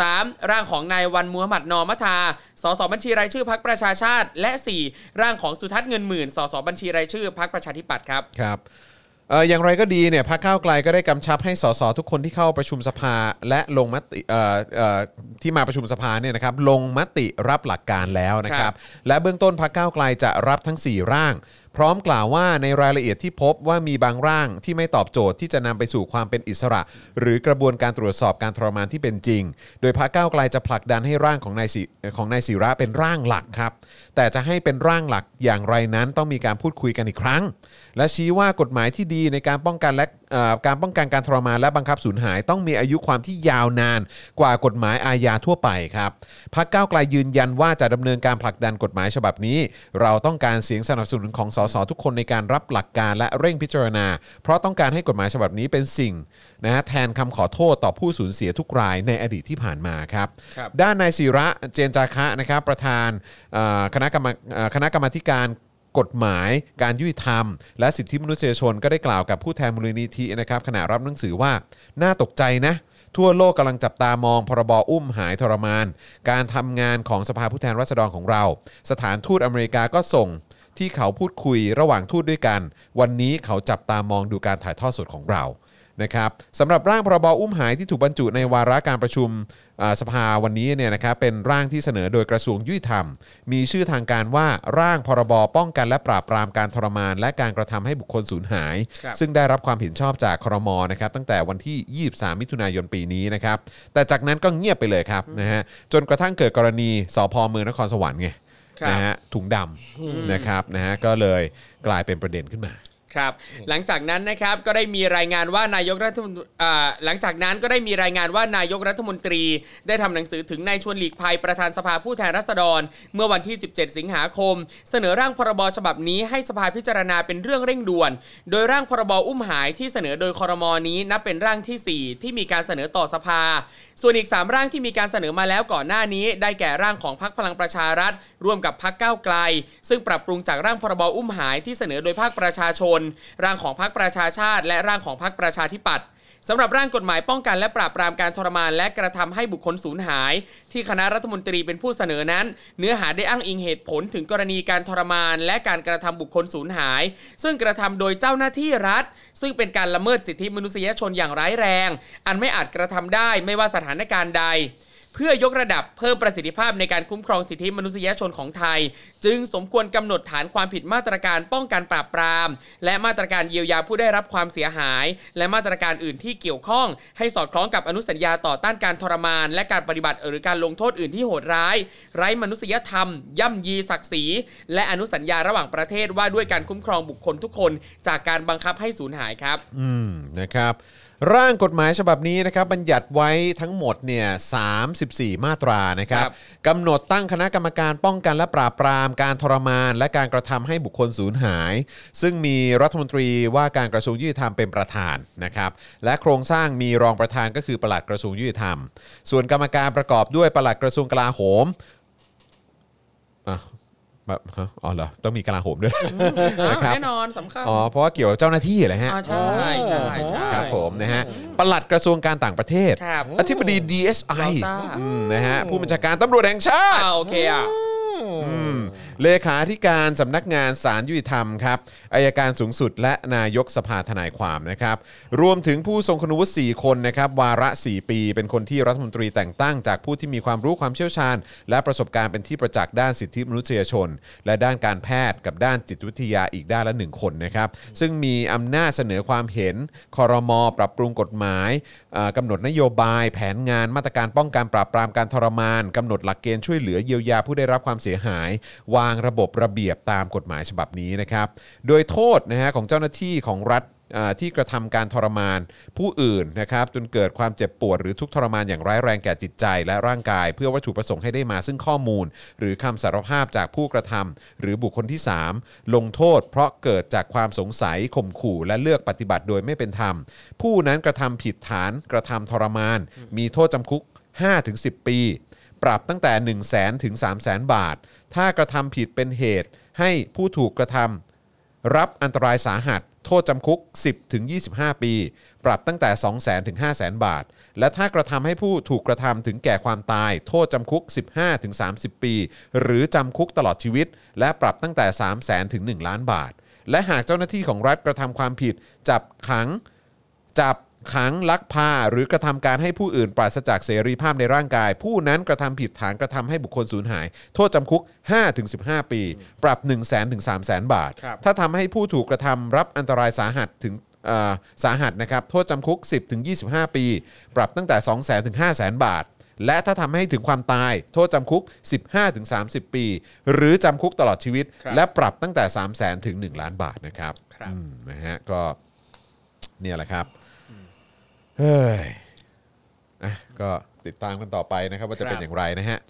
3. ร่างของนายวันมูฮัมหมัดนอมัทาสสบัญชีรายชื่อพรรคประชาชาติและ 4. ร่างของสุทัศน์เงินหมื่นสสบัญชีรายชื่อพรรคประชาธิปัตย์ครับครับอย่างไรก็ดีเนี่ยพรรคก้าวไกลก็ได้กำชับให้สสทุกคนที่เข้าประชุมสภาและลงมติที่มาประชุมสภาเนี่ยนะครับลงมติรับหลักการแล้วนะครับและเบื้องต้นพรรคก้าวไกลจะรับทั้ง4ร่างพร้อมกล่าวว่าในรายละเอียดที่พบว่ามีบางร่างที่ไม่ตอบโจทย์ที่จะนำไปสู่ความเป็นอิสระหรือกระบวนการตรวจสอบการทรมานที่เป็นจริงโดยพรรคก้าวไกลจะผลักดันให้ร่างของนายศิระเป็นร่างหลักครับแต่จะให้เป็นร่างหลักอย่างไรนั้นต้องมีการพูดคุยกันอีกครั้งและชี้ว่ากฎหมายที่ดีในการป้องกันการทรมานและบังคับสูญหายต้องมีอายุความที่ยาวนานกว่ากฎหมายอาญาทั่วไปครับพรรคก้าวไกลยืนยันว่าจะดำเนินการผลักดันกฎหมายฉบับนี้เราต้องการเสียงสนับสนุนของสสทุกคนในการรับหลักการและเร่งพิจารณาเพราะต้องการให้กฎหมายฉบับนี้เป็นสิ่งนะแทนคำขอโทษต่อผู้สูญเสียทุกรายในอดีตที่ผ่านมาครับด้านนายศิระเจนจาคะนะครับประธานคณะกรรมาธิการกฎหมายการยุติธรรมและสิทธิมนุษยชนก็ได้กล่าวกับผู้แทนมูลนิธินะครับขณะรับหนังสือว่าน่าตกใจนะทั่วโลกกำลังจับตามองพรบอุ้มหายทรมานการทำงานของสภาผู้แทนราษฎรของเราสถานทูตอเมริกาก็ส่งที่เขาพูดคุยระหว่างทูตด้วยกันวันนี้เขาจับตามองดูการถ่ายทอดสดของเรานะครับสำหรับร่างพรบอุ้มหายที่ถูกบรรจุในวาระการประชุมสภาวันนี้เนี่ยนะครับเป็นร่างที่เสนอโดยกระทรวงยุติธรรมมีชื่อทางการว่าร่างพรบป้องกันและปราบปรามการทรมานและการกระทำให้บุคคลสูญหายซึ่งได้รับความเห็นชอบจากครม.นะครับตั้งแต่วันที่23มิถุนายนปีนี้นะครับแต่จากนั้นก็เงียบไปเลยครับนะฮะจนกระทั่งเกิดกรณีสภ.เมืองนครสวรรค์ไงนะฮะถุงดำนะครับนะฮะก็เลยกลายเป็นประเด็นขึ้นมาครับหลังจากนั้นนะครับก็ได้มีรายงานว่านายกรัฐมนตรีหลังจากนั้นก็ได้มีรายงานว่านายกรัฐมนตรีได้ทำหนังสือถึงนายชวนหลีกภัยประธานสภาผู้แทนราษฎรเมื่อวันที่17สิงหาคมเสนอร่างพรบฉบับนี้ให้สภาพิจารณาเป็นเรื่องเร่งด่วนโดยร่างพรบอุ้มหายที่เสนอโดยครม.นี้นับเป็นร่างที่4ที่มีการเสนอต่อสภาส่วนอีก3ร่างที่มีการเสนอมาแล้วก่อนหน้านี้ได้แก่ร่างของพรรคพลังประชารัฐร่วมกับพรรคก้าวไกลซึ่งปรับปรุงจากร่างพรบอุ้มหายที่เสนอโดยภาคประชาชนร่างของพรรคประชาชาติและร่างของพรรคประชาธิปัตย์สำหรับร่างกฎหมายป้องกันและปราบปรามการทรมานและกระทำให้บุคคลสูญหายที่คณะรัฐมนตรีเป็นผู้เสนอนั้นเนื้อหาได้อ้างอิงเหตุผลถึงกรณีการทรมานและการกระทำบุคคลสูญหายซึ่งกระทำโดยเจ้าหน้าที่รัฐซึ่งเป็นการละเมิดสิทธิมนุษยชนอย่างร้ายแรงอันไม่อาจกระทำได้ไม่ว่าสถานการณ์ใดเพื่อยกระดับเพิ่มประสิทธิภาพในการคุ้มครองสิทธิมนุษยชนของไทยจึงสมควรกำหนดฐานความผิดมาตรการป้องกันปราบปรามและมาตรการเยียวยาผู้ได้รับความเสียหายและมาตรการอื่นที่เกี่ยวข้องให้สอดคล้องกับอนุสัญญาต่อต้านการทรมานและการปฏิบัติหรือการลงโทษอื่นที่โหดร้ายไร้มนุษยธรรมย่ำยีศักดิ์ศรีและอนุสัญญาระหว่างประเทศว่าด้วยการคุ้มครองบุคคลทุกคนจากการบังคับให้สูญหายครับนะครับร่างกฎหมายฉบับนี้นะครับบัญญัติไว้ทั้งหมดเนี่ย34มาตรานะครับกำหนดตั้งคณะกรรมการป้องกันและปราบปรามการทรมานและการกระทำให้บุคคลสูญหายซึ่งมีรัฐมนตรีว่าการกระทรวงยุติธรรมเป็นประธานนะครับและโครงสร้างมีรองประธานก็คือปลัดกระทรวงยุติธรรมส่วนกรรมการประกอบด้วยปลัดกระทรวงกลาโหมอ๋อเหรอต้องมีกลาโหมด้วยนะครับแน่นอนสำคัญเพราะว่าเกี่ยวกับเจ้าหน้าที่เหรอฮะใช่ใช่ครับผมนะฮะปลัดกระทรวงการต่างประเทศอธิบดี DSI นะฮะผู้บัญชาการตำรวจแห่งชาติโอเคเลขาธิการสำนักงานศาลยุติธรรมครับอัยการสูงสุดและนายกสภาทนายความนะครับรวมถึงผู้ทรงคุณวุฒิ4คนนะครับวาระ4ปีเป็นคนที่รัฐมนตรีแต่งตั้งจากผู้ที่มีความรู้ความเชี่ยวชาญและประสบการณ์เป็นที่ประจักษ์ด้านสิทธิมนุษยชนและด้านการแพทย์กับด้านจิตวิทยาอีกด้านละ1คนนะครับซึ่งมีอำนาจเสนอความเห็นครม.ปรับปรุงกฎหมายกำหนดนโยบายแผนงานมาตรการป้องกันปราบปรามการทรมานกำหนดหลักเกณฑ์ช่วยเหลือเยียวยาผู้ได้รับความเสียหายวางระบบระเบียบตามกฎหมายฉบับนี้นะครับโดยโทษนะฮะของเจ้าหน้าที่ของรัฐที่กระทำการทรมานผู้อื่นนะครับจนเกิดความเจ็บปวดหรือทุกข์ทรมานอย่างร้ายแรงแก่จิตใจและร่างกายเพื่อวัตถุประสงค์ให้ได้มาซึ่งข้อมูลหรือคำสารภาพจากผู้กระทำหรือบุคคลที่3ลงโทษเพราะเกิดจากความสงสัยข่มขู่และเลือกปฏิบัติโดยไม่เป็นธรรมผู้นั้นกระทำผิดฐานกระทำทรมานมีโทษจำคุก 5-10 ปีปรับตั้งแต่ 100,000 ถึง 300,000 บาทถ้ากระทำผิดเป็นเหตุให้ผู้ถูกกระทำรับอันตรายสาหัสโทษจำคุก 10 ถึง 25 ปีปรับตั้งแต่ 200,000 ถึง 500,000 บาทและถ้ากระทำให้ผู้ถูกกระทำถึงแก่ความตายโทษจำคุก 15 ถึง 30 ปีหรือจำคุกตลอดชีวิตและปรับตั้งแต่ 300,000 ถึง 1 ล้านบาทและหากเจ้าหน้าที่ของรัฐกระทำความผิดจับขังลักพาหรือกระทำการให้ผู้อื่นปราศจากเสรีภาพในร่างกายผู้นั้นกระทำผิดฐานกระทำให้บุคคลสูญหายโทษจำคุก 5-15 ปีปรับ 100,000 ถึง 300,000 บาทถ้าทำให้ผู้ถูกกระทำรับอันตรายสาหัสถึงสาหัสนะครับโทษจำคุก 10 ถึง 25 ปีปรับตั้งแต่ 200,000 ถึง 500,000 บาทและถ้าทำให้ถึงความตายโทษจำคุก 15 ถึง 30 ปีหรือจำคุกตลอดชีวิตและปรับตั้งแต่ 300,000 ถึง 1 ล้านบาทนะครับนะฮะก็เนี่ยแหละครับเฮ้ยก็ติดตามกันต่อไปนะครับว่าจะเป็นอย่างไรนะฮะ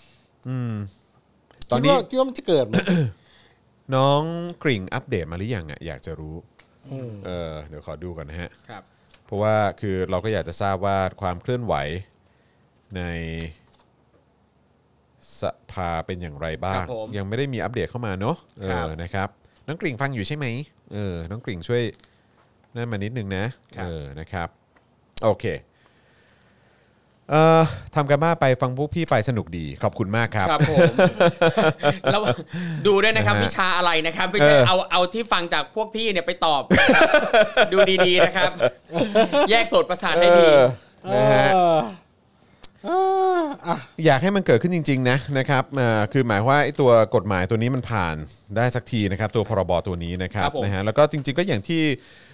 ตอนนี้คิดว่ามันจะเกิดน้องกริ่งอัปเดตมาหรือยังอ่ะอยากจะรู้เดี๋ยวขอดูก่อนนะฮะเพราะว่าคือเราก็อยากจะทราบว่าความเคลื่อนไหวในสภาเป็นอย่างไรบ้างยังไม่ได้มีอัปเดตเข้ามาเนาะนะครับน้องกริ่งฟังอยู่ใช่ไหมน้องกริ่งช่วยนั่นมานิดนึงนะนะครับโอเคทำกันบ้านไปฟังพวกพี่ไปสนุกดีขอบคุณมากครับครับผมแล้วดูด้วยนะครับวิชาอะไรนะครับไม่ใช่เอาที่ฟังจากพวกพี่เนี่ยไปตอบดูดีๆนะครับแยกโสตประสาทให้ดีนะฮะอยากให้มันเกิดขึ้นจริงๆนะครับคือหมายว่าไอ้ตัวกฎหมายตัวนี้มันผ่านได้สักทีนะครับตัวพรบตัวนี้นะครับนะฮะแล้วก็จริงๆก็อย่างที่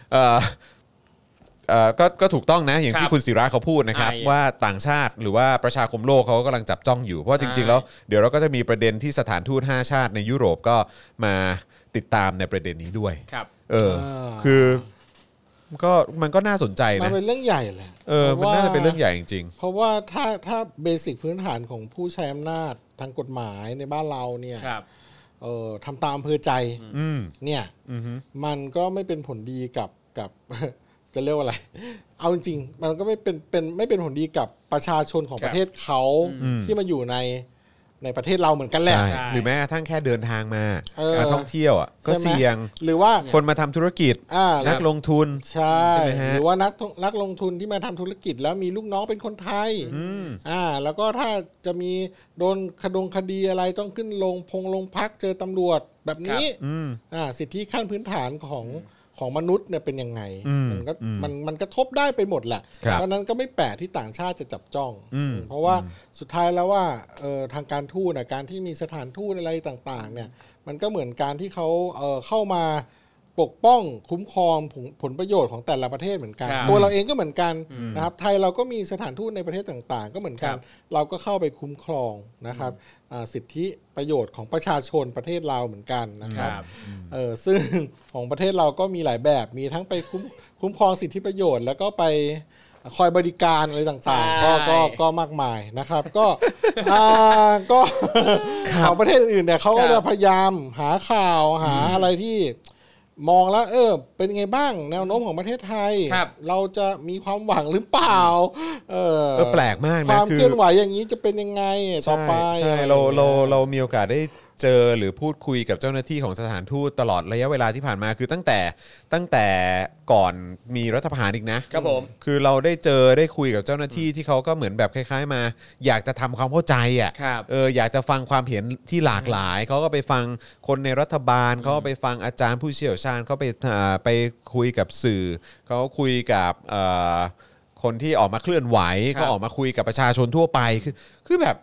ก็ถูกต้องนะอย่างที่คุณศิระเขาพูดนะครับว่าต่างชาติหรือว่าประชาคมโลกเขากำลังจับจ้องอยู่เพราะจริงๆแล้วเดี๋ยวเราก็จะมีประเด็นที่สถานทูต5ชาติในยุโรปก็มาติดตามในประเด็นนี้ด้วยคือมันก็น่าสนใจนะมันเป็นเรื่องใหญ่แหละมันน่าจะเป็นเรื่องใหญ่จริงๆเพราะว่าถ้าเบสิกพื้นฐานของผู้ใช้อำนาจทางกฎหมายในบ้านเราเนี่ยทำตามอำเภอใจเนี่ยมันก็ไม่เป็นผลดีกับจะเรียกว่าอะไรเอาจริงๆมันก็ไม่เป็นผลดีกับประชาชนของประเทศเขาที่มาอยู่ในประเทศเราเหมือนกันแหละหรือแม้กระทั่งแค่เดินทางมาท่องเที่ยวอ่ะก็เสี่ยงหรือว่าคนมาทำธุรกิจนักลงทุนใช่หรือว่านักลงทุนที่มาทำธุรกิจแล้วมีลูกน้องเป็นคนไทยแล้วก็ถ้าจะมีโดนคดีอะไรต้องขึ้นลงพักเจอตำรวจแบบนี้สิทธิขั้นพื้นฐานของมนุษย์เนี่ยเป็นยังไงมันกระทบได้ไปหมดแหละเพราะนั้นก็ไม่แปลกที่ต่างชาติจะจับจ้องเพราะว่าสุดท้ายแล้วว่าทางการทูตการที่มีสถานทูตอะไรต่างๆเนี่ยมันก็เหมือนการที่เขาเข้ามาปกป้องคุ้มครองผลประโยชน์ของแต่ละประเทศเหมือนกันตัวเราเองก็เหมือนกันนะครับไทยเราก็มีสถานทูตในประเทศต่างๆก็เหมือนกันเราก็เข้าไปคุ้มครองนะครับสิทธิประโยชน์ของประชาชนประเทศเราเหมือนกันนะครับซึ่งของประเทศเราก็มีหลายแบบมีทั้งไปคุ้มครองสิทธิประโยชน์แล้วก็ไปคอยบริการอะไรต่างๆก็มากมายนะครับก็ของประเทศอื่นเนี่ยเขาก็จะพยายามหาข่าวหาอะไรที่มองแล้วเป็นไงบ้างแนวโน้มของประเทศไทยเราจะมีความหวังหรือเปล่าแปลกมากนะความเคลื่อนไหวอย่างนี้จะเป็นยังไงต่อไปใช่เรามีโอกาสเจอหรือพูดคุยกับเจ้าหน้าที่ของสถานทูตตลอดระยะเวลาที่ผ่านมาคือตั้งแต่ก่อนมีรัฐประหารอีกนะครับผมคือเราได้คุยกับเจ้าหน้าที่ที่เขาก็เหมือนแบบคล้ายๆมาอยากจะทำความเข้าใจอ่ะครับอยากจะฟังความเห็นที่หลากหลายเขาก็ไปฟังคนในรัฐบาลเขาก็ไปฟังอาจารย์ผู้เชี่ยวชาญเขาไปคุยกับสื่อเขาคุยกับคนที่ออกมาเคลื่อนไหวเขาออกมาคุยกับประชาชนทั่วไปคือแบบ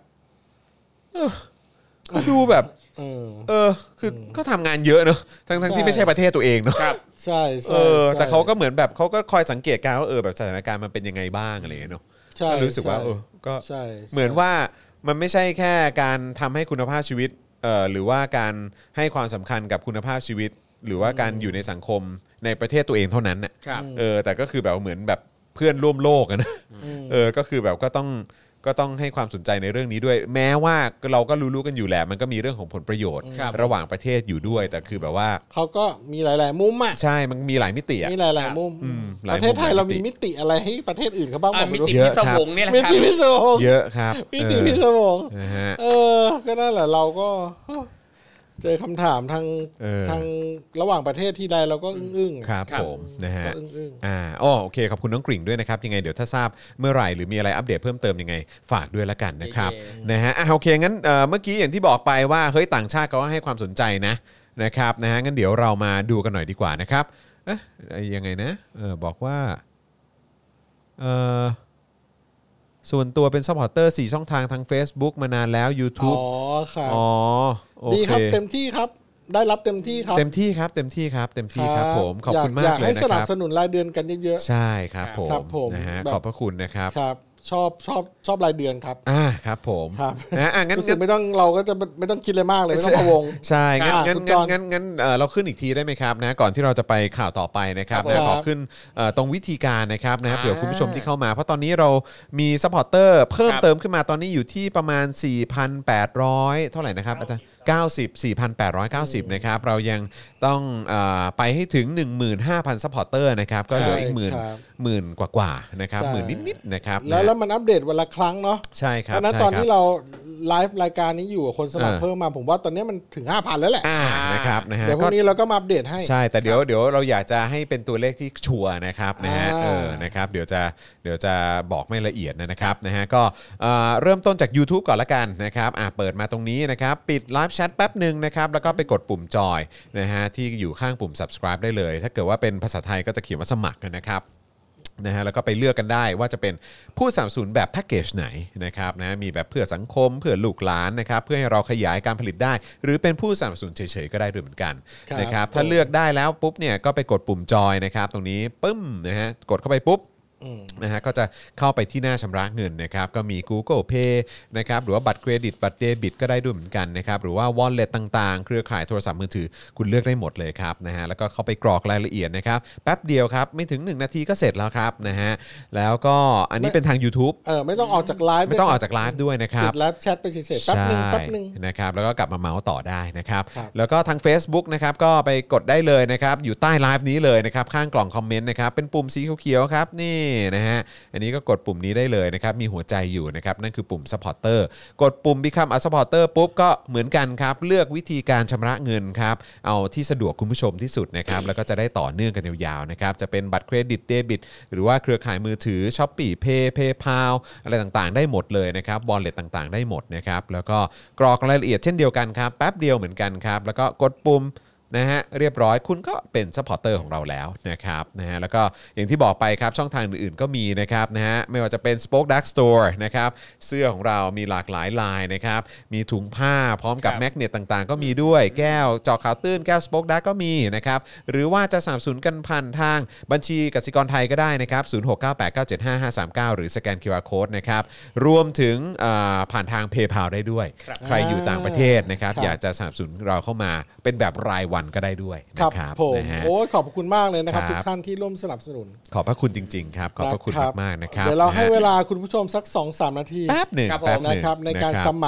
ก็ดูแบบคือก็ทำงานเยอะเนอะทั้งที่ไม่ใช่ประเทศตัวเองเนอะใช่แต่เขาก็เหมือนแบบเขาก็คอยสังเกตการณ์ว่าแบบสถานการณ์มันเป็นยังไงบ้างอะไรอย่างเงี้ยเนอะก็รู้สึกว่าก็เหมือนว่ามันไม่ใช่แค่การทำให้คุณภาพชีวิตหรือว่าการให้ความสำคัญกับคุณภาพชีวิต หรือว่าการอยู่ในสังคมในประเทศตัวเองเท่านั้นน่ะแต่ก็คือแบบเหมือนแบบเพื่อนร่วมโลกนะก็คือแบบก็ต้องให้ความสนใจในเรื่องนี้ด้วยแม้ว่าเราก็รู้ๆกันอยู่แหละมันก็มีเรื่องของผลประโยชน์ระหว่างประเทศอยู่ด้วยแต่คือแบบว่าเขาก็มีหลายๆมุมอ่ะใช่มันมีหลายมิติมีหลายๆมุมประเทศไทยเรามีมิติอะไรให้ประเทศอื่นเขาบ้างมิติพิศวงเนี่ยแหละครับมิติพิศวงเยอะครับมิติพิศวงก็นั่นแหละเราก็เจอคำถามทางระหว่างประเทศที่ใดเราก็อึ้งๆครับผมนะฮะโอเคขอบคุณน้องกริ่งด้วยนะครับยังไงเดี๋ยวถ้าทราบเมื่อไหร่หรือมีอะไรอัปเดตเพิ่มเติมยังไงฝากด้วยละกันนะครับนะฮะโอเคงั้นเมื่อกี้อย่างที่บอกไปว่าเฮ้ยต่างชาติเขาให้ความสนใจนะครับนะฮะงั้นเดี๋ยวเรามาดูกันหน่อยดีกว่านะครับยังไงนะบอกว่าส่วนตัวเป็นซัพพอร์ตเตอร์4ช่องทางทาง Facebook มานานแล้ว YouTube ครับดีครับเต็มที่ครับได้รับเต็มที่ครับเต็มที่ครับผมขอบคุณมากเลยนะครับอยากให้สนับสนุนรายเดือนกันเยอะๆใช่ครับผมนะฮะขอบพระคุณนะครับชอบรายเดือนครับครับผมงั้นไม่ต้องเราก็จะไม่ต้องคิดเลยมากเลยไม่ต้องพะวงใช่งั้นเราขึ้นอีกทีได้ไหมครับนะก่อนที่เราจะไปข่าวต่อไปนะครับนะขอขึ้นตรงวิธีการนะครับนะเผื่อคุณผู้ชมที่เข้ามาเพราะตอนนี้เรามีซัพพอร์ตเตอร์เพิ่มเติมขึ้นมาตอนนี้อยู่ที่ประมาณ 4,800 เท่าไหร่นะครับอาจารย์4,890 นะครับเรายังต้องไปให้ถึง 15,000 ซัพพอร์ตเตอร์นะครับก็เหลืออีกหมื่นกว่านะครับหมื่นนิดๆนะครับแล้วมันอัปเดตวันละครั้งเนาะใช่ครับเพราะนั้นตอนที่เราไลฟ์รายการนี้อยู่คนสมัครเพิ่มมาผมว่าตอนนี้มันถึง 5,000 แล้วแหละนะครับนะฮะเดี๋ยวพรุ่งนี้เราก็มาอัปเดตให้ใช่แต่เดี๋ยวเราอยากจะให้เป็นตัวเลขที่ชัวร์นะครับนะฮะนะครับเดี๋ยวจะบอกไม่ละเอียดนะครับนะฮะก็เริ่มต้นจาก YouTube ก่อนละกันนะครับเปิดมาตรงนี้นะครับปิดไลฟ์แชทแป๊บนึงนะครับแล้วก็ไปกดปุ่มจอยนะฮะที่อยู่ข้างปุ่ม subscribe ได้เลยถ้าเกิดว่าเป็นภาษาไทยก็จะเขียนว่าสมัครนะครับนะฮะแล้วก็ไปเลือกกันได้ว่าจะเป็นผู้สนับสนุนแบบแพ็กเกจไหนนะครับนะมีแบบเพื่อสังคมเพื่อลูกหลานนะครับเพื่อให้เราขยายการผลิตได้หรือเป็นผู้สนับสนุนเฉยๆก็ได้ด้วยเหมือนกันนะครับถ้าเลือกได้แล้วปุ๊บเนี่ยก็ไปกดปุ่มจอยนะครับตรงนี้ปึ้มนะฮะกดเข้าไปปุ๊บนะฮะก็จะเข้าไปที่หน้าชำระเงินนะครับก็มี Google Pay นะครับหรือว่าบัตรเครดิตบัตรเดบิตก็ได้ด้วยเหมือนกันนะครับหรือว่า Wallet ต่างๆเครือข่ายโทรศัพท์มือถือคุณเลือกได้หมดเลยครับนะฮะแล้วก็เข้าไปกรอกรายละเอียดนะครับแป๊บเดียวครับไม่ถึง1นาทีก็เสร็จแล้วครับนะฮะแล้วก็อันนี้เป็นทาง YouTube ไม่ต้องออกจากไลฟ์ไม่ต้องออกจากไลฟ์ด้วยนะครับปิดไลฟ์แชทไปเฉยๆแป๊บนึงนะครับแล้วก็กลับมาเมาส์ต่อได้นะครับแล้วก็ทาง Facebook นะครับก็ไปกดได้เลยนะครับอยู่ใต้ไลฟ์นี้เลยนะครับข้างกล่องคอมเมนต์นะครับเป็นปุ่มสีเขียวๆครับนี่นะฮะอันนี้ก็กดปุ่มนี้ได้เลยนะครับมีหัวใจอยู่นะครับนั่นคือปุ่ม Supporter กดปุ่ม Become a Supporter ปุ๊บก็เหมือนกันครับเลือกวิธีการชำระเงินครับเอาที่สะดวกคุณผู้ชมที่สุดนะครับแล้วก็จะได้ต่อเนื่องกันยาวๆนะครับจะเป็นบัตรเครดิตเดบิตหรือว่าเครือข่ายมือถือ Shopee Pay PayPal อะไรต่างๆได้หมดเลยนะครับ Wallet ต่างๆได้หมดนะครับแล้วก็กรอกรายละเอียดเช่นเดียวกันครับแป๊บเดียวเหมือนกันครับแล้วก็กดปุ่มนะฮะเรียบร้อยคุณก็เป็นซัพพอร์ตเตอร์ของเราแล้วนะครับนะฮะแล้วก็อย่างที่บอกไปครับช่องทางอื่นๆก็มีนะครับนะฮะไม่ว่าจะเป็น Spoke Dark Store นะครับเสื้อของเรามีหลากหลายลายนะครับมีถุงผ้าพร้อมกับแมกเนตต่างๆก็มีด้วยแก้วเจาะข่าวตื้นแก้ว Spoke Dark ก็มีนะครับหรือว่าจะสนับสนุนกันผ่านทางบัญชีกสิกรไทยก็ได้นะครับ0698975539หรือสแกน QR Code นะครับรวมถึงผ่านทาง PayPal ได้ด้วยใครอยู่ต่างประเทศนะครับอยากจะสนับสนุนเราเข้ามาเป็นแบบรายวันก็ได้ด้วยนะครับผมโอ้ขอบคุณมากเลยนะครับทุกท่านที่ร่วมสนับสนุนขอบพระคุณจริงๆครับขอบพระคุณมากๆนะครับเดี๋ยวเราให้เวลาคุณผู้ชมสัก 2-3 นาทีแป๊บหนึ่งนะครับในการสมัคร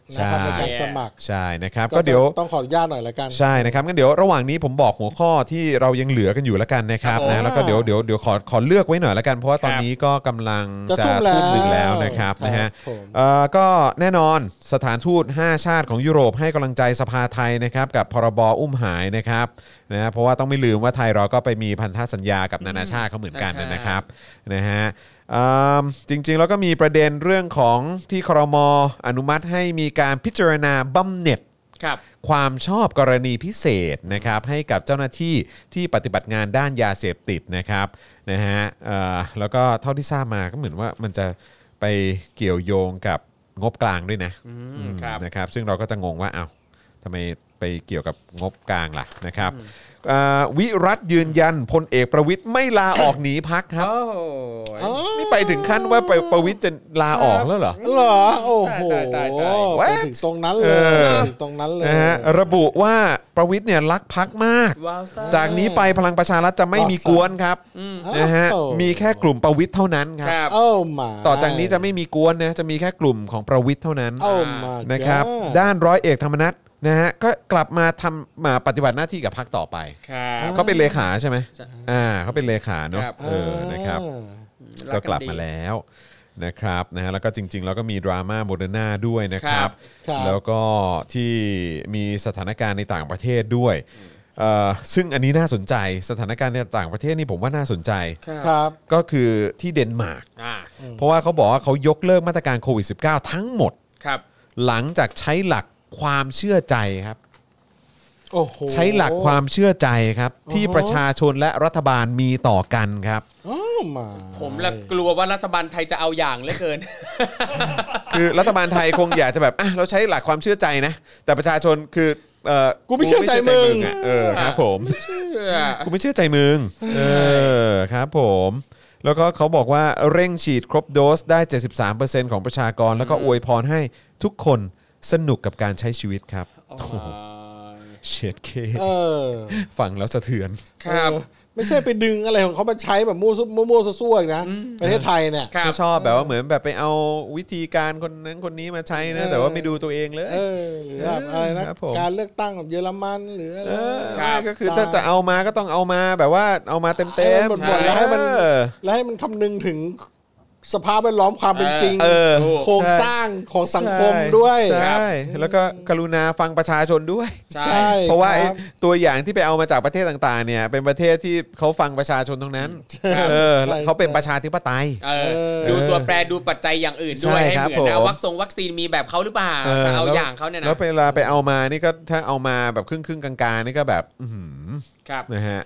นะครับในการสมัครใช่นะครับก็เดี๋ยวต้องขออนุญาตหน่อยละกันใช่นะครับงั้นเดี๋ยวระหว่างนี้ผมบอกหัวข้อที่เรายังเหลือกันอยู่ละกันนะครับนะแล้วก็เดี๋ยวขอเลือกไว้หน่อยละกันเพราะว่าตอนนี้ก็กำลังจะทุ่มหนึ่งแล้วนะครับนะฮะก็แน่นอนสถานทูต5ชาติของยุโรปให้กำลังใจสภาไทยนะครับกับพรบอุ้มหายนะครับนะเพราะว่าต้องไม่ลืมว่าไทยเราก็ไปมีพันธสัญญากับนานาชาติเขาเหมือนกันนะครับนะฮะจริงๆแล้วก็มีประเด็นเรื่องของที่ครม.อนุมัติให้มีการพิจารณาบำเหน็จความชอบกรณีพิเศษนะครับให้กับเจ้าหน้าที่ที่ปฏิบัติงานด้านยาเสพติดนะครับนะฮะแล้วก็เท่าที่ทราบมาก็เหมือนว่ามันจะไปเกี่ยวโยงกับงบกลางด้วยนะครับซึ่งเราก็จะงงว่าอ้าวทำไมไปเกี่ยวกับงบกลางล่ะนะครับวิรัตยืนยันพลเอกประวิตรไม่ลาออกหนีพักครับนี่ไปถึงขั้นว่าประวิตรจะลาออกแล้วเหรอโอ้โหไปถึงตรงนั้นเลยถึงตรงนั้นเลยนะฮะระบุว่าประวิตรเนี่ยรักพักมากจากนี้ไปพลังประชารัฐจะไม่มีกวนครับนะฮะมีแค่กลุ่มประวิตรเท่านั้นครับต่อจากนี้จะไม่มีกวนนะจะมีแค่กลุ่มของประวิตรเท่านั้นนะครับด้านร้อยเอกธรรมนัสนะฮะก็กลับมาปฏิบัติหน้าที่กับพรรคต่อไปเขาเป็นเลขาใช่ไหมเขาเป็นเลขาเนาะนะครับก็กลับมาแล้วนะครับนะฮะแล้วก็จริงๆแล้วก็มีดราม่าโมเดอร์นาด้วยนะครับแล้วก็ที่มีสถานการณ์ในต่างประเทศด้วยซึ่งอันนี้น่าสนใจสถานการณ์ในต่างประเทศนี่ผมว่าน่าสนใจก็คือที่เดนมาร์กเพราะว่าเขาบอกว่าเขายกเลิกมาตรการโควิด -19 ทั้งหมดหลังจากใช้หลักความเชื่อใจครับใช้หลักความเชื่อใจครับที่ประชาชนและรัฐบาลมีต่อกันครับผมละกลัวว่ารัฐบาลไทยจะเอาอย่างเหลือเกินคือรัฐบาลไทยคงอยากจะแบบเราใช้หลักความเชื่อใจนะแต่ประชาชนคือกูไม่เชื่อใจมึงครับผมกูไม่เชื่อใจมึงครับผมแล้วก็เขาบอกว่าเร่งฉีดครบโดสได้ 73% ของประชากรแล้วก็อวยพรให้ทุกคนสนุกกับการใช้ชีวิตครับเช็ดเคฟังแล้วสะเทือนครับไม่ใช่ไปดึงอะไรของเขามาใช้แบบมั่วซั่วๆนะประเทศไทยเนี่ยก็ชอบแบบว่าเหมือนแบบไปเอาวิธีการคนนั้นคนนี้มาใช้นะแต่ว่าไม่ดูตัวเองเลยแบบอะไรนะการเลือกตั้งแบบเยอรมันหรืออะไรก็คือถ้าจะเอามาก็ต้องเอามาแบบว่าเอามาเต็มแล้วให้มันคำนึงถึงสภาพแวดล้อมความเป็นจริงโครงสร้างของสังคมด้วยใช่แล้วก็กรุณาฟังประชาชนด้วยใช่เพราะว่าตัวอย่างที่ไปเอามาจากประเทศต่างๆเนี่ยเป็นประเทศที่เขาฟังประชาชนทั้งนั้นเขาเป็นประชาธิปไตยดูตัวแปรดูปัจจัยอย่างอื่นด้วยให้เหมือนนะวัคซีนมีแบบเขาหรือเปล่าถ้าเอาอย่างเขาเนี่ยนะแล้วเวลาไปเอามานี่ก็ถ้าเอามาแบบครึ่งกลางๆนี่ก็แบบนะฮะ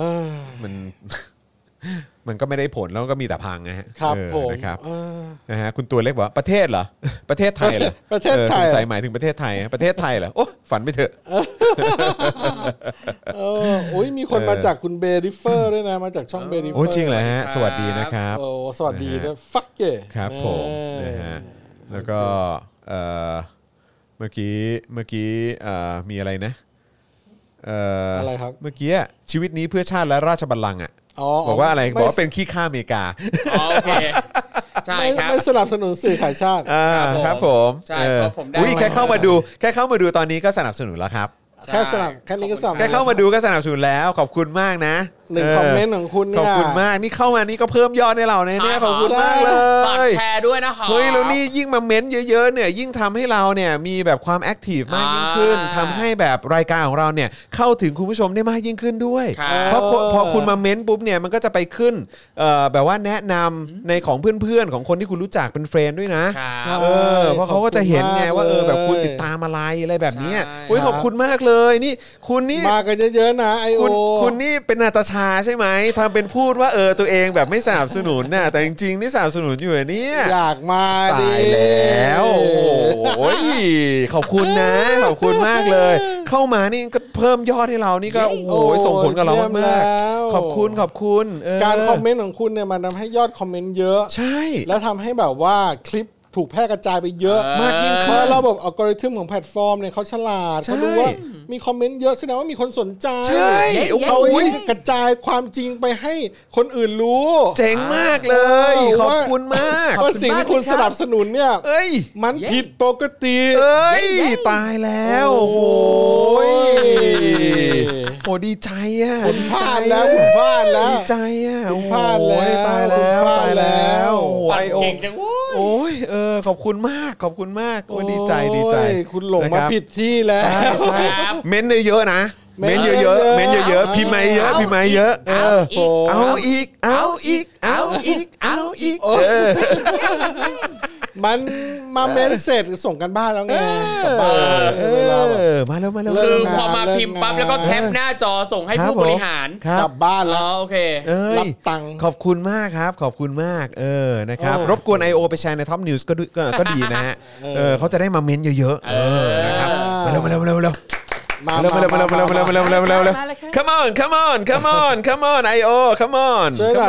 มันก็ไม่ได้ผลแล้วก็มีแต่พังนะฮะครับผมนะฮะคุณตัวเล็กบอกประเทศเหรอประเทศไทยเหรอประเทศไทยสงสัยหมายถึงประเทศไทยประเทศไทยเหรอโอ้ฝันไปเถอะโอ้ยมีคนมาจากคุณเบริฟเฟอร์ด้วยนะมาจากช่องเบริฟเฟอร์โอ้จริงเหรอฮะสวัสดีนะครับโอ้สวัสดีนะฟักเก้ครับผมนะฮะแล้วก็เมื่อกี้มีอะไรนะอะไรครับเมื่อกี้ชีวิตนี้เพื่อชาติและราชบัลลังก์อ่ะบอกว่าอะไรบอกว่าเป็นขี้ข้าอเมริกาโอเคใช่ครับไม่สนับสนุนสื่อขายชาติครับผมใช่เพราะผมได้แค่เข้ามาดูตอนนี้ก็สนับสนุนแล้วครับแค่นี้ก็สนับแค่เข้ามาดูก็สนับสนุนแล้วขอบคุณมากนะ 1คอมเมนต์ของคุณเนี่ยขอบคุณมากนี่เข้ามานี่ก็เพิ่มยอดให้เราเนี่ยขอบคุณมากเลยฝากแชร์ด้วยนะคะเฮ้ยแล้วนี่ยิ่งมาเม้นเยอะๆเนี่ยยิ่งทำให้เราเนี่ยมีแบบความแอคทีฟมากยิ่งขึ้นทำให้แบบรายการของเราเนี่ยเข้าถึงคุณผู้ชมได้มากยิ่งขึ้นด้วยเพราะพอคุณมาเม้นปุ๊บเนี่ยมันก็จะไปขึ้นแบบว่าแนะนำในของเพื่อนๆของคนที่คุณรู้จักเป็นเฟรนด์ด้วยนะเพราะเขาก็จะเห็นไงว่าแบบคุณติดตามอะไรแบบนี้เฮ้ยขอบคุณมากเลยนี่คุณนี่มากันเยอะๆนะไอโอคุณนี่เป็นนาตาชาใช่ไหมทำเป็นพูดว่าตัวเองแบบไม่สนับสนุนน่ะแต่จริงๆนี่สนับสนุนอยู่เนี่ยอยากมาดิตายแล้วโอ้ยขอบคุณนะขอบคุณมากเลยเข้ามานี่ก็เพิ่มยอดให้เรานี่ก็โอ้โหส่งผลกับเรามากขอบคุณการคอมเมนต์ของคุณเนี่ยมันทำให้ยอดคอมเมนต์เยอะใช่แล้วทำให้แบบว่าคลิปถูกแพร่กระจายไปเยอะมากยิ่งขึ้นระบบอัลกอริทึมของแพลตฟอร์มเนี่ยเขาฉลาดเขาดูว่ามีคอมเมนต์เยอะแสดงว่ามีคนสนใจเขากระจายความจริงไปให้คนอื่นรู้เจ๋งมากเลยขอบคุณมากว่าสิ่งที่คุณสนับสนุนเนี่ยมันผิดปกติตายแล้วโอ้โหดีใจอ่ะคุณพลาดแล้วคุณพลาดแล้วดีใจอ่ะคุณพลาดแล้วตายแล้วเก่งจังโอ้ยขอบคุณมากขอบคุณมากดีใจคุณหลงมาผิดที่แล้วใช่เม้นเยอะๆนะเม้นเยอะๆเม้นเยอะๆพิมพ์มาเยอะพิมพ์มาเยอะเอาอีกมันมาเมสเสร็จส่งกันบ้านแล้วไงมาแล้วคือพอมาพิมพ์ปั๊บแล้วก็แคปหน้าจอส่งให้ผู้บริหารกลับบ้านแล้วโอเครับตังค์ขอบคุณมากครับขอบคุณมากนะครับรบกวน IO ไปแชร์ใน Top News ก็ดีนะฮะเขาจะได้มาเม้นเยอะๆนะครับมาเร็วมาเร็ว come on IO come on ช่วยหน่อย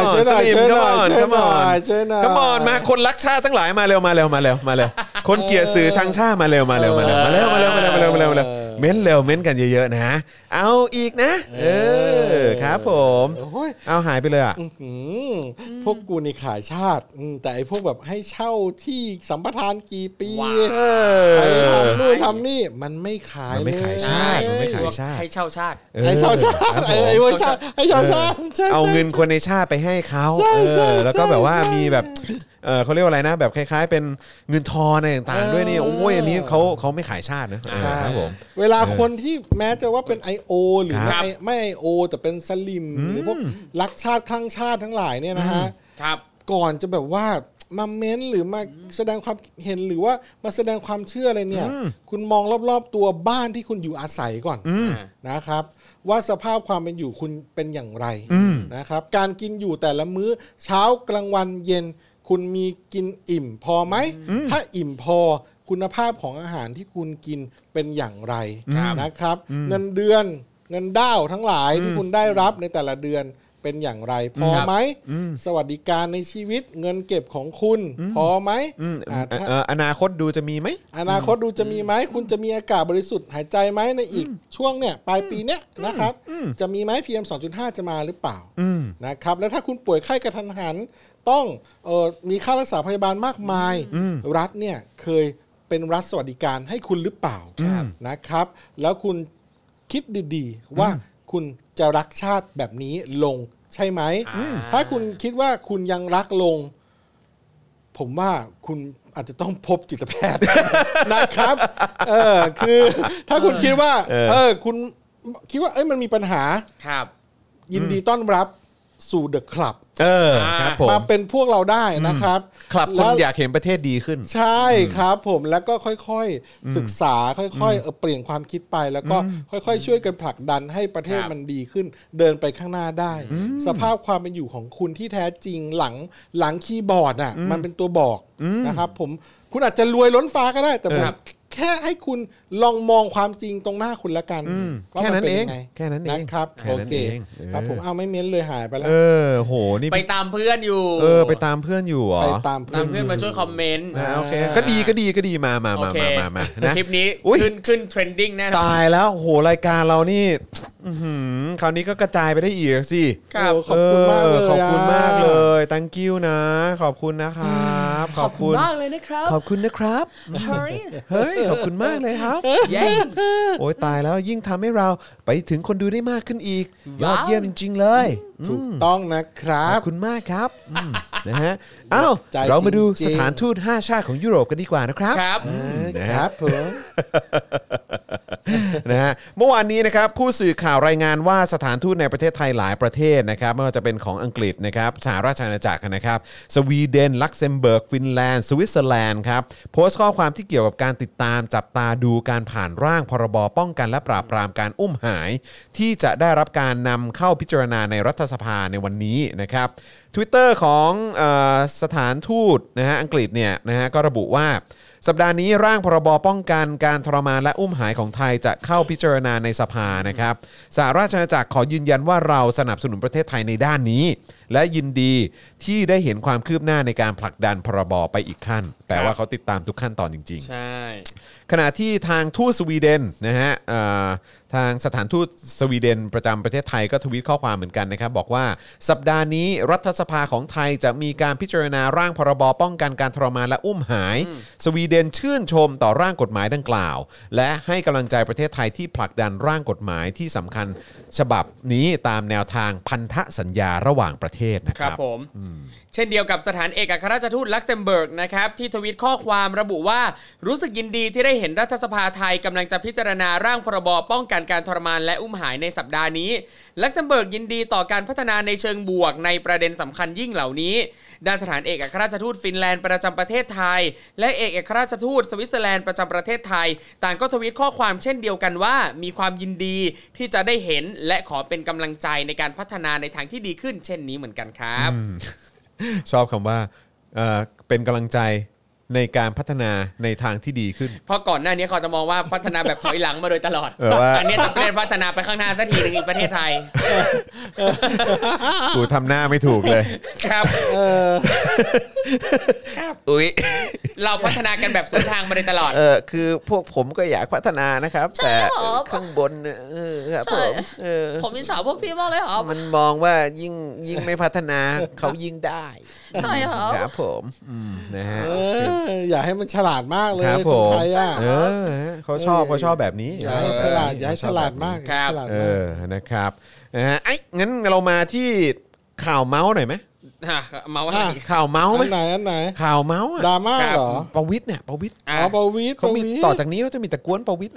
come on มาคนรักชาติทั้งหลายมาเร็วคนเกลียดสื่อชังชาติมาเร็วเม้นกันเยอะๆนะเอาอีกนะครับผมเอาหายไปเลยอ่ะพวกกูนี่ขายชาติแต่ไอ้พวกแบบให้เช่าที่สัมปทานกี่ปีไปทำนู่นทำนี่มันไม่ขายเลยให้เช่าชาติให้เช่าชาติให้เช่าชาติเอาเงินคนในชาติไปให้เขาแล้วก็แบบว่ามีแบบเขาเรียกว่าอะไรนะแบบคล้ายๆเป็นเงินทอนอะไรต่างๆด้วยนี่โอ้ยอันนี้เขาไม่ขายชาตินะครับผมเวลาคนที่แม้จะว่าเป็น IO หรือไม่ IO แต่เป็นสลิมหรือพวกรักชาติข้างชาติทั้งหลายเนี่ยนะฮะก่อนจะแบบว่ามาเม้นหรือมาแสดงความเห็นหรือว่ามาแสดงความเชื่ออะไรเนี่ยคุณมองรอบๆตัวบ้านที่คุณอยู่อาศัยก่อนนะครับว่าสภาพความเป็นอยู่คุณเป็นอย่างไรนะครับการกินอยู่แต่ละมื้อเช้ากลางวันเย็นคุณมีกินอิ่มพอไหมถ้าอิ่มพอคุณภาพของอาหารที่คุณกินเป็นอย่างไรนะครับเงินเดือนเงินดาวทั้งหลายที่คุณได้รับในแต่ละเดือนเป็นอย่างไรพอไหมสวัสดิการในชีวิตเงินเก็บของคุณพอไหมอนาคตดูจะมีไหมอนาคตดูจะมีไหมคุณจะมีอากาศบริสุทธิ์หายใจไหมในอีกช่วงเนี่ยปลายปีเนี้ยนะครับจะมีไหม PM 2.5 จะมาหรือเปล่านะครับแล้วถ้าคุณป่วยไข้กระทันหันต้องมีค่ารักษาพยาบาลมากมายรัฐเนี่ยเคยเป็นรัฐสวัสดิการให้คุณหรือเปล่านะครับแล้วคุณคิดดีๆว่าคุณจะรักชาติแบบนี้ลงใช่ไหมถ้าคุณคิดว่าคุณยังรักลงผมว่าคุณอาจจะต้องพบจิตแพทย์นะครับคือถ้าคุณคิดว่าคุณคิดว่ามันมีปัญหายินดีต้อนรับสู่เดอะคลับครับผมมาเป็นพวกเราได้นะครับคลับคนอยากเห็นประเทศดีขึ้นใช่ครับผมแล้วก็ค่อยๆศึกษาค่อยๆเปลี่ยนความคิดไปแล้วก็ค่อยๆช่วยกันผลักดันให้ประเทศมันดีขึ้นเดินไปข้างหน้าได้สภาพความเป็นอยู่ของคุณที่แท้จริงหลังคีย์บอร์ดน่ะมันเป็นตัวบอกนะครับผมคุณอาจจะรวยล้นฟ้าก็ได้แต่ผมแค่ให้คุณลองมองความจริงตรงหน้าคุณละกันแค่นั้นเองนะครับโอเคครับผมเอาไม่เม้นเลยหายไปแล้วโหนี่ไปตามเพื่อนอยู่ไปตามเพื่อนอยู่เหรอไปตามเพื่อนมาช่วยคอมเมนต์โอเคก็ดีมานะคลิปนี้ขึ้นเทรนดิ้งแน่นอนตายแล้วโหรายการเรานี่คราวนี้ก็กระจายไปได้อีกสิขอบคุณมากเลยขอบคุณมากเลย thank you นะขอบคุณนะครับขอบคุณมากเลยนะครับขอบคุณนะครับเฮ้ยขอบคุณมากเลยครับโอ้ยตายแล้วยิ่งทำให้เราไปถึงคนดูได้มากขึ้นอีกยอดเยี่ยมจริงๆเลยถูกต้องนะครับขอบคุณมากครับนะฮะเรามาดูสถานทูต5ชาติของยุโรปกันดีกว่านะครับครับผมนะฮะเมื่อวานนี้นะครับผู้สื่อข่าวรายงานว่าสถานทูตในประเทศไทยหลายประเทศนะครับไม่ว่าจะเป็นของอังกฤษนะครับสหราชอาณาจักรนะครับสวีเดนลักเซมเบิร์กฟินแลนด์สวิตเซอร์แลนด์ครับโพสต์ข้อความที่เกี่ยวกับการติดตามจับตาดูการผ่านร่างพรบป้องกันและปราบปรามการอุ้มหายที่จะได้รับการนำเข้าพิจารณาในรัฐสภาในวันนี้นะครับ Twitter ของสถานทูตนะฮะอังกฤษเนี่ยนะฮะก็ระบุว่าสัปดาห์นี้ร่างพรบป้องกันการทรมานและอุ้มหายของไทยจะเข้าพิจารณาในสภานะครับสหราชอาณาจักรขอยืนยันว่าเราสนับสนุนประเทศไทยในด้านนี้และยินดีที่ได้เห็นความคืบหน้าในการผลักดันพรบไปอีกขั้นแปลว่าเขาติดตามทุกขั้นตอนจริงๆใช่ขณะที่ทางทูตสวีเดนนะฮะทางสถานทูตสวีเดนประจำประเทศไทยก็ทวีตข้อความเหมือนกันนะครับบอกว่าสัปดาห์นี้รัฐสภาของไทยจะมีการพิจารณาร่างพรบป้องกันการทรมานและอุ้มหายสวีเดนชื่นชมต่อร่างกฎหมายดังกล่าวและให้กำลังใจประเทศไทยที่ผลักดันร่างกฎหมายที่สำคัญฉบับนี้ตามแนวทางพันธสัญญาระหว่างประเทศนะคครัรับ บผมเช่นเดียวกับสถานเอกอัครราชทูตลักเซมเบิร์กนะครับที่ทวีตข้อความระบุว่ารู้สึกยินดีที่ได้เห็นรัฐสภาไทยกำลังจะพิจารณาร่างพรบป้องกันการทรมานและอุ้มหายในสัปดาห์นี้ลักเซมเบิร์กยินดีต่อการพัฒนาในเชิงบวกในประเด็นสำคัญยิ่งเหล่านี้ด้านสถานเอกอัครราชทูตฟินแลนด์ประจำประเทศไทยและเอกอัครราชทูตสวิตเซอร์แลนด์ประจำประเทศไทยต่างก็ทวีตข้อความเช่นเดียวกันว่ามีความยินดีที่จะได้เห็นและขอเป็นกำลังใจในการพัฒนาในทางที่ดีขึ้นเช่นนี้เหมือนกันครับชอบคำว่าเป็นกำลังใจในการพัฒนาในทางที่ดีขึ้นเพราะก่อนหน้านี้เขาจะมองว่าพัฒนาแบบถอยหลังมาโดยตลอดอันนี้จะเป็นพัฒนาไปข้างหน้าสักทีนึงในประเทศไทยกูทำหน้าไม่ถูกเลยครับครับอุ๊ยเราพัฒนากันแบบสวนทางมาโดยตลอดคือพวกผมก็อยากพัฒนานะครับแต่ข้างบนครับผมอิจฉาพวกพี่มากเลยครับมันมองว่ายิ่งไม่พัฒนาเขายิ่งได้ใช่ครับผมนะฮะอย่าให้มันฉลาดมากเลยคนไทยอ่ะเขาชอบแบบนี้อย่าให้ฉลาดมากนะครับนะฮะงั้นเรามาที่ข่าวเมาส์หน่อยไหมเมาส์ข่าวเมาส์ไหมอันไหนข่าวเมาส์ดราม่าเหรอประวิตรเนี่ยประวิตรเขามีต่อจากนี้เขาจะมีแต่กวนประวิตร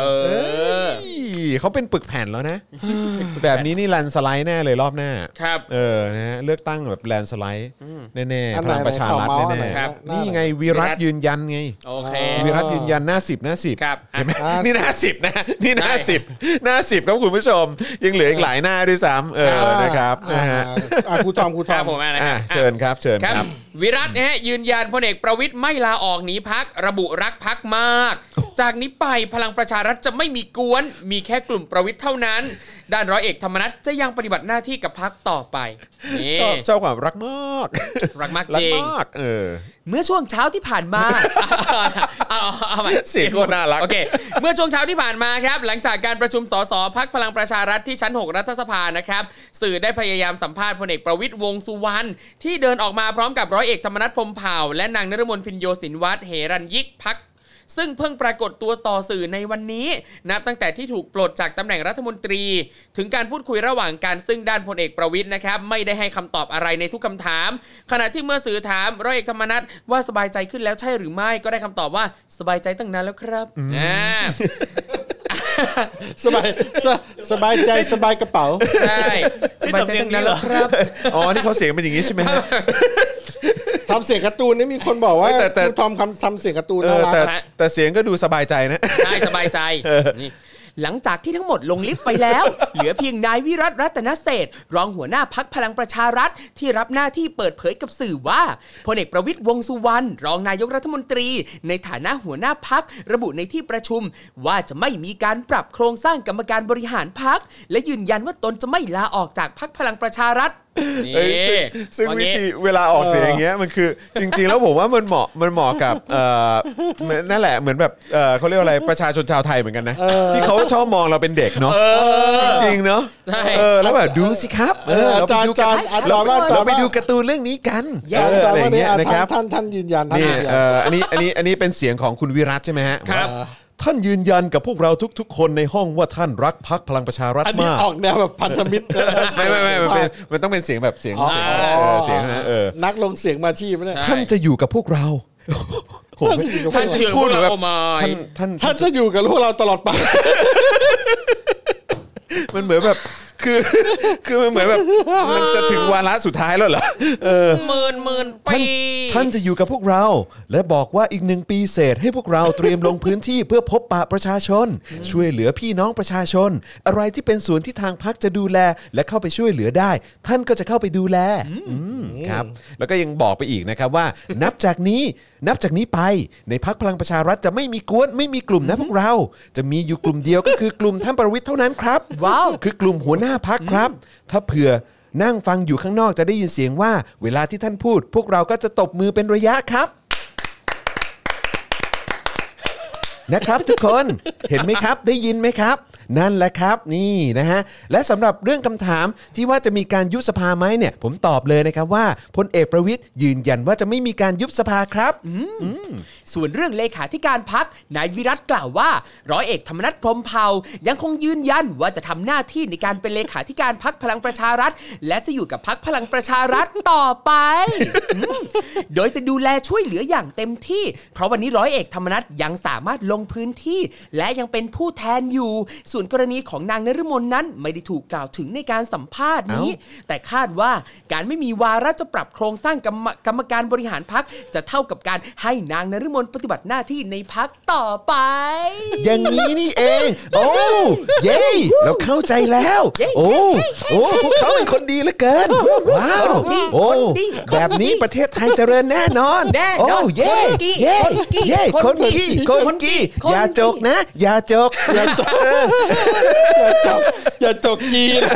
เขาเป็นปึกแผ่นแล้วนะแบบนี้นี่แลนสไลด์แน่เลยรอบหน้าครับนะฮะเลือกตั้งแบบแลนสไลด์แน่ๆพลังประชารัฐแน่ๆนี่ไงวีรัตยืนยันไงวีรัตยืนยันหน้า10เห็นไหมนี่หน้า10นะนี่หน้า10ครับคุณผู้ชมยังเหลืออีกหลายหน้าด้วยซ้ำนะครับนะฮะครูทอมเชิญครับวิรัตยืนยันพลเอกประวิตรไม่ลาออกหนีพักระบุรักพักมากจากนี้ไปพลังประชารัฐจะไม่มีกวนมีแค่กลุ่มประวิตรเท่านั้นด้านร้อยเอกธรรมนัสจะยังปฏิบัติหน้าที่กับพักต่อไปชอบความรักมากจริงเมื่อช่วงเช้าที่ผ่านมาเสียงโคตรน่ารักโอเคเมื่อช่วงเช้าที่ผ่านมาครับหลังจากการประชุมสสพรรคพลังประชารัฐที่ชั้น6รัฐสภานะครับสื่อได้พยายามสัมภาษณ์พลเอกประวิตรวงษ์สุวรรณที่เดินออกมาพร้อมกับร้อยเอกธรรมนัสพรหมเผ่าและนางนฤมลพินโยสินวัฒน์เหรัญยิกพรรคซึ่งเพิ่งปรากฏตัวต่อสื่อในวันนี้นับตั้งแต่ที่ถูกปลดจากตำแหน่งรัฐมนตรีถึงการพูดคุยระหว่างกันซึ่งด้านพลเอกประวิตรนะครับไม่ได้ให้คำตอบอะไรในทุกคำถามขณะที่เมื่อสื่อถามร้อยเอกธรรมนัสว่าสบายใจขึ้นแล้วใช่หรือไม่ก็ได้คำตอบว่าสบายใจตั้งนานแล้วครับสบายใจสบายกระเป๋าใช่สบายใจตั้งนานแล้วครับอ๋อนี่เขาเสียงเป็นอย่างนี้ใช่ไหมทำเสียงการ์ตูนนี่มีคนบอกว่าแต่ทำเสียงการ์ตูนน่ารักแต่เสียงก็ดูสบายใจนะใช่สบายใจนี่หลังจากที่ทั้งหมดลงลิฟต์ไปแล้วเหลือเพียงนายวิรัตรัตนเศรษฐ์รองหัวหน้าพรรคพลังประชารัฐที่รับหน้าที่เปิดเผยกับสื่อว่าพลเอกประวิตรวงษ์สุวรรณรองนายกรัฐมนตรีในฐานะหัวหน้าพรรคระบุในที่ประชุมว่าจะไม่มีการปรับโครงสร้างกรรมการบริหารพรรคและยืนยันว่าตนจะไม่ลาออกจากพรรคพลังประชารัฐซึ่งวิธีเวลาออกเสียงอย่างเงี้ยมันคือจริงๆแล้วผมว่ามันเหมาะกับนั่นแหละเหมือนแบบเขาเรียกอะไรประชาชนชาวไทยเหมือนกันนะที่เขาชอบมองเราเป็นเด็กเนาะจริงเนาะแล้วแบบดูสิครับอาจารย์เราไปดูการ์ตูนเรื่องนี้กันอะไรอย่างเงี้ยนะครับท่านยืนยันนี่อันนี้เป็นเสียงของคุณวิรัตใช่ไหมฮะท่านยืนยันกับพวกเราทุกๆคนในห้องว่าท่านรักพรรคพลังประชารัฐมากอันนี้ออกแนวแบบพันธมิตรไม่มันต้องเป็นเสียงแบบเสียงนักลงเสียงมาชีพเนี่ยท่านจะอยู่กับพวกเราท่านจะพูดแบบท่านจะอยู่กับพวกเราตลอดไปมันเหมือนแบบคือมันเหมือนแบบมันจะถึงวาระสุดท้ายแล้วเหรอหมื่นปีท่านจะอยู่กับพวกเราและบอกว่าอีก1 ปีเศษให้พวกเราเตรียมลงพื้นที่เพื่อพบปะประชาชนช่วยเหลือพี่น้องประชาชนอะไรที่เป็นส่วนที่ทางพรรคจะดูแลและเข้าไปช่วยเหลือได้ท่านก็จะเข้าไปดูแลครับแล้วก็ยังบอกไปอีกนะครับว่านับจากนี้ไปในพรรคพลังประชารัฐจะไม่มีกวนไม่มีกลุ่มนะพวกเราจะมีอยู่กลุ่มเดียวก็คือกลุ่มท่านประวิตรเท่านั้นครับว้าวคือกลุ่มหัวหน้าพรรคครับถ้าเผื่อนั่งฟังอยู่ข้างนอกจะได้ยินเสียงว่าเวลาที่ท่านพูดพวกเราก็จะตบมือเป็นระยะครับนะครับทุกคนเห็นไหมครับได้ยินไหมครับนั่นแหละครับนี่นะฮะและสำหรับเรื่องคำถามที่ว่าจะมีการยุบสภาไหมเนี่ยผมตอบเลยนะครับว่าพลเอกประวิตรยืนยันว่าจะไม่มีการยุบสภาครับส่วนเรื่องเลขาธิการพรรคนายวิรัตกล่าวว่าร้อยเอกธรรมนัสพรหมเผ่ายังคงยืนยันว่าจะทำหน้าที่ในการเป็นเลขาธิการพรรคพลังประชารัฐและจะอยู่กับพรรคพลังประชารัฐต่อไปโดยจะดูแลช่วยเหลืออย่างเต็มที่เพราะวันนี้ร้อยเอกธรรมนัสยังสามารถลงพื้นที่และยังเป็นผู้แทนอยู่ส่วนกรณีของนางนฤมลนั้นไม่ได้ถูกกล่าวถึงในการสัมภาษณ์นี้แต่คาดว่าการไม่มีวาระจะปรับโครงสร้างกรรมการบริหารพรรคจะเท่ากับการให้นางนฤมลปฏิบัติหน้าที่ในพรรคต่อไปอย่างนี้นี่เองโอ้เย้เราเข้าใจแล้วโอ้พวกเขาเป็นคนดีเหลือเกินว้าวโอ้แบบนี้ประเทศไทยเจริญแน่นอนโอ้เย้คนกี้อย่าจกนะอย่าจกกีนะ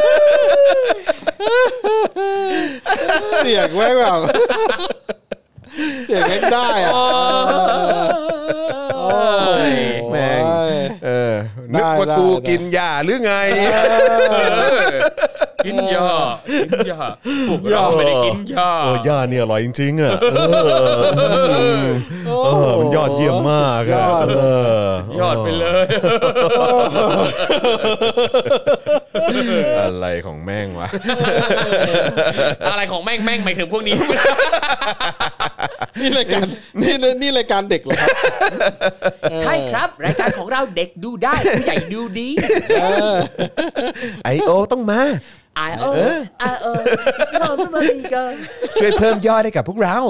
เสียงแม่งแบบเสียงไม่ได้อ่ะแม่งนึกว่ากูกินยาหรือไงกินยาพวกเราไม่ได้กินยายาเนี่ยอร่อยจริงๆอ่ะมันยอดเยี่ยมมากยอดไปเลยอะไรของแม่งวะอะไรของแม่งหมายถึงพวกนี้นี่รายการเด็กเหรอครับใช่ครับรายการของเราเด็กดูได้ผู้ใหญ่ดูดี IO ต้องมา IO ช่วยเพิ่มยอดให้กับพวกเรา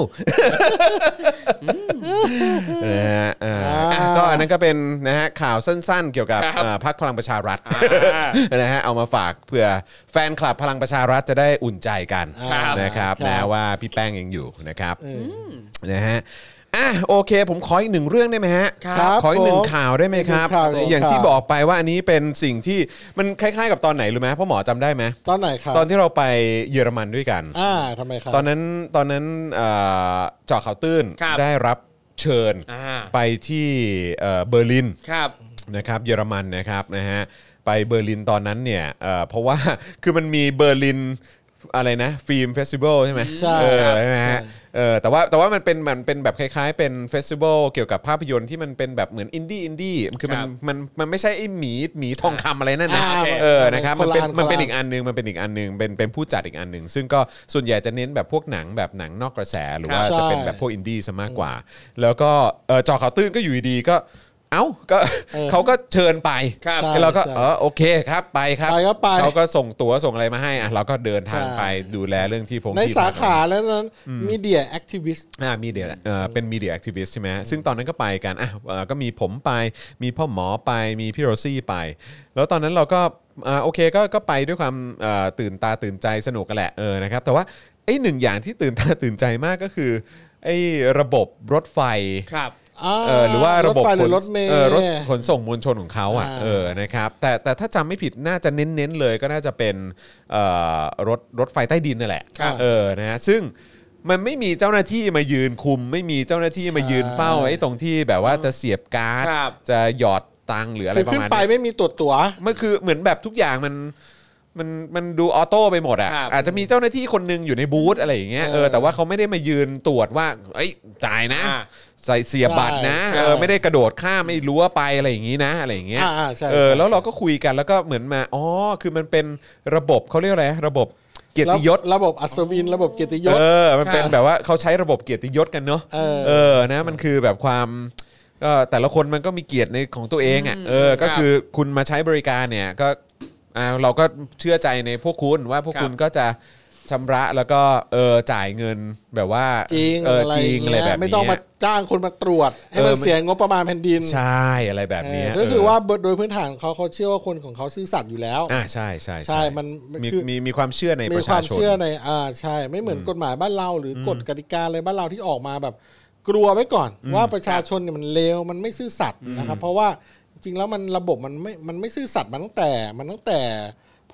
ก็อันนั้นก็เป็นนะฮะข่าวสั้นๆเกี่ยวกับพรรคพลังประชารัฐนะฮะเอามาฝากเพื่อแฟนคลับพลังประชารัฐจะได้อุ่นใจกันนะครับนะว่าพี่แป้งยังอยู่นะครับนะฮะโอเคผมขออีกหนึ่งเรื่องได้ไหมฮะขออีกหนึ่งข่าวได้ไหมครับอย่างที่บอกไปว่าอันนี้เป็นสิ่งที่มันคล้ายๆกับตอนไหนรู้ไหมพ่อหมอจำได้ไหมตอนไหนครับตอนที่เราไปเยอรมันด้วยกันทำไมครับตอนนั้นเจาะข่าวตื้นได้รับเชิญไปที่เบอร์ลินนะครับเยอรมันนะครับนะฮะไปเบอร์ลินตอนนั้นเนี่ยเพราะว่าคือมันมีเบอร์ลินอะไรนะฟิล์มเฟสติวัลใช่ไหมใช่ไหมฮะแต่ว่ามันเป็นแบบคล้ายๆเป็นเฟสติวัลเกี่ยวกับภาพยนตร์ที่มันเป็นแบบเหมือนอินดี้คือมันไม่ใช่ไอ้หมีทองคำอะไรนั่นนะนะครับมันเป็นอีกอันนึงเป็นผู้จัดอีกอันนึงซึ่งก็ส่วนใหญ่จะเน้นแบบพวกหนังแบบหนังนอกกระแสหรือว่าจะเป็นแบบพวกอินดี้ซะมากกว่าแล้วก็จอข่าวตื้นก็อยู่ดีก็ก็เขาก็เชิญไปเราก็โอเคครับไปครับเขาก็ส่งตั๋วส่งอะไรมาให้เราก็เดินทางไปดูแลเรื่องที่ในสาขาแล้วนั้นมีเดียแอคทิวิสต์มีเดียเป็นมีเดียแอคทิวิสต์ใช่ไหมซึ่งตอนนั้นก็ไปกันก็มีผมไปมีพ่อหมอไปมีพี่โรซี่ไปแล้วตอนนั้นเราก็โอเคก็ไปด้วยความตื่นตาตื่นใจสนุกกันแหละนะครับแต่ว่าไอ้หนึ่งอย่างที่ตื่นตาตื่นใจมากก็คือไอ้ระบบรถไฟหรือว่าระบบรถขนส่งมวลชนของเขานะครับแต่ถ้าจำไม่ผิดน่าจะเน้นเลยก็น่าจะเป็นรถไฟใต้ดินนั่นแหละนะฮะซึ่งมันไม่มีเจ้าหน้าที่มายืนคุมไม่มีเจ้าหน้าที่มายืนเฝ้าไอ้ตรงที่แบบว่าจะเสียบการ์ดจะหยอดตังค์หรืออะไรประมาณนี้ขึ้นไปไม่มีตั๋วมันคือเหมือนแบบทุกอย่างมันดูออโต้ไปหมดอาจจะมีเจ้าหน้าที่คนนึงอยู่ในบูธอะไรอย่างเงี้ยแต่ว่าเขาไม่ได้มายืนตรวจว่าจ่ายนะใส่เสียบัตรนะไม่ได้กระโดดข้ามไม่รั้วไปอะไรอย่างงี้นะอะไรอย่างเงี้ยแล้วเราก็คุยกันแล้วก็เหมือนมาคือมันเป็นระบบเขาเรียกอะไรระบบเกียรติยศระบบอัศวินระบบเกียรติยศมันเป็นแบบว่าเขาใช้ระบบเกียรติยศกันเนาะนะมันคือแบบความแต่ละคนมันก็มีเกียรติในของตัวเองก็คือคุณมาใช้บริการเนี่ยก็เราก็เชื่อใจในพวกคุณว่าพวกคุณก็จะชำระแล้วก็จ่ายเงินแบบว่าจริงอะไรแบบนี้ไม่ต้องมาจ้างคนมาตรวจให้มันเสียงบประมาณแผ่นดินใช่อะไรแบบนี้ก็คือว่าโดยพื้นฐานเขาเชื่อว่าคนของเขาซื่อสัตย์อยู่แล้วใช่ใช่มันมีความเชื่อในประชาชนมีความเชื่อในใช่ไม่เหมือนกฎหมายบ้านเราหรือกฎกติกาอะไรบ้านเราที่ออกมาแบบกลัวไว้ก่อนว่าประชาชนเนี่ยมันเลวมันไม่ซื่อสัตย์นะครับเพราะว่าจริงแล้วมันระบบมันไม่ซื่อสัตย์มันตั้งแต่ผู้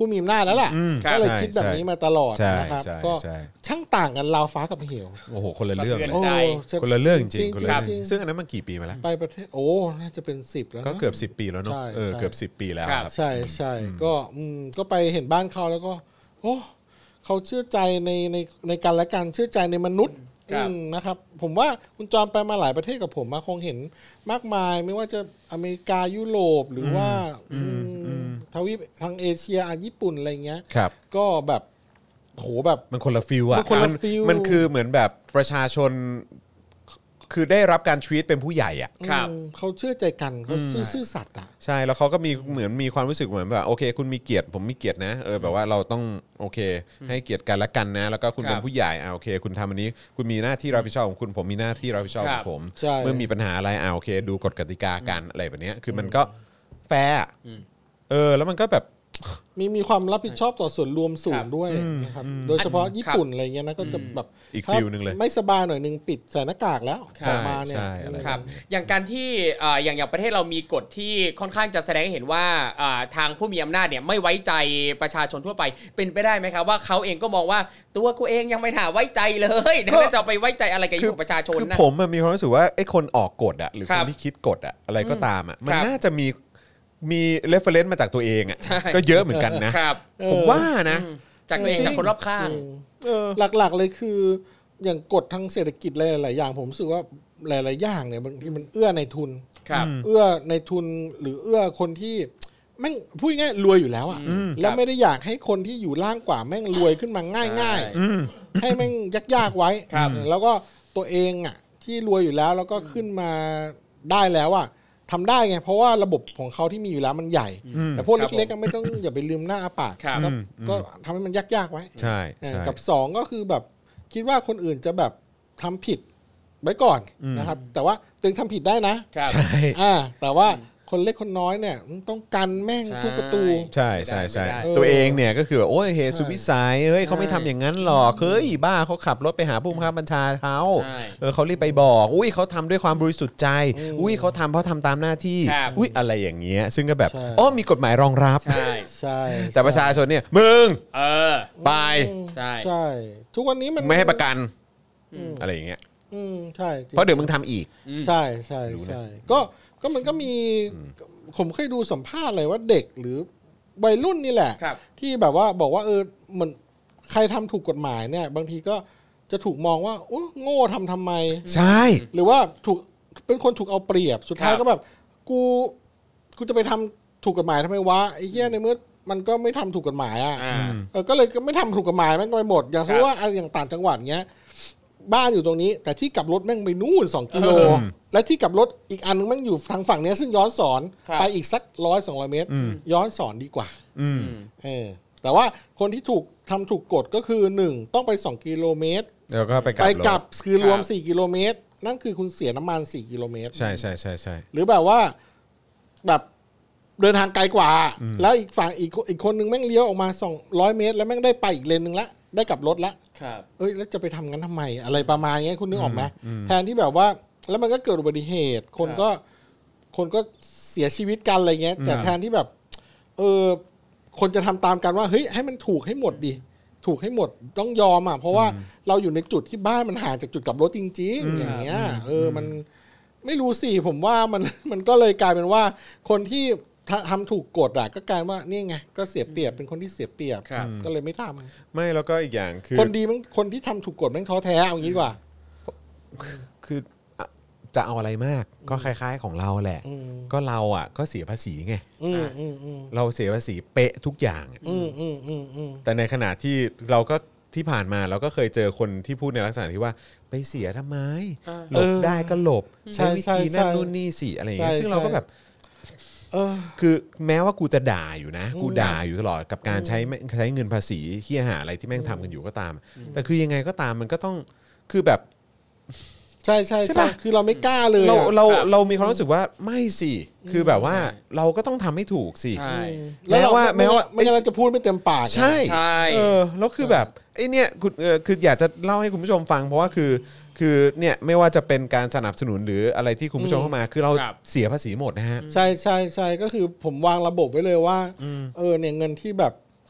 ผู้มีอำนาจแล้วล่ะก็เลยคิดแบบนี้มาตลอดนะครับก็ช่างต่างกันราวฟ้ากับเหวโอ้โหคนละเรื่องคนละเรื่องจริงคนละเรื่องซึ่งอันนั้นมันกี่ปีมาแล้วไปประเทศโอ้น่าจะเป็น10แล้วก็เกือบ10ปีแล้วเนาะเกือบ10ปีแล้วใช่ก็ไปเห็นบ้านเขาแล้วก็โอ้เขาเชื่อใจในกันและกันเชื่อใจในมนุษย์นะครับผมว่าคุณจอมไปมาหลายประเทศกับผมมาคงเห็นมากมายไม่ว่าจะอเมริกายุโรปหรือว่าทวีปทางเอเชียญี่ปุ่นอะไรเงี้ยก็แบบโหแบบมันคนละฟิลอะมันคือเหมือนแบบประชาชนคือได้รับการทรีตเป็นผู้ใหญ่อ่ะเขาเชื่อใจกันเขาซื่อสัตย์อ่ะใช่แล้วเขาก็มีเหมือนมีความรู้สึกเหมือนแบบโอเคคุณมีเกียรติผมมีเกียรตินะแบบว่าเราต้องโอเคให้เกียรติกันและกันนะแล้วก็คุณเป็นผู้ใหญ่โอเคคุณทำอันนี้คุณมีหน้าที่รับผิดชอบของคุณผมมีหน้าที่รับผิดชอบของผมเมื่อมีปัญหาอะไรโอเคดูกฎกติกากันอะไรแบบนี้คือมันก็แฟร์แล้วมันก็แบบมีความรับผิดชอบต่อส่วนรวมสูงด้วยนะครับโดยเฉพาะญี่ปุ่นอะไรเงี้ยนะก็จะแบบอีกฟิลนึงเลยไม่สบายหน่อยนึงปิดใส่หน้ากากแล้วออกมาเนี่ยครับอย่างการที่อย่างประเทศเรามีกฎที่ค่อนข้างจะแสดงให้เห็นว่าทางผู้มีอำนาจเนี่ยไม่ไว้ใจประชาชนทั่วไปเป็นไปได้ไหมครับว่าเขาเองก็มองว่าตัวกูเองยังไม่น่าไว้ใจเลยแล้วจะไปไว้ใจอะไรกับประชาชนนะคือผมมีความรู้สึกว่าไอ้คนออกกฎหรือคนที่คิดกฎอะไรก็ตามมันน่าจะมีเรฟเฟอเรนซ์มาจากตัวเองก็เยอะเหมือนกันนะผมว่านะจากตัวเองจากคนรอบข้างหลักๆเลยคืออย่างกฎทางเศรษฐกิจหลายๆอย่างผมรู้สึกว่าหลายๆอย่างเนี่ยบางทีมันเอื้อในทุนเอื้อในทุนหรือเอื้อคนที่แม่งพูดง่ายรวยอยู่แล้วอ่ะแล้วไม่ได้อยากให้คนที่อยู่ล่างกว่าแม่งรวยขึ้นมาง่ายๆให้แม่งยากๆไว้แล้วก็ตัวเองอ่ะที่รวยอยู่แล้วแล้วก็ขึ้นมาได้แล้วอ่ะทำได้ไงเพราะว่าระบบของเขาที่มีอยู่แล้วมันใหญ่แต่พวกเล็กๆก็ไม่ต้องอย่าไปลืมหน้าปากก็ทำให้มันยากๆไว้ใช่กับ2ก็คือแบบคิดว่าคนอื่นจะแบบทำผิดไว้ก่อนนะครับแต่ว่าตึงทำผิดได้นะใช่แต่ว่าคนเล็กคนน้อยเนี่ยต้องกันแม่งทุกประตูใช่ตัวเองเนี่ยก็คือโอ้ยเหตุสุดวิสัยเฮ้ยเขาไม่ทำอย่างนั้นหรอกเฮ้ยบ้าเขาขับรถไปหาผู้บังคับบัญชาเขาเขารีบไปบอกอุ้ยเขาทำด้วยความบริสุทธิ์ใจอุ้ยเขาทำเพราะทำตามหน้าที่อุ้ยอะไรอย่างเงี้ยซึ่งก็แบบมีกฎหมายรองรับใช่แต่ประชาชนเนี่ยมึงไปใช่ทุกวันนี้มันไม่ให้ประกันอะไรอย่างเงี้ยใช่เพราะเดี๋ยวมึงทำอีกใช่ก็มันก็มีผมเคยดูสัมภาษณ์เลยว่าเด็กหรือวัยรุ่นนี่แหละที่แบบว่าบอกว่ามันใครทำถูกกฎหมายเนี่ยบางทีก็จะถูกมองว่าโง่ทำไมใช่หรือว่าถูกเป็นคนถูกเอาเปรียบสุดท้ายก็แบบกูจะไปทำถูกกฎหมายทำไมวะไอ้เหี้ยในเมื่อมันก็ไม่ทำถูกกฎหมายก็เลยก็ไม่ทำถูกกฎหมายมันก็ไปหมดอย่างเช่นว่าอย่างต่างจังหวัดเงี้ยบ้านอยู่ตรงนี้แต่ที่กลับรถแม่งไปนู่น2 กิโลและที่กลับรถอีกอันนึงแม่งอยู่ทางฝั่งนี้ซึ่งย้อนสอนไปอีกสัก100-200 เมตรย้อนสอนดีกว่าแต่ว่าคนที่ทำถูกกฎก็คือ1ต้องไป2 กิโลเมตรแล้วก็ไปกลับคือรวม4 กิโลเมตรนั่นคือคุณเสียน้ำมัน4 กิโลเมตรใช่หรือแบบว่าแบบเดินทางไกลกว่าแล้วอีกฝั่งอีกคนนึงแม่งเลี้ยวออกมา200 เมตรแล้วแม่งได้ไปอีกเลนนึงละได้กลับรถละแล้วจะไปทำงั้นทำไมอะไรประมาณนี้คุณนึกออกไหมแทนที่แบบว่าแล้วมันก็เกิดอุบัติเหตุคนก็เสียชีวิตกันอะไรเงี้ยแต่แทนที่แบบคนจะทำตามกันว่าเฮ้ยให้มันถูกให้หมดดิถูกให้หมดต้องยอมเพราะว่าเราอยู่ในจุดที่บ้านมันห่างจากจุดกลับรถจริงๆอย่างเงี้ยมันไม่รู้สิผมว่ามันก็เลยกลายเป็นว่าคนที่ทำถูกกฎก็กลายว่านี่ไงก็เสียเปรียบเป็นคนที่เสียเปรียบก็เลยไม่ทำไม่แล้วก็อีกอย่างคือคนดีมันคนที่ทำถูกกฎแม่งท้อแท้เอางี้ดีกว่าคือจะเอาอะไรมากก็คล้ายๆของเราแหละก็เราก็เสียภาษีไงเราเสียภาษีเป๊ะทุกอย่างแต่ในขณะที่เราก็ที่ผ่านมาเราก็เคยเจอคนที่พูดในลักษณะที่ว่าไปเสียทำไมหลบได้ก็หลบใช้วิธีนั่นนู่นนี่สิอะไรอย่างเงี้ยซึ่งเราก็แบบคือแม้ว่ากูจะด่าอยู่นะกูด่าอยู่ตลอดกับการใช้เงินภาษีเหี้ยหาอะไรที่แม่งทำกันอยู่ก็ตามแต่คือยังไงก็ตามมันก็ต้องคือแบบใช่คือเราไม่กล้าเลยเรามีความรู้สึกว่าไม่สิคือแบบว่าเราก็ต้องทำให้ถูกสิแม้ว่าไม่งั้นเราจะพูดไม่เต็มปากใช่แล้วคือแบบไอ้เนี่ยคืออยากจะเล่าให้คุณผู้ชมฟังเพราะว่าคือเนี่ยไม่ว่าจะเป็นการสนับสนุนหรืออะไรที่คุณผู้ชมเข้ามาคือเราเสียภาษีหมดนะฮะใช่ก็คือผมวางระบบไว้เลยว่าเนี่ยเงินที่แบบ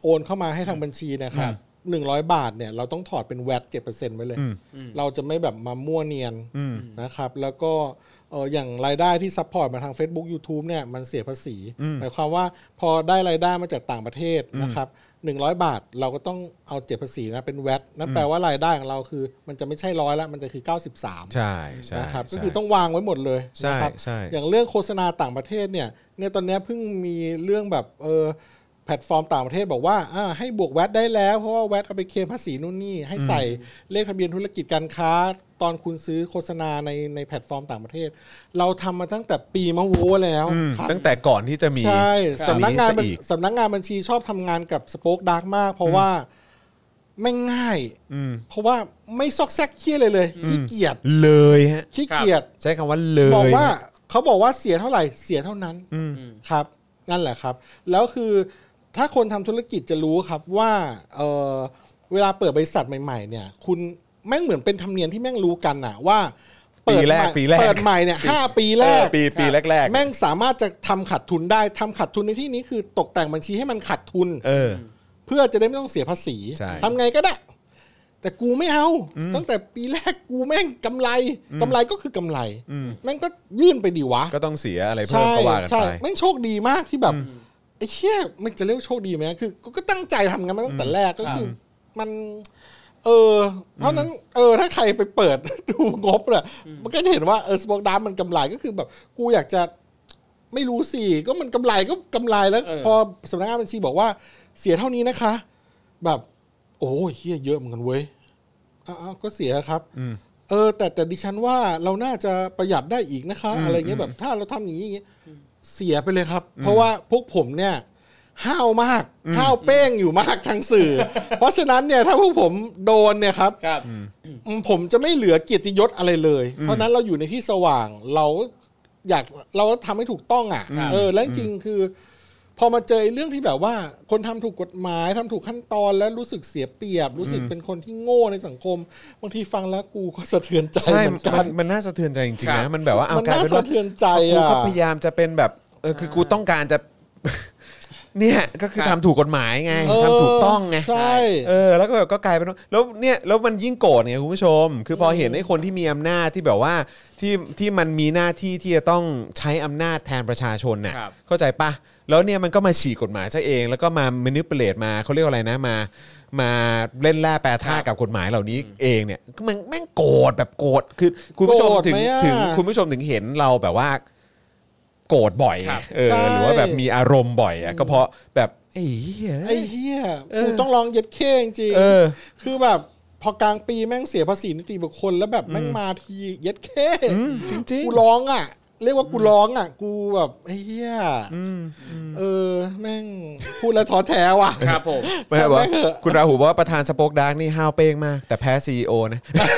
โอนเข้ามาให้ทางบัญชีนะครับ100 บาทเนี่ยเราต้องถอดเป็น VAT 7% ไว้เลยเราจะไม่แบบมามั่วเนียนนะครับแล้วก็อย่างรายได้ที่ซัพพอร์ตมาทาง Facebook YouTube เนี่ยมันเสียภาษีหมายความว่าพอได้รายได้มาจากต่างประเทศนะครับ100 บาทเราก็ต้องเอา7ภาษีนะเป็น VAT นั่นแปลว่ารายได้ของเราคือมันจะไม่ใช่100แล้วมันจะคือ93 ใช่นะครับก็คือต้องวางไว้หมดเลยนะครับอย่างเรื่องโฆษณาต่างประเทศเนี่ยตอนนี้เพิ่งมีเรื่องแบบแพลตฟอร์มต่างประเทศบอกว่าให้บวกแวตได้แล้วเพราะว่าแวตเอาไปเคลมภาษีนู่นนี่ให้ใส่เลขทะเบียนธุรกิจการค้าตอนคุณซื้อโฆษณาในแพลตฟอร์มต่างประเทศเราทำมาตั้งแต่ปีมะโวแล้วตั้งแต่ก่อนที่จะมีใช่สำนักงานบัญชีชอบทำงานกับสโป๊กดาร์กมากเพราะว่าไม่ง่ายเพราะว่าไม่ซอกแซกเคี้ยเลยขี้เกียจเลยฮะขี้เกียจใช้คำว่าเลยบอกว่าเขาบอกว่าเสียเท่าไหร่เสียเท่านั้นครับนั่นแหละครับแล้วคือถ้าคนทำธุรกิจจะรู้ครับว่าเวลาเปิดบริษัทใหม่ๆเนี่ยคุณแม่งเหมือนเป็นธรรมเนียมที่แม่งรู้กันน่ะว่าปีแรกเปิดใหม่เนี่ย5 ปีแรกปีแรกแม่งสามารถจะทำขาดทุนได้ทำขาดทุนในที่นี้คือตกแต่งบัญชีให้มันขาดทุนเพื่อจะได้ไม่ต้องเสียภาษีทำไงก็ได้แต่กูไม่เอาตั้งแต่ปีแรกกูแม่งกำไรก็คือกำไรแม่งก็ยื่นไปดีวะก็ต้องเสียอะไรเพิ่มก็ว่ากันไปแม่งโชคดีมากที่แบบไอ้เชี่ยมันจะเรียกโชคดีไหมคือก็ตั้งใจทำงานมาตั้งแต่แรกก็คือมันเพราะนั้นถ้าใครไปเปิดดูงบน่ะมันก็จะเห็นว่าสปอคดาร์มันกำไรก็คือแบบกูอยากจะไม่รู้สิก็มันกำไรก็กำไรแล้วพอสำนักงานบัญชีบอกว่าเสียเท่านี้นะคะแบบโอ้ยเฮียเยอะเหมือนกันเว้ยก็เสียครับแต่ดิฉันว่าเราน่าจะประหยัดได้อีกนะคะอะไรเงี้ยแบบถ้าเราทำอย่างนี้เสียไปเลยครับเพราะว่าพวกผมเนี่ยห้าวมากห้าวเป้งอยู่มากทางสื่อเพราะฉะนั้นเนี่ยถ้าพวกผมโดนเนี่ยครับผมจะไม่เหลือเกียรติยศอะไรเลยเพราะนั้นเราอยู่ในที่สว่างเราทำให้ถูกต้องแล้วจริงคือพอมาเจอเรื่องที่แบบว่าคนทำถูกกฎหมายทำถูกขั้นตอนแล้วรู้สึกเสียเปรียบรู้สึกเป็นคนที่โง่ในสังคมบางทีฟังแล้วกูก็สะเทือนใจเหมือนกันมันน่าสะเทือนใจจริงๆนะมันแบบว่ามันน่าสะเทือนใจกูก็พยายามจะเป็นแบบคือกูต้องการจะเนี่ยก็คือทำถูกกฎหมายไงทำถูกต้องไงใช่แล้วก็แบบก็กลายเป็นแล้วเนี่ยแล้วมันยิ่งโกรธไงคุณผู้ชมคือพอเห็นไอ้คนที่มีอำนาจที่แบบว่าที่มันมีหน้าที่ที่จะต้องใช้อำนาจแทนประชาชนเนี่ยเข้าใจปะแล้วเนี่ยมันก็มาฉีกกฎหมายซะเองแล้วก็มา manipulate มาเขาเรียกว่าอะไรนะมาเล่นแร่แปรธาตุกับกฎหมายเหล่านี้เองเนี่ยมันแม่งโกรธแบบโกรธคือคุณผู้ชมถึงคุณผู้ชมถึงเห็นเราแบบว่าโกรธบ่อยหรือว่าแบบมีอารมณ์บ่อยก็เพราะแบบไอ้เหี้ยกูต้องลองเย็ดเข้จริงคือแบบพอกลางปีแม่งเสียภาษีนิติบุคคลแล้วแบบแม่งมาทีเย็ดเข้จริงๆกูร้องเรียกว่ากูร้องกูแบบไอ้เหี้ยแม่งพูดแล้วท้อแท้ว่ะครับผมไม่บอกคุณราหูบอกว่าประธานสป็อคดาร์กนี่ห้าวเป้งมากแต่แพ้ CEO นะ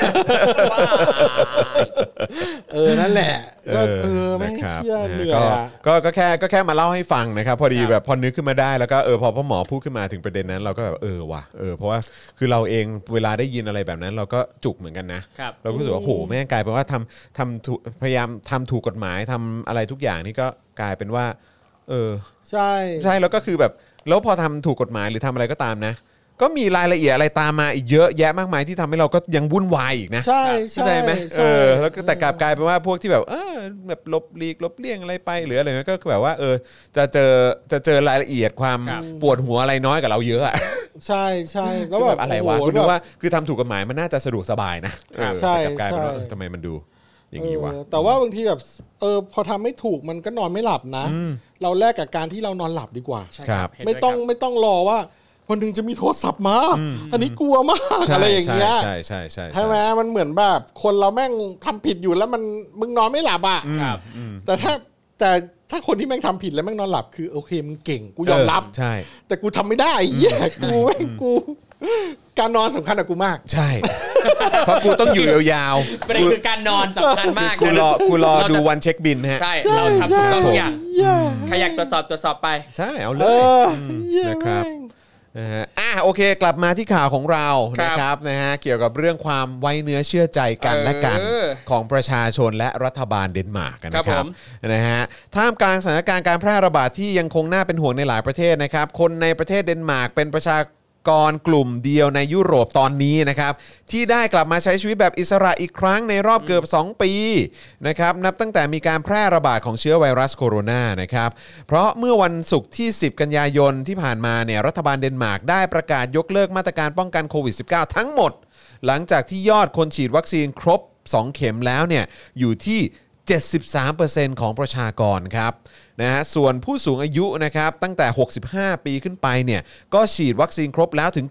นั่นแหละไม่เหี้ยเหนื่อยก็แค่มาเล่าให้ฟังนะครับพอดีแบบพอนึกขึ้นมาได้แล้วก็พอพ่อหมอพูดขึ้นมาถึงประเด็นนั้นเราก็แบบว่ะเพราะว่าคือเราเองเวลาได้ยินอะไรแบบนั้นเราก็จุกเหมือนกันนะเราก็รู้สึกว่าโหแม่งกลายเป็นว่าพยายามทำถูกกฎหมายทำอะไรทุกอย่างนี่ก็กลายเป็นว่าใช่แล้วก็คือแบบแล้วพอทำถูกกฎหมายหรือทำอะไรก็ตามนะก็มีรายละเอียดอะไรตามมาอีกเยอะแยะมากมายที่ทำให้เราก็ยังวุ่นวายอีกนะใช่ไหมแล้วก็แต่กลายเป็นว่าพวกที่แบบแบบลบเลี่ยงอะไรไปหรืออะไรก็แบบว่าจะเจอรายละเอียดความปวดหัวอะไรน้อยกับเราเยอะอ่ะใช่ก็แบบอะไรวะคุณนึกว่าคือทำถูกกฎหมายมันน่าจะสะดวกสบายนะแต่กลายเป็นว่าทำไมมันดูอย่างนี้วะแต่ว่าบางทีแบบพอทำไม่ถูกมันก็นอนไม่หลับนะเราแลกกับการที่เรานอนหลับดีกว่าไม่ต้องรอว่าวันหนึ่งจะมีโทรศัพท์มาอันนี้กลัวมากอะไรอย่างเงี้ยใช่ไหมมันเหมือนแบบคนเราแม่งทำผิดอยู่แล้วมึงนอนไม่หลับอ่ะแต่ถ้าคนที่แม่งทำผิดแล้วแม่งนอนหลับคือโอเคมึงเก่งกูยอมรับแต่กูทำไม่ได้แย่กูการนอนสำคัญกับกูมากใช่เพราะกูต้องอยู่ยาวๆประเด็นคือการนอนสำคัญมากกูรอดูวันเช็คบินฮะใช่เราทำถูกต้องทุกอย่างใครอยากตรวจสอบไปใช่เอาเลยนะครับโอเคกลับมาที่ข่าวของเรานะครับนะฮะเกี่ยวกับเรื่องความไว้เนื้อเชื่อใจกันและกันของประชาชนและรัฐบาลเดนมาร์กนะครับนะฮะท่ามกลางสถานการณ์การแพร่ระบาดที่ยังคงน่าเป็นห่วงในหลายประเทศนะครับคนในประเทศเดนมาร์กเป็นประชากรกลุ่มเดียวในยุโรปตอนนี้นะครับที่ได้กลับมาใช้ชีวิตแบบอิสระอีกครั้งในรอบเกือบ2 ปีนะครับนับตั้งแต่มีการแพร่ระบาดของเชื้อไวรัสโคโรนานะครับเพราะเมื่อวันศุกร์ที่10กันยายนที่ผ่านมาเนี่ยรัฐบาลเดนมาร์กได้ประกาศยกเลิกมาตรการป้องกันโควิด -19 ทั้งหมดหลังจากที่ยอดคนฉีดวัคซีนครบ2 เข็มแล้วเนี่ยอยู่ที่73% ของประชากรครับนะฮะส่วนผู้สูงอายุนะครับตั้งแต่65 ปีขึ้นไปเนี่ยก็ฉีดวัคซีนครบแล้วถึง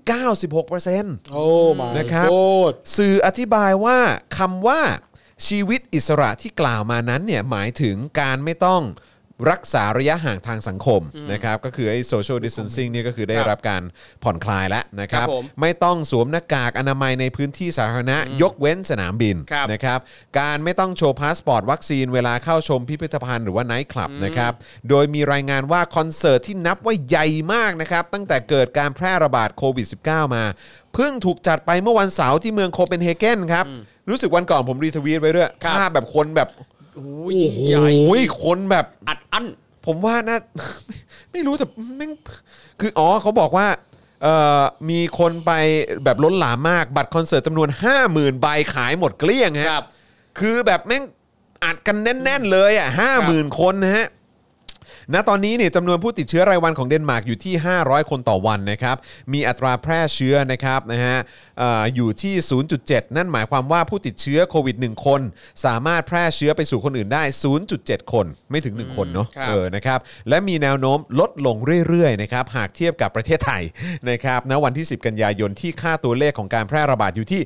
96% โอ้มานะครับสื่ออธิบายว่าคำว่าชีวิตอิสระที่กล่าวมานั้นเนี่ยหมายถึงการไม่ต้องรักษาระยะห่างทางสังคมนะครับก็คือไอ้ social distancing นี่ก็คือได้รับการผ่อนคลายแล้วนะครับไม่ต้องสวมหน้ากากอนามัยในพื้นที่สาธารณะยกเว้นสนามบินนะครับการไม่ต้องโชว์พาสปอร์ตวัคซีนเวลาเข้าชมพิพิธภัณฑ์หรือว่าไนท์คลับนะครับโดยมีรายงานว่าคอนเสิร์ตที่นับว่าใหญ่มากนะครับตั้งแต่เกิดการแพร่ระบาดโควิด -19 มาเพิ่งถูกจัดไปเมื่อวันเสาร์ที่เมืองโคเปนเฮเกนครับรู้สึกวันก่อนผมรีทวีตไว้ด้วยภาพแบบคนแบบโอ้ยคนแบบอัดอั้นผมว่าน่า ไม่รู้แต่แม่งคือเขาบอกว่ามีคนไปแบบล้นหลามมากบัตรคอนเสิร์ตจำนวน 50,000 ใบขายหมดเกลี้ยงฮะคือแบบแม่งอัดกันแน่นๆเลยอ่ะ 50,000 คนนะฮะณตอนนี้เนี่ยจำนวนผู้ติดเชื้อรายวันของเดนมาร์กอยู่ที่500คนต่อวันนะครับมีอัตราแพร่เชื้อนะครับนะฮะอยู่ที่ 0.7 นั่นหมายความว่าผู้ติดเชื้อโควิด1คนสามารถแพร่เชื้อไปสู่คนอื่นได้ 0.7 คนไม่ถึง1คนเนาะนะครับและมีแนวโน้มลดลงเรื่อยๆนะครับหากเทียบกับประเทศไทยนะครับณวันที่10กันยายนที่ค่าตัวเลขของการแพร่ระบาดอยู่ที่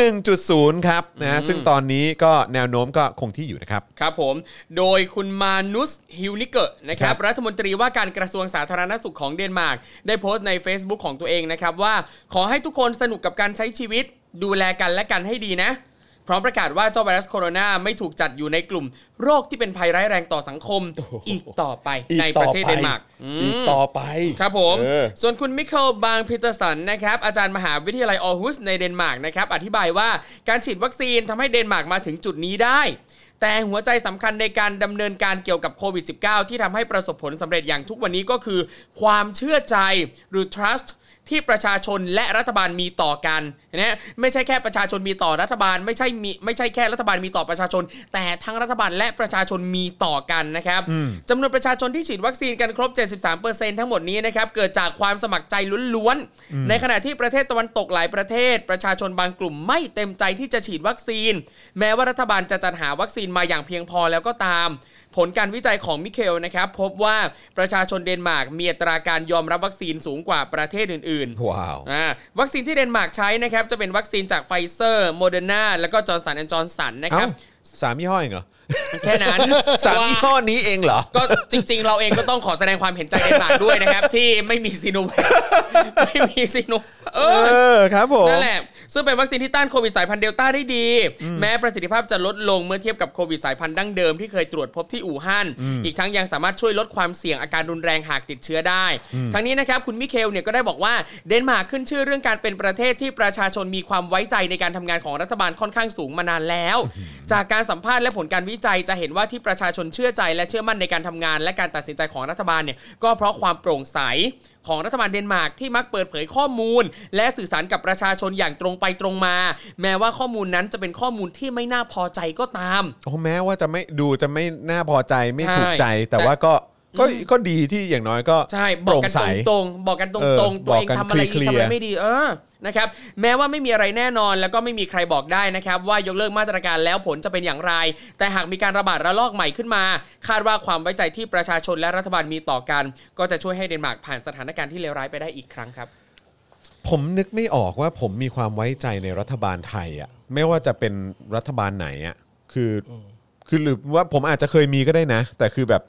1.0 ครับนะซึ่งตอนนี้ก็แนวโน้มก็คงที่อยู่นะครับครับผมโดยคุณมานุสฮิวนิเกะนะครับรัฐมนตรีว่าการกระทรวงสาธารณสุขของเดนมาร์กได้โพสต์ใน Facebook ของตัวเองนะครับว่าขอให้ทุกคนสนุกกับการใช้ชีวิตดูแลกันและกันให้ดีนะพร้อมประกาศว่าเจ้าไวรัสโคโรนาไม่ถูกจัดอยู่ในกลุ่มโรคที่เป็นภัยร้ายแรงต่อสังคมอีกต่อไปในประเทศเดนมาร์กอีกต่อไปครับผมส่วนคุณมิเคิลบางพีเตอร์สันนะครับอาจารย์มหาวิทยาลัยออร์ฮุสในเดนมาร์กนะครับอธิบายว่าการฉีดวัคซีนทำให้เดนมาร์กมาถึงจุดนี้ได้แต่หัวใจสำคัญในการดำเนินการเกี่ยวกับโควิด -19 ที่ทำให้ประสบผลสำเร็จอย่างทุกวันนี้ก็คือความเชื่อใจหรือ trust ที่ประชาชนและรัฐบาลมีต่อกันนะไม่ใช่แค่ประชาชนมีต่อรัฐบาลไม่ใช่แค่รัฐบาลมีต่อประชาชนแต่ทั้งรัฐบาลและประชาชนมีต่อกันนะครับจำนวนประชาชนที่ฉีดวัคซีนกันครบ 73% ทั้งหมดนี้นะครับเกิดจากความสมัครใจล้วนๆในขณะที่ประเทศตะวันตกหลายประเทศประชาชนบางกลุ่มไม่เต็มใจที่จะฉีดวัคซีนแม้ว่ารัฐบาลจะจัดหาวัคซีนมาอย่างเพียงพอแล้วก็ตามผลการวิจัยของมิเคลนะครับพบว่าประชาชนเดนมาร์กมีอัตราการยอมรับวัคซีนสูงกว่าประเทศอื่นๆว้าววัคซีนที่เดนมาร์กใช้นะครับจะเป็นวัคซีนจากไฟเซอร์โมเดอร์นาแล้วก็จอร์นสัน& จอร์นสันนะครับ 3 ยี่ห้อเองเหรอแค่นั้น 3 ยี่ห้อนี้เองเหรอก็จริงๆเราเองก็ต้องขอแสดงความเห็นใจเดนมาร์กด้วยนะครับที่ไม่มีซีโนแวคไม่มีซีโนครับผมนั่นแหละซึ่งเป็นวัคซีนที่ต้านโควิดสายพันธุ์เดลต้าได้ดีแม้ประสิทธิภาพจะลดลงเมื่อเทียบกับโควิดสายพันธุ์ดั้งเดิมที่เคยตรวจพบที่อู่ฮั่นอีกทั้งยังสามารถช่วยลดความเสี่ยงอาการรุนแรงหากติดเชื้อได้ทั้งนี้นะครับคุณมิเคลเนี่ยก็ได้บอกว่าเดนมาร์กขึ้นชื่อเรื่องการเป็นประเทศที่ประชาชนมีความไว้ใจในการทำงานของรัฐบาลค่อนข้างสูงมานานแล้วจากการสัมภาษณ์และผลการวิจัยจะเห็นว่าที่ประชาชนเชื่อใจและเชื่อมั่นในการทำงานและการตัดสินใจของรัฐบาลเนี่ยก็เพราะความโปร่งใสของรัฐบาลเดนมาร์กที่มักเปิดเผยข้อมูลและสื่อสารกับประชาชนอย่างตรงไปตรงมาแม้ว่าข้อมูลนั้นจะเป็นข้อมูลที่ไม่น่าพอใจก็ตามแม้ว่าจะไม่น่าพอใจไม่ถูกใจแต่ว่าก็ดีที่อย่างน้อยก็โปร่งใสบอกกันตรงตัวเองทำอะไรดีทำอะไรไม่ดีนะครับแม้ว่าไม่มีอะไรแน่นอนแล้วก็ไม่มีใครบอกได้นะครับว่ายกเลิกมาตรการแล้วผลจะเป็นอย่างไรแต่หากมีการระบาดระลอกใหม่ขึ้นมาคาดว่าความไว้ใจที่ประชาชนและรัฐบาลมีต่อกันก็จะช่วยให้เดนมาร์กผ่านสถานการณ์ที่เลวร้ายไปได้อีกครั้งครับผมนึกไม่ออกว่าผมมีความไว้ใจในรัฐบาลไทยอ่ะไม่ว่าจะเป็นรัฐบาลไหนอ่ะคือหรือว่าผมอาจจะเคยมีก็ได้นะแต่คือแบบ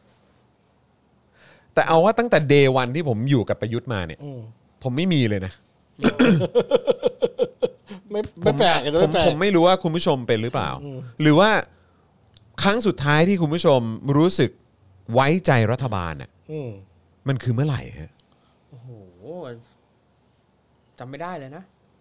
แต่เอาว่าตั้งแต่ day 1ที่ผมอยู่กับประยุทธ์มาเนี่ยผมไม่มีเลยนะไม่แปลกผมไม่รู้ว่าคุณผู้ชมเป็นหรือเปล่าหรือว่าครั้งสุดท้ายที่คุณผู้ชมรู้สึกไว้ใจรัฐบาลอ่ะมันคือเมื่อไหร่ฮะโอ้โหจำไม่ได้เลยนะ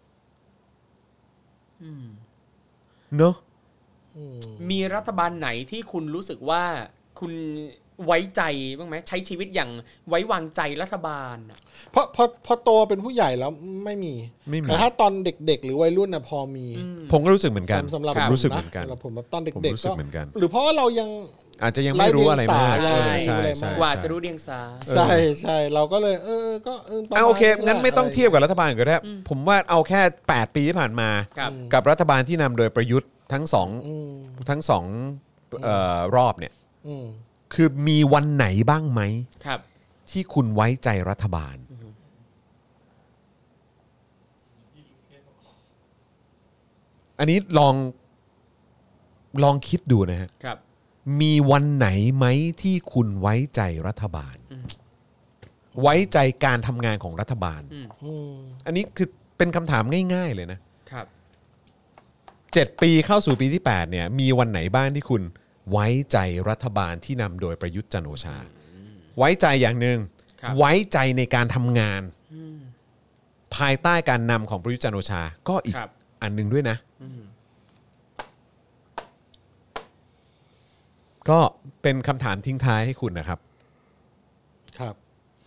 เนอะมีรัฐบาลไหนที่คุณรู้สึกว่าคุณไว้ใจบ้างไหมใช้ชีวิตอย่างไว้วางใจรัฐบาลพอโตเป็นผู้ใหญ่แล้วไม่มีแต่ถ้าตอนเด็กๆหรือวัยรุ่นนะพอมีผมก็รู้สึกเหมือนกันผมรู้สึกเหมือนกันผมตอนเด็กๆก็หรือเพราะว่าเรายังอาจจะยังไม่รู้อะไรมากใช่กว่าจะรู้เดียงสาใช่เราก็เลยก็โอเคงั้นไม่ต้องเทียบกับรัฐบาลก็ได้ผมว่าเอาแค่8ปีที่ผ่านมากับรัฐบาลที่นำโดยประยุทธ์ทั้งสองรอบเนี่ยคือมีวันไหนบ้างไหมที่คุณไว้ใจรัฐบาลอันนี้ลองคิดดูนะฮะมีวันไหนไหมที่คุณไว้ใจรัฐบาลไว้ใจการทำงานของรัฐบาลอันนี้คือเป็นคำถามง่ายๆเลยนะ7 ปีเข้าสู่ปีที่8เนี่ยมีวันไหนบ้างที่คุณไว้ใจรัฐบาลที่นำโดยประยุทธ์จันทร์โอชาไว้ใจอย่างหนึ่งไว้ใจในการทำงานภายใต้การนำของประยุทธ์จันทร์โอชาก็อีกอันหนึ่งด้วยนะก็เป็นคำถามทิ้งท้ายให้คุณนะครับครับ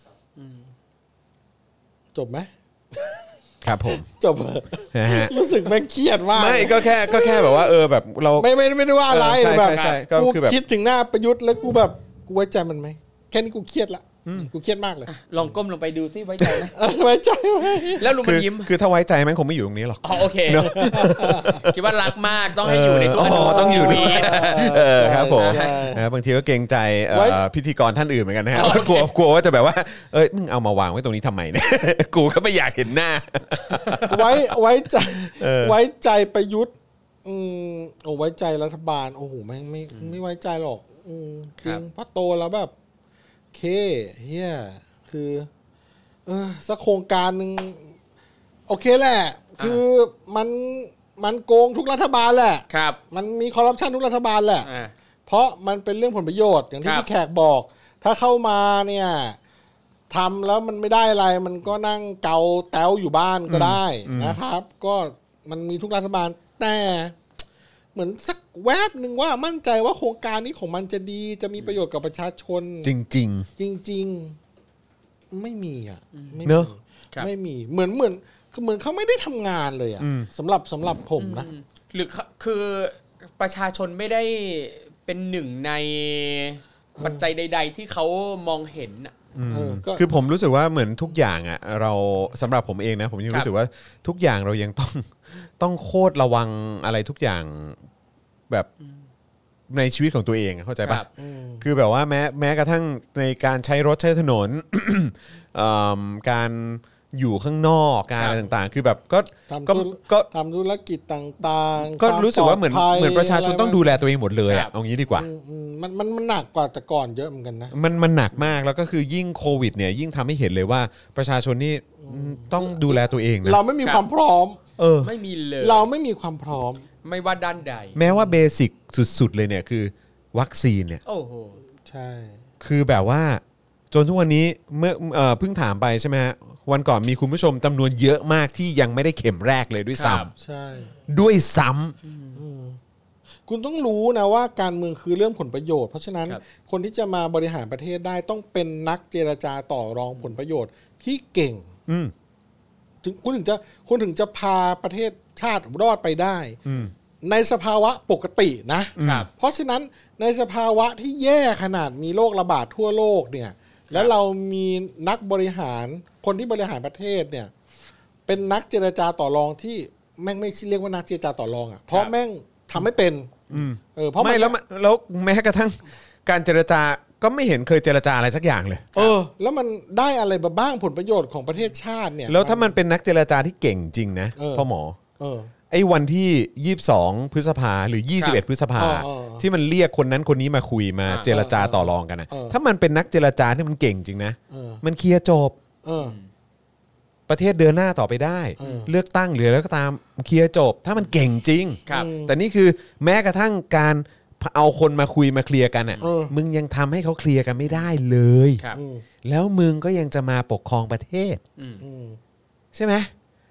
จบไหมครับผมจบรู้สึกแม่งเครียดมากไม่ก็แค่แบบว่าแบบเราไม่ได้ว่าอะไรแบบกูคิดถึงหน้าประยุทธ์แล้วกูแบบกูไว้ใจมันไหมแค่นี้กูเครียดละกูเครียดมากเลยลองก้มลงไปดูซิไว้ใจไหมไว้ใจไหมแล้วลุงมันยิ้มคือถ้าไว้ใจมันคงไม่อยู่ตรงนี้หรอกโอเคคิดว่ารักมากต้องให้อยู่ในทุกอนุต้องอยู่นี่ครับผมบางทีก็เกรงใจพิธีกรท่านอื่นเหมือนกันนะฮะกลัวว่าจะแบบว่ามึงเอามาวางไว้ตรงนี้ทำไมเนี่ยกูก็ไม่อยากเห็นหน้าไว้ใจประยุทธ์ไว้ใจรัฐบาลโอ้โหไม่ไว้ใจหรอกจริงเพราะโตแล้วแบบเฮียคือสักโครงการนึงโอเคแหละคือมันโกงทุกรัฐบาลแหละมันมีคอร์รัปชันทุกรัฐบาลแหละเพราะมันเป็นเรื่องผลประโยชน์อย่างที่พี่แขกบอกถ้าเข้ามาเนี่ยทำแล้วมันไม่ได้อะไรมันก็นั่งเกาแต้วอยู่บ้านก็ได้นะครับก็มันมีทุกรัฐบาลแต่เหมือนสักแวบหนึ่งว่ามั่นใจว่าโครงการนี้ของมันจะดีจะมีประโยชน์กับประชาชนจริงไม่มีอ่ะไม่มีเหมือนเขาไม่ได้ทำงานเลยอ่ะสำหรับผมนะหรือคือประชาชนไม่ได้เป็นหนึ่งในปัจจัยใดๆที่เขามองเห็นคือผมรู้สึกว่าเหมือนทุกอย่างอ่ะเราสำหรับผมเองนะผมยังรู้สึกว่าทุกอย่างเรายังต้องโคตรระวังอะไรทุกอย่างแบบในชีวิตของตัวเองเข้าใจป่ะคือแบบว่าแม้กระทั่งในการใช้รถใช้ถนน การอยู่ข้างนอกการอะไรต่างๆคือแบบก็ทำธุรกิจต่างๆก็รู้สึกว่าเหมือนประชาชนต้องดูแลตัวเองหมดเลยอ่ะเอางี้ดีกว่ามันหนักกว่าแต่ก่อนเยอะเหมือนกันนะมันหนักมากแล้วก็คือยิ่งโควิดเนี่ยยิ่งทำให้เห็นเลยว่าประชาชนนี่ต้องดูแลตัวเองนะเราไม่มีความพร้อมไม่มีเลยเราไม่มีความพร้อมไม่ว่าด้านใดแม้ว่าเบสิกสุดๆเลยเนี่ยคือวัคซีนเนี่ยโอ้โหใช่คือแบบว่าจนทุกวันนี้เมื่อเพิ่งถามไปใช่ไหมฮะวันก่อนมีคุณผู้ชมจำนวนเยอะมากที่ยังไม่ได้เข็มแรกเลยด้วยซ้ำใช่ด้วยซ้ำคุณต้องรู้นะว่าการเมืองคือเรื่องผลประโยชน์เพราะฉะนั้นคนที่จะมาบริหารประเทศได้ต้องเป็นนักเจรจาต่อรองผลประโยชน์ที่เก่งคุณถึงจะพาประเทศชาติรอดไปได้ในสภาวะปกตินะเพราะฉะนั้นในสภาวะที่แย่ขนาดมีโรคระบาดทั่วโลกเนี่ยแล้วเรามีนักบริหารคนที่บริหารประเทศเนี่ยเป็นนักเจรจาต่อรองที่แม่งไม่เรียกว่านักเจรจาต่อรองอ่ะเพราะแม่งทำไม่เป็นเพราะไม่แล้วแม้กระทั่งการเจรจาก็ไม่เห็นเคยเจรจาอะไรสักอย่างเลยแล้วมันได้อะไรบ้างผลประโยชน์ของประเทศชาติเนี่ยแล้วถ้ามันเป็นนักเจรจาที่เก่งจริงนะพ่อหมอไอ้วันที่22พฤษภาหรือ21พฤษภาที่มันเรียกคนนั้นคนนี้มาคุยมาเจรจาต่อรองกันนะถ้ามันเป็นนักเจรจาที่มันเก่งจริงนะมันเคลียร์จบประเทศเดินหน้าต่อไปได้เลือกตั้งหรือแล้วก็ตามเคลียร์จบถ้ามันเก่งจริงแต่นี่คือแม้กระทั่งการเอาคนมาคุยมาเคลียร์กันอ่ะมึงยังทำให้เขาเคลียร์กันไม่ได้เลยแล้วมึงก็ยังจะมาปกครองประเทศใช่ไหม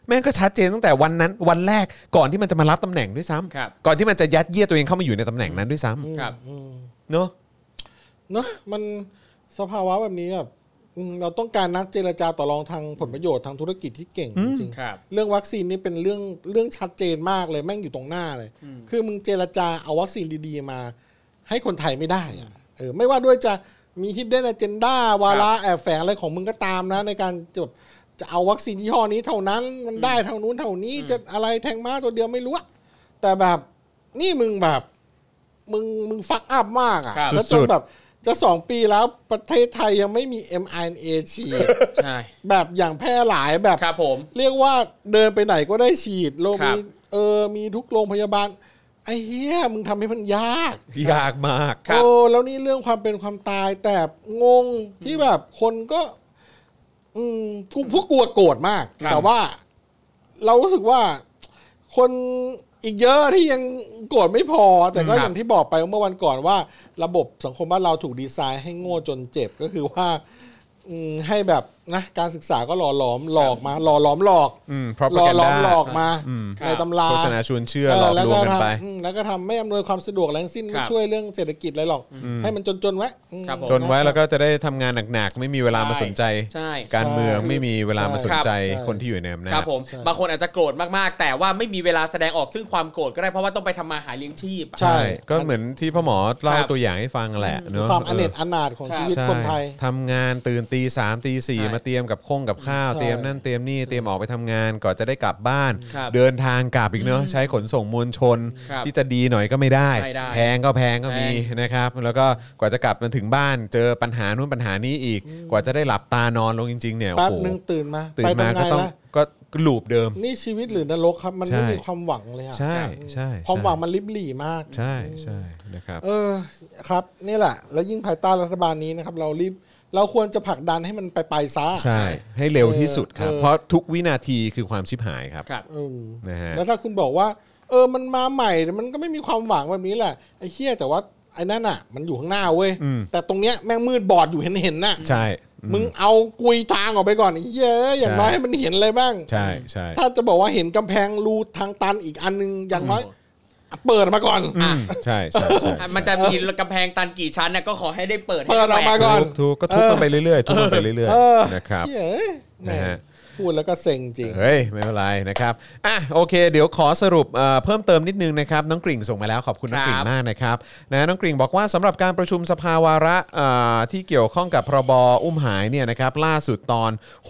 แม่งก็ชัดเจนตั้งแต่วันนั้นวันแรกก่อนที่มันจะมารับตำแหน่งด้วยซ้ำก่อนที่มันจะยัดเยียดตัวเองเข้ามาอยู่ในตำแหน่งนั้นด้วยซ้ำเนาะมันสภาวะแบบนี้แบบเราต้องการนักเจรจาต่อรองทางผลประโยชน์ทางธุรกิจที่เก่งจริงๆเรื่องวัคซีนนี่เป็นเรื่องชัดเจนมากเลยแม่งอยู่ตรงหน้าเลยคือมึงเจรจาเอาวัคซีนดีๆมาให้คนไทยไม่ได้อะไม่ว่าด้วยจะมี hidden agenda วาระแอบแฝงอะไรของมึงก็ตามนะในการจะเอาวัคซีนยี่ห้อนี้เท่านั้นมันได้เท่านู้นเท่านี้จะอะไรแทงม้าตัวเดียวไม่รู้แต่แบบนี่มึงแบบมึงฟักอัพมากอ่ะแล้วจนแบบจะ2 ปีแล้วประเทศไทยยังไม่มี mRNA ฉีดใช่แบบอย่างแพร่หลายแบบเรียกว่าเดินไปไหนก็ได้ฉีดมีทุกโรงพยาบาลไอ้เหี้ยมึงทำให้มันยากมากแล้วนี่เรื่องความเป็นความตายแต่งงที่แบบคนก็พวกกลัวโกรธมากแต่ว่าเรารู้สึกว่าคนอีกเยอะที่ยังโกรธไม่พอแต่ก็อย่างที่บอกไปเมื่อวันก่อนว่าระบบสังคมบ้านเราถูกดีไซน์ให้โง่จนเจ็บก็คือว่าให้แบบนะการศึกษาก็หล่อหลอมหลอกมาหล่อหลอมหลอกหล่อหลอมหลอกมาในตำราโฆษณาชวนเชื่อหลอกลวงกันไปแล้วก็ทำไม่อำนวยความสะดวกอะไรทั้งสิ้นไม่ช่วยเรื่องเศรษฐกิจอะไรหรอกให้มันจนไว้จนไว้แล้วก็จะได้ทำงานหนักๆไม่มีเวลามาสนใจการเมืองไม่มีเวลามาสนใจคนที่อยู่ในอำนาจครับผมบางคนอาจจะโกรธมากๆแต่ว่าไม่มีเวลาแสดงออกซึ่งความโกรธก็ได้เพราะว่าต้องไปทำมาหาเลี้ยงชีพใช่ก็เหมือนที่พ่อหมอเล่าตัวอย่างให้ฟังแหละเนาะความอเนกอนาถของชีวิตคนไทยทำงานตื่นตี 3 ตี 4มาเตรียมกับข้าวเตรียมนั่นเตรียมนี่เตรียมออกไปทำงานก่อนจะได้กลับบ้านเดินทางกลับอีกเนาะใช้ขนส่งมวลชนที่จะดีหน่อยก็ไม่ได้แพงก็มีนะครับแล้วก็กว่าจะกลับมาถึงบ้านเจอปัญหานู้นปัญหานี้อีกกว่าจะได้หลับตานอนลงจริงๆเนี่ยแป๊บนึงตื่นมาก็ลูปเดิมนี่ชีวิตหรือนรกครับมันไม่มีความหวังเลยใช่ความหวังมันลิบหลี่มากใช่นะครับครับนี่แหละแล้วยิ่งภายใต้รัฐบาลนี้นะครับเราควรจะผลักดันให้มันไปซะใช่ให้เร็วที่สุดครับเพราะทุกวินาทีคือความชิบหายครับนะฮะแล้วถ้าคุณบอกว่ามันมาใหม่มันก็ไม่มีความหวังแบบนี้แหละไอ้เหี้ยแต่ว่าไอ้นั่นน่ะมันอยู่ข้างหน้าเว้ยแต่ตรงเนี้ยแม่งมืดบอดอยู่เห็นน่ะใช่มึงเอากุยทางออกไปก่อนไอ้เหี้ยอย่างน้อยให้มันเห็นอะไรบ้างใช่ถ้าจะบอกว่าเห็นกำแพงรูทางตันอีกอันนึงอย่างน้อยเปิดมาก่อนใช่มันจะมีกำแพงตันกี่ชั้นเนี่ยก็ขอให้ได้เปิดออกมาก่อนถูกก็ทุบมันไปเรื่อยๆนะครับนะฮะพูดแล้วก็เซ็งจริงเฮ้ยไม่เป็นไรนะครับโอเคเดี๋ยวขอสรุปเพิ่มเติมนิดนึงนะครับน้องกริ่งส่งมาแล้วขอบคุณน้องกริ่งมากนะครับน้องกริ่งบอกว่าสำหรับการประชุมสภาวาระที่เกี่ยวข้องกับพรบอุ้มหายเนี่ยนะครับล่าสุดตอน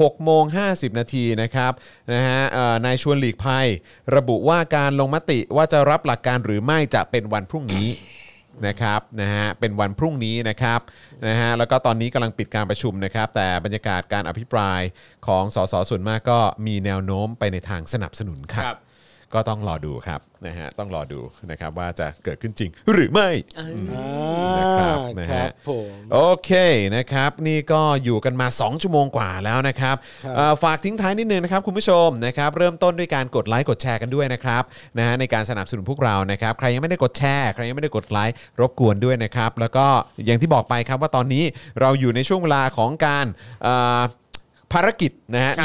6:50 นาทีนะครับนะฮะนายชวนหลีกภัยระบุว่าการลงมติว่าจะรับหลักการหรือไม่จะเป็นวันพรุ่งนี้นะครับนะฮะเป็นวันพรุ่งนี้นะครับนะฮะแล้วก็ตอนนี้กำลังปิดการประชุมนะครับแต่บรรยากาศการอภิปรายของสสส่วนมากก็มีแนวโน้มไปในทางสนับสนุนครับก็ต้องรอดูครับนะฮะต้องรอดูนะครับว่าจะเกิดขึ้นจริงหรือไม่นะครับนะฮะโอเคนะครับนี่ก็อยู่กันมา2ชั่วโมงกว่าแล้วนะครับฝากทิ้งท้ายนิดนึงนะครับคุณผู้ชมนะครับเริ่มต้นด้วยการกดไลค์กดแชร์กันด้วยนะครับนะฮะในการสนับสนุนพวกเรานะครับใครยังไม่ได้กดแชร์ใครยังไม่ได้กดไลค์รบกวนด้วยนะครับแล้วก็อย่างที่บอกไปครับว่าตอนนี้เราอยู่ในช่วงเวลาของการภารกิจนะฮะ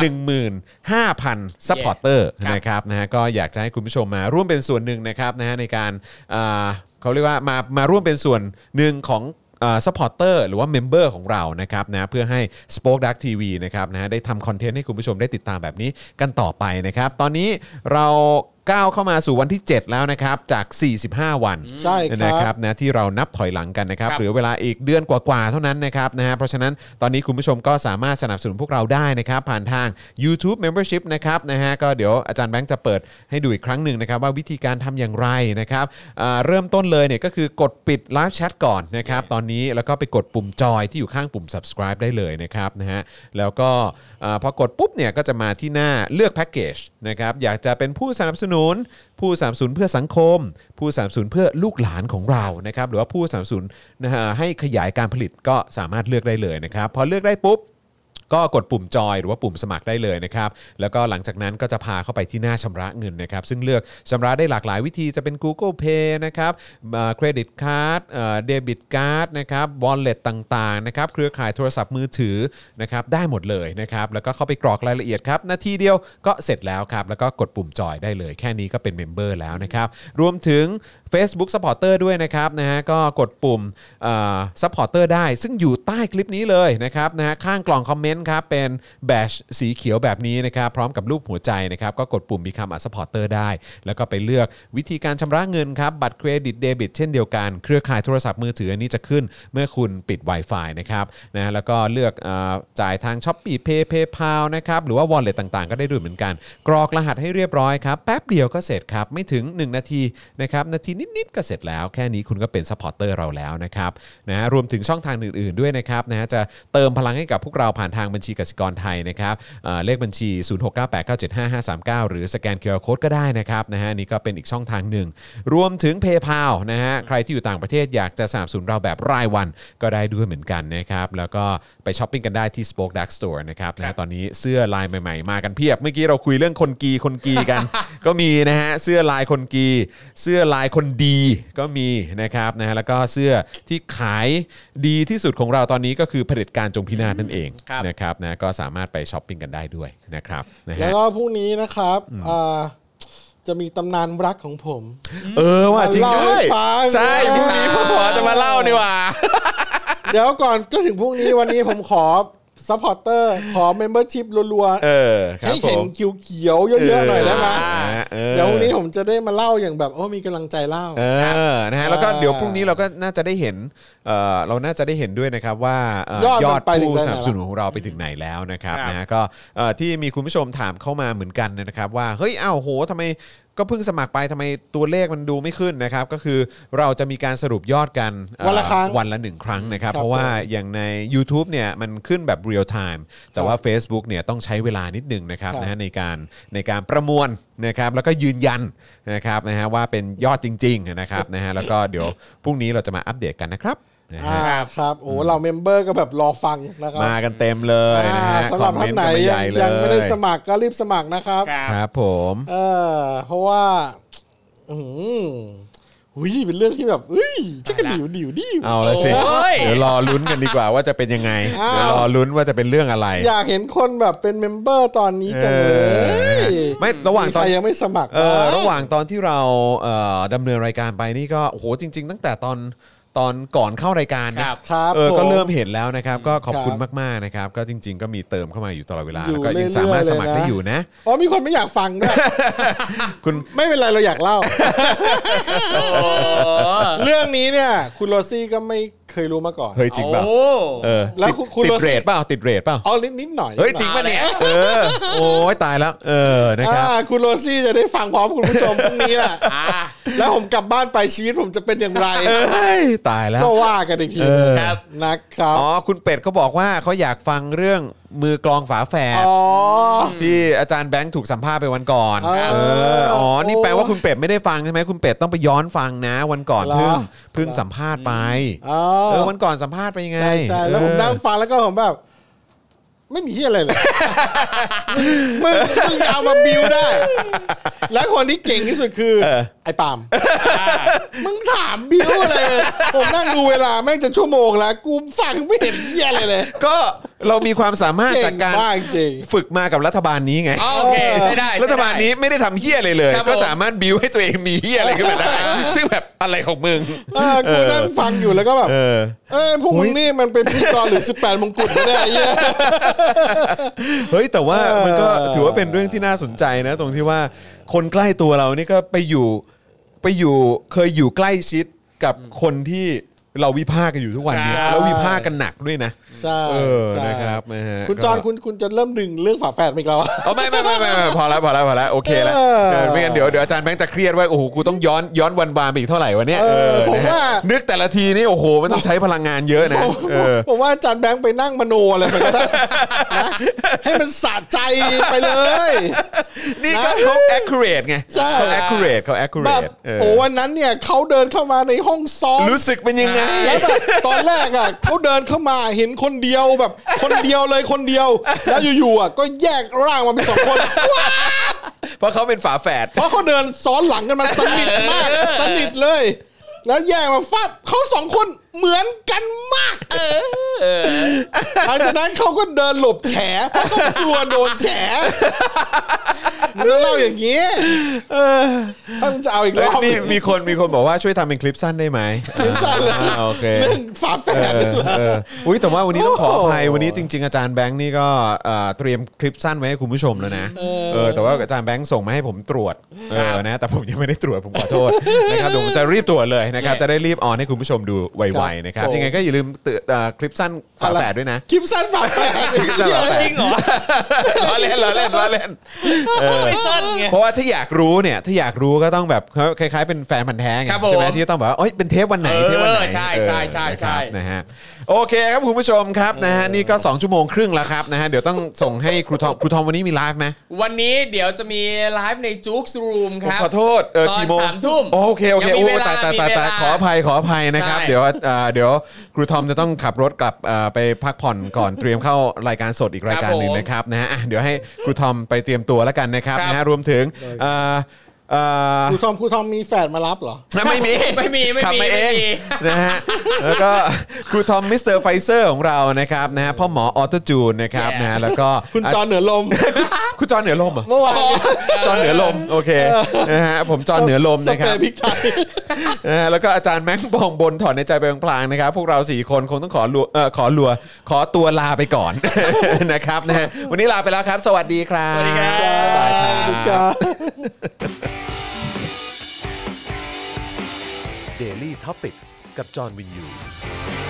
15,000 ซัพพอร์ตเตอร์นะครับนะฮะก็อยากจะให้คุณผู้ชมมาร่วมเป็นส่วนหนึ่งนะครับนะฮะในการเขาเรียกว่ามาร่วมเป็นส่วนหนึ่งของซัพพอร์ตเตอร์หรือว่าเมมเบอร์ของเรานะครับนะเพื่อให้ Spoke Dark TV นะครับนะได้ทำคอนเทนต์ให้คุณผู้ชมได้ติดตามแบบนี้กันต่อไปนะครับตอนนี้เราก้าวเข้ามาสู่วันที่7แล้วนะครับจาก45วันใช่นะครับนะที่เรานับถอยหลังกันนะครับเหลือเวลาอีกเดือนกว่าๆเท่านั้นนะครับนะฮะเพราะฉะนั้นตอนนี้คุณผู้ชมก็สามารถสนับสนุนพวกเราได้นะครับผ่านทาง YouTube Membership นะครับนะฮะก็เดี๋ยวอาจารย์แบงค์จะเปิดให้ดูอีกครั้งหนึ่งนะครับว่าวิธีการทำอย่างไรนะครับเริ่มต้นเลยเนี่ยก็คือกดปิดไลฟ์แชทก่อนนะครับตอนนี้แล้วก็ไปกดปุ่มจอยที่อยู่ข้างปุ่ม subscribe ได้เลยนะครับนะฮะแล้วก็พอกดปุ๊บเนี่ยก็จะมาที่หน้าเลือกแพ็คเกจนะครับอยากจะเป็นผู้สนับสนุนเพื่อสังคมผู้สนับสนุนเพื่อลูกหลานของเรานะครับหรือว่าผู้สนับสนุนให้ขยายการผลิตก็สามารถเลือกได้เลยนะครับพอเลือกได้ปุ๊บก็กดปุ่มจอยหรือว่าปุ่มสมัครได้เลยนะครับแล้วก็หลังจากนั้นก็จะพาเข้าไปที่หน้าชำระเงินนะครับซึ่งเลือกชำระได้หลากหลายวิธีจะเป็น Google Pay นะครับเครดิตการ์ดเดบิตการ์ดนะครับ Wallet ต่างๆนะครับเครือข่ายโทรศัพท์มือถือนะครับได้หมดเลยนะครับแล้วก็เข้าไปกรอกรายละเอียดครับนาทีเดียวก็เสร็จแล้วครับแล้วก็กดปุ่มจอยได้เลยแค่นี้ก็เป็นเมมเบอร์แล้วนะครับรวมถึง Facebook Supporter ด้วยนะครับนะฮะก็กดปุ่มSupporter ได้ซึ่งอยู่ใต้คลิปนี้เลยนะครับนะฮะข้างกล่องคอมเมนต์ครับเป็นแบชสีเขียวแบบนี้นะครับพร้อมกับรูปหัวใจนะครับก็กดปุ่ม Become a Supporter ได้แล้วก็ไปเลือกวิธีการชำระเงินครับบัตรเครดิตเดบิตเช่นเดียวกันเครือข่ายโทรศัพท์มือถืออันนี้จะขึ้นเมื่อคุณปิด Wi-Fi นะครับนะแล้วก็เลือกจ่ายทาง Shopee Pay PayPal นะครับหรือว่า Wallet ต่างๆก็ได้ด้วยเหมือนกันกรอกรหัสให้เรียบร้อยครับแป๊บเดียวก็เสร็จครับไม่ถึง1นาทีนะครับนาทีนิดๆก็เสร็จแล้วแค่นี้คุณก็เป็นซัพพอร์ตเตอร์เราแล้วนะครับนะรวมถึงช่องทางอื่นๆด้วยนะครับนะจะเติมพลังให้กับพวกเราผ่านทางบัญชีกสิกรไทยนะครับเลขบัญชี0698975539หรือสแกน QR Code ก็ได้นะครับนะฮะนี่ก็เป็นอีกช่องทางหนึ่งรวมถึง PayPal นะฮะใครที่อยู่ต่างประเทศอยากจะสนับสนุนเราแบบรายวันก็ได้ด้วยเหมือนกันนะครับแล้วก็ไปช้อปปิ้งกันได้ที่ Spoke Dark Store นะครับนะตอนนี้เสื้อลายใหม่ๆมากันเพียบเมื่อกี้เราคุยเรื่องคนกีกัน ก็มีนะฮะเสื้อลายคนกีเสื้อลายคนดีก็มีนะครับนะแล้วก็เสื้อที่ขายดีที่สุดของเราตอนนี้ก็คือเผด็จการจงพินาศนั่นเองนะครับนะก็สามารถไปช้อปปิ้งกันได้ด้วยนะครับนะฮะแล้วก็พรุ่งนี้นะครับจะมีตำนานรักของผมว่าจริงด้วยใช่พรุ่งนี้พ่อจะมาเล่านี่ว่าเดี๋ยวก่อนจะถึงพรุ่งนี้วันนี้ผมขอซัพพอร์เตอร์ขอเมมเบอร์ชิพรัวๆให้เห็นเขียวๆเยอะๆหน่อยได้ไหมเดี๋ยวพรุ่งนี้ผมจะได้มาเล่าอย่างแบบมีกำลังใจเล่านะฮะแล้วก็เดี๋ยวพรุ่งนี้เราก็น่าจะได้เห็นเราน่าจะได้เห็นด้วยนะครับว่ายอดผู้สนับสนุนของเราไปถึงไหนแล้วนะครับนะฮะก็ที่มีคุณผู้ชมถามเข้ามาเหมือนกันนะครับว่าเฮ้ยโหทำไมก็เพิ่งสมัครไปทำไมตัวเลขมันดูไม่ขึ้นนะครับก็คือเราจะมีการสรุปยอดกันวันละ1ครั้งนะครับเพราะว่าอย่างใน YouTube เนี่ยมันขึ้นแบบ real time แต่ว่า Facebook เนี่ยต้องใช้เวลานิดนึงนะครับนะฮะในการประมวลนะครับแล้วก็ยืนยันนะครับนะฮะว่าเป็นยอดจริงๆนะครับนะฮะแล้วก็เดี๋ยวพรุ่งนี้เราจะมาอัปเดตกันนะครับครับเราเมมเบอร์ก็แบบรอฟังนะครับมากันเต็มเลยนะฮะสำหรับท่านไหนยังไม่ได้สมัครก็รีบสมัครนะครับครับผมเพราะว่าเป็นเรื่องที่แบบจะกระดิ่วเอาละสิเดี๋ยวรอลุ้นกันดีกว่าว่าจะเป็นยังไงเดี๋ยวรอลุ้นว่าจะเป็นเรื่องอะไรอยากเห็นคนแบบเป็นเมมเบอร์ตอนนี้จังเลยไม่ระหว่างตอนยังไม่สมัครระหว่างตอนที่เราดำเนินรายการไปนี่ก็โอ้โหจริงๆตั้งแต่ตอนก่อนเข้ารายการนะครับก็เริ่มเห็นแล้วนะครับก็ขอบคุณมากๆนะครับก็จริงๆก็มีเติมเข้ามาอยู่ตลอดเวลาแล้วก็ยังสามารถสมัครได้อยู่นะมีคนไม่อยากฟังด้วยคุณไม่เป็นไรเราอยากเล่าเรื่องนี้เนี่ยคุณโรซี่ก็ไม่เคยรู้มาก่อนเฮ้ยจริงป่ะแล้วคุณติดเรทเปล่านิดหน่อยเฮ้ยจริงป่ะเนี่ยโอ้ยตายแล้วนะครับคุณโรซี่จะได้ฟังพร้อมคุณผู้ชมพรุ่งนี้แหละแล้วผมกลับบ้านไปชีวิตผมจะเป็นอย่างไรตายแล้วก็ว่ากันอีกทีนะครับคุณเป็ดเขาบอกว่าเขาอยากฟังเรื่องมือกลองฝาแฝดที่อาจารย์แบงค์ถูกสัมภาษณ์ไปวันก่อนนี่แปลว่าคุณเป็ดไม่ได้ฟังใช่ไหมคุณเป็ดต้องไปย้อนฟังนะวันก่อนเพิ่งสัมภาษณ์ไปวันก่อนสัมภาษณ์ไปยังไงใช่แล้วผมนั่งฟังแล้วก็ผมแบบไม่มีอะไรเลยมึงเอามาบิวได้แล้วคนที่เก่งที่สุดคือไอ้ปาล์มมึงถามบิวอะไรผมนั่งดูเวลาแม่งจะชั่วโมงแล้วกูฟังไม่เห็นเหี้ยอะไรเลยก็เรามีความสามารถจากการฝึกมากับรัฐบาลนี้ไงโอเคใช่ได้รัฐบาลนี้ไม่ได้ทำเหี้ยอะไรเลยก็สามารถบิวให้ตัวเองมีเหี้ยอะไรขึ้นมาได้ซึ่งแบบอะไรของมึงกูนั่งฟังอยู่แล้วก็แบบพวกมึงนี่มันเป็นพิธีกรหรือ18มงกุฎไม่ได้เหี้ยเฮ้ยแต่ว่ามันก็ถือว่าเป็นเรื่องที่น่าสนใจนะตรงที่ว่าคนใกล้ตัวเรานี่ก็ไปอยู่เคยอยู่ใกล้ชิดกับคนที่เราวิพากษ์กันอยู่ทุกวันนี้แล้ววิพากษ์กันหนักด้วยนะใช่นะครับคุณจอนคุณจะเริ่มดึงเรื่องฝาแฝดอีกแล้วไม่พอแล้วโอเคแล้วไม่งั้นเดี๋ยวอาจารย์แบงค์จะเครียดว่าโอ้โหกูต้องย้อนวันบานไปอีกเท่าไหร่วะเนี่ยผมว่านึกแต่ละทีนี่โอ้โหมันต้องใช้พลังงานเยอะนะผมว่าอาจารย์แบงค์ไปนั่งมโนอะไรมันก็ได้ให้มันสะใจไปเลยนี่ก็เขา accurate ไงเขา accurate โอ้วันนั้นเนี่ยเขาเดินเข้ามาในห้องซ้อมรู้สึกเป็นยังไงแล้วแบบตอนแรกอ่ะเขาเดินเข้ามาเห็นคนเดียวแบบคนเดียวเลยคนเดียวแล้วอยู่ๆอ่ะก็แยกร่างมาเป็น2 คนเพราะเขาเป็นฝาแฝดเพราะเขาเดินซ้อนหลังกันมาสนิทมากสนิทเลยแล้วแยกมาฟับเขา2 คนเหมือนกันมากหลังจากนั้นเขาก็เดินหลบแฉเพราะเขากลัวโดนแฉแล้วเล่าอย่างนี้ถ้ามันจะเอาอีกรอบนี่มีคนบอกว่าช่วยทำเป็นคลิปสั้นได้ไหมคลิปสั้นเลยโอเคเรื่องฝาแฝดอุ้ยแต่ว่าวันนี้ต้องขออภัยวันนี้จริงๆอาจารย์แบงค์นี่ก็เตรียมคลิปสั้นไว้ให้คุณผู้ชมแล้วนะแต่ว่าอาจารย์แบงค์ส่งมาให้ผมตรวจนะแต่ผมยังไม่ได้ตรวจผมขอโทษนะครับเดี๋ยวผมจะรีบตรวจเลยนะครับจะได้รีบออนให้คุณผู้ชมดูไวๆนะครับยังไงก็อย่าลืมคลิปสั้นฝาแฝดด้วยนะคลิปสั้นฝาแฝดจริงเหรอล้อเล่นไม่สั้นไงเพราะว่าถ้าอยากรู้เนี่ยถ้าอยากรู้ก็ต้องแบบคล้ายๆเป็นแฟนพันธุ์แท้ไงใช่ไหมที่ต้องแบบว่าเป็นเทปวันไหนเทปวันไหนใช่นะฮะโอเคครับคุณผู้ชมครับนะฮะนี่ก็2 ชั่วโมงครึ่งแล้วครับนะฮะเดี๋ยวต้องส่งให้ครูทอมวันนี้มีไลฟ์ไหมวันนี้เดี๋ยวจะมีไลฟ์ในจุ๊กรูมครับขอโทษกี่โมง 3 ทุ่มโอเคโอ้ตายขออภัยนะครับเดี๋ยวครูทอมจะต้องขับรถกลับไปพักผ่อนก่อนเตรียมเข้ารายการสดอีกรายการนึงนะครับนะฮะเดี๋ยวให้ครูทอมไปเตรียมตัวแล้วกันนะครับนะฮะรวมถึงครูทอมมีแฝดมารับเหรอไม่มีขับมาเองนะฮะแล้วก็ครูทอมมิสเตอร์ไฟเซอร์ของเรานะครับนะฮะพ่อหมอออโตจูนนะครับนะแล้วก็คุณจอห์นเหนือลมคุณจอห์นเหนือลมเมื่อวานจอห์นเหนือลมโอเคนะฮะผมจอห์นเหนือลมนะครับแล้วก็อาจารย์แม็กบองบนถอนในใจไปพลางๆนะครับพวกเรา4 คนคงต้องขอตัวลาไปก่อนนะครับนะฮะวันนี้ลาไปแล้วครับสวัสดีครับสวัสดีครับบ๊ายบายครับ Daily Topics กับจอห์นวินยู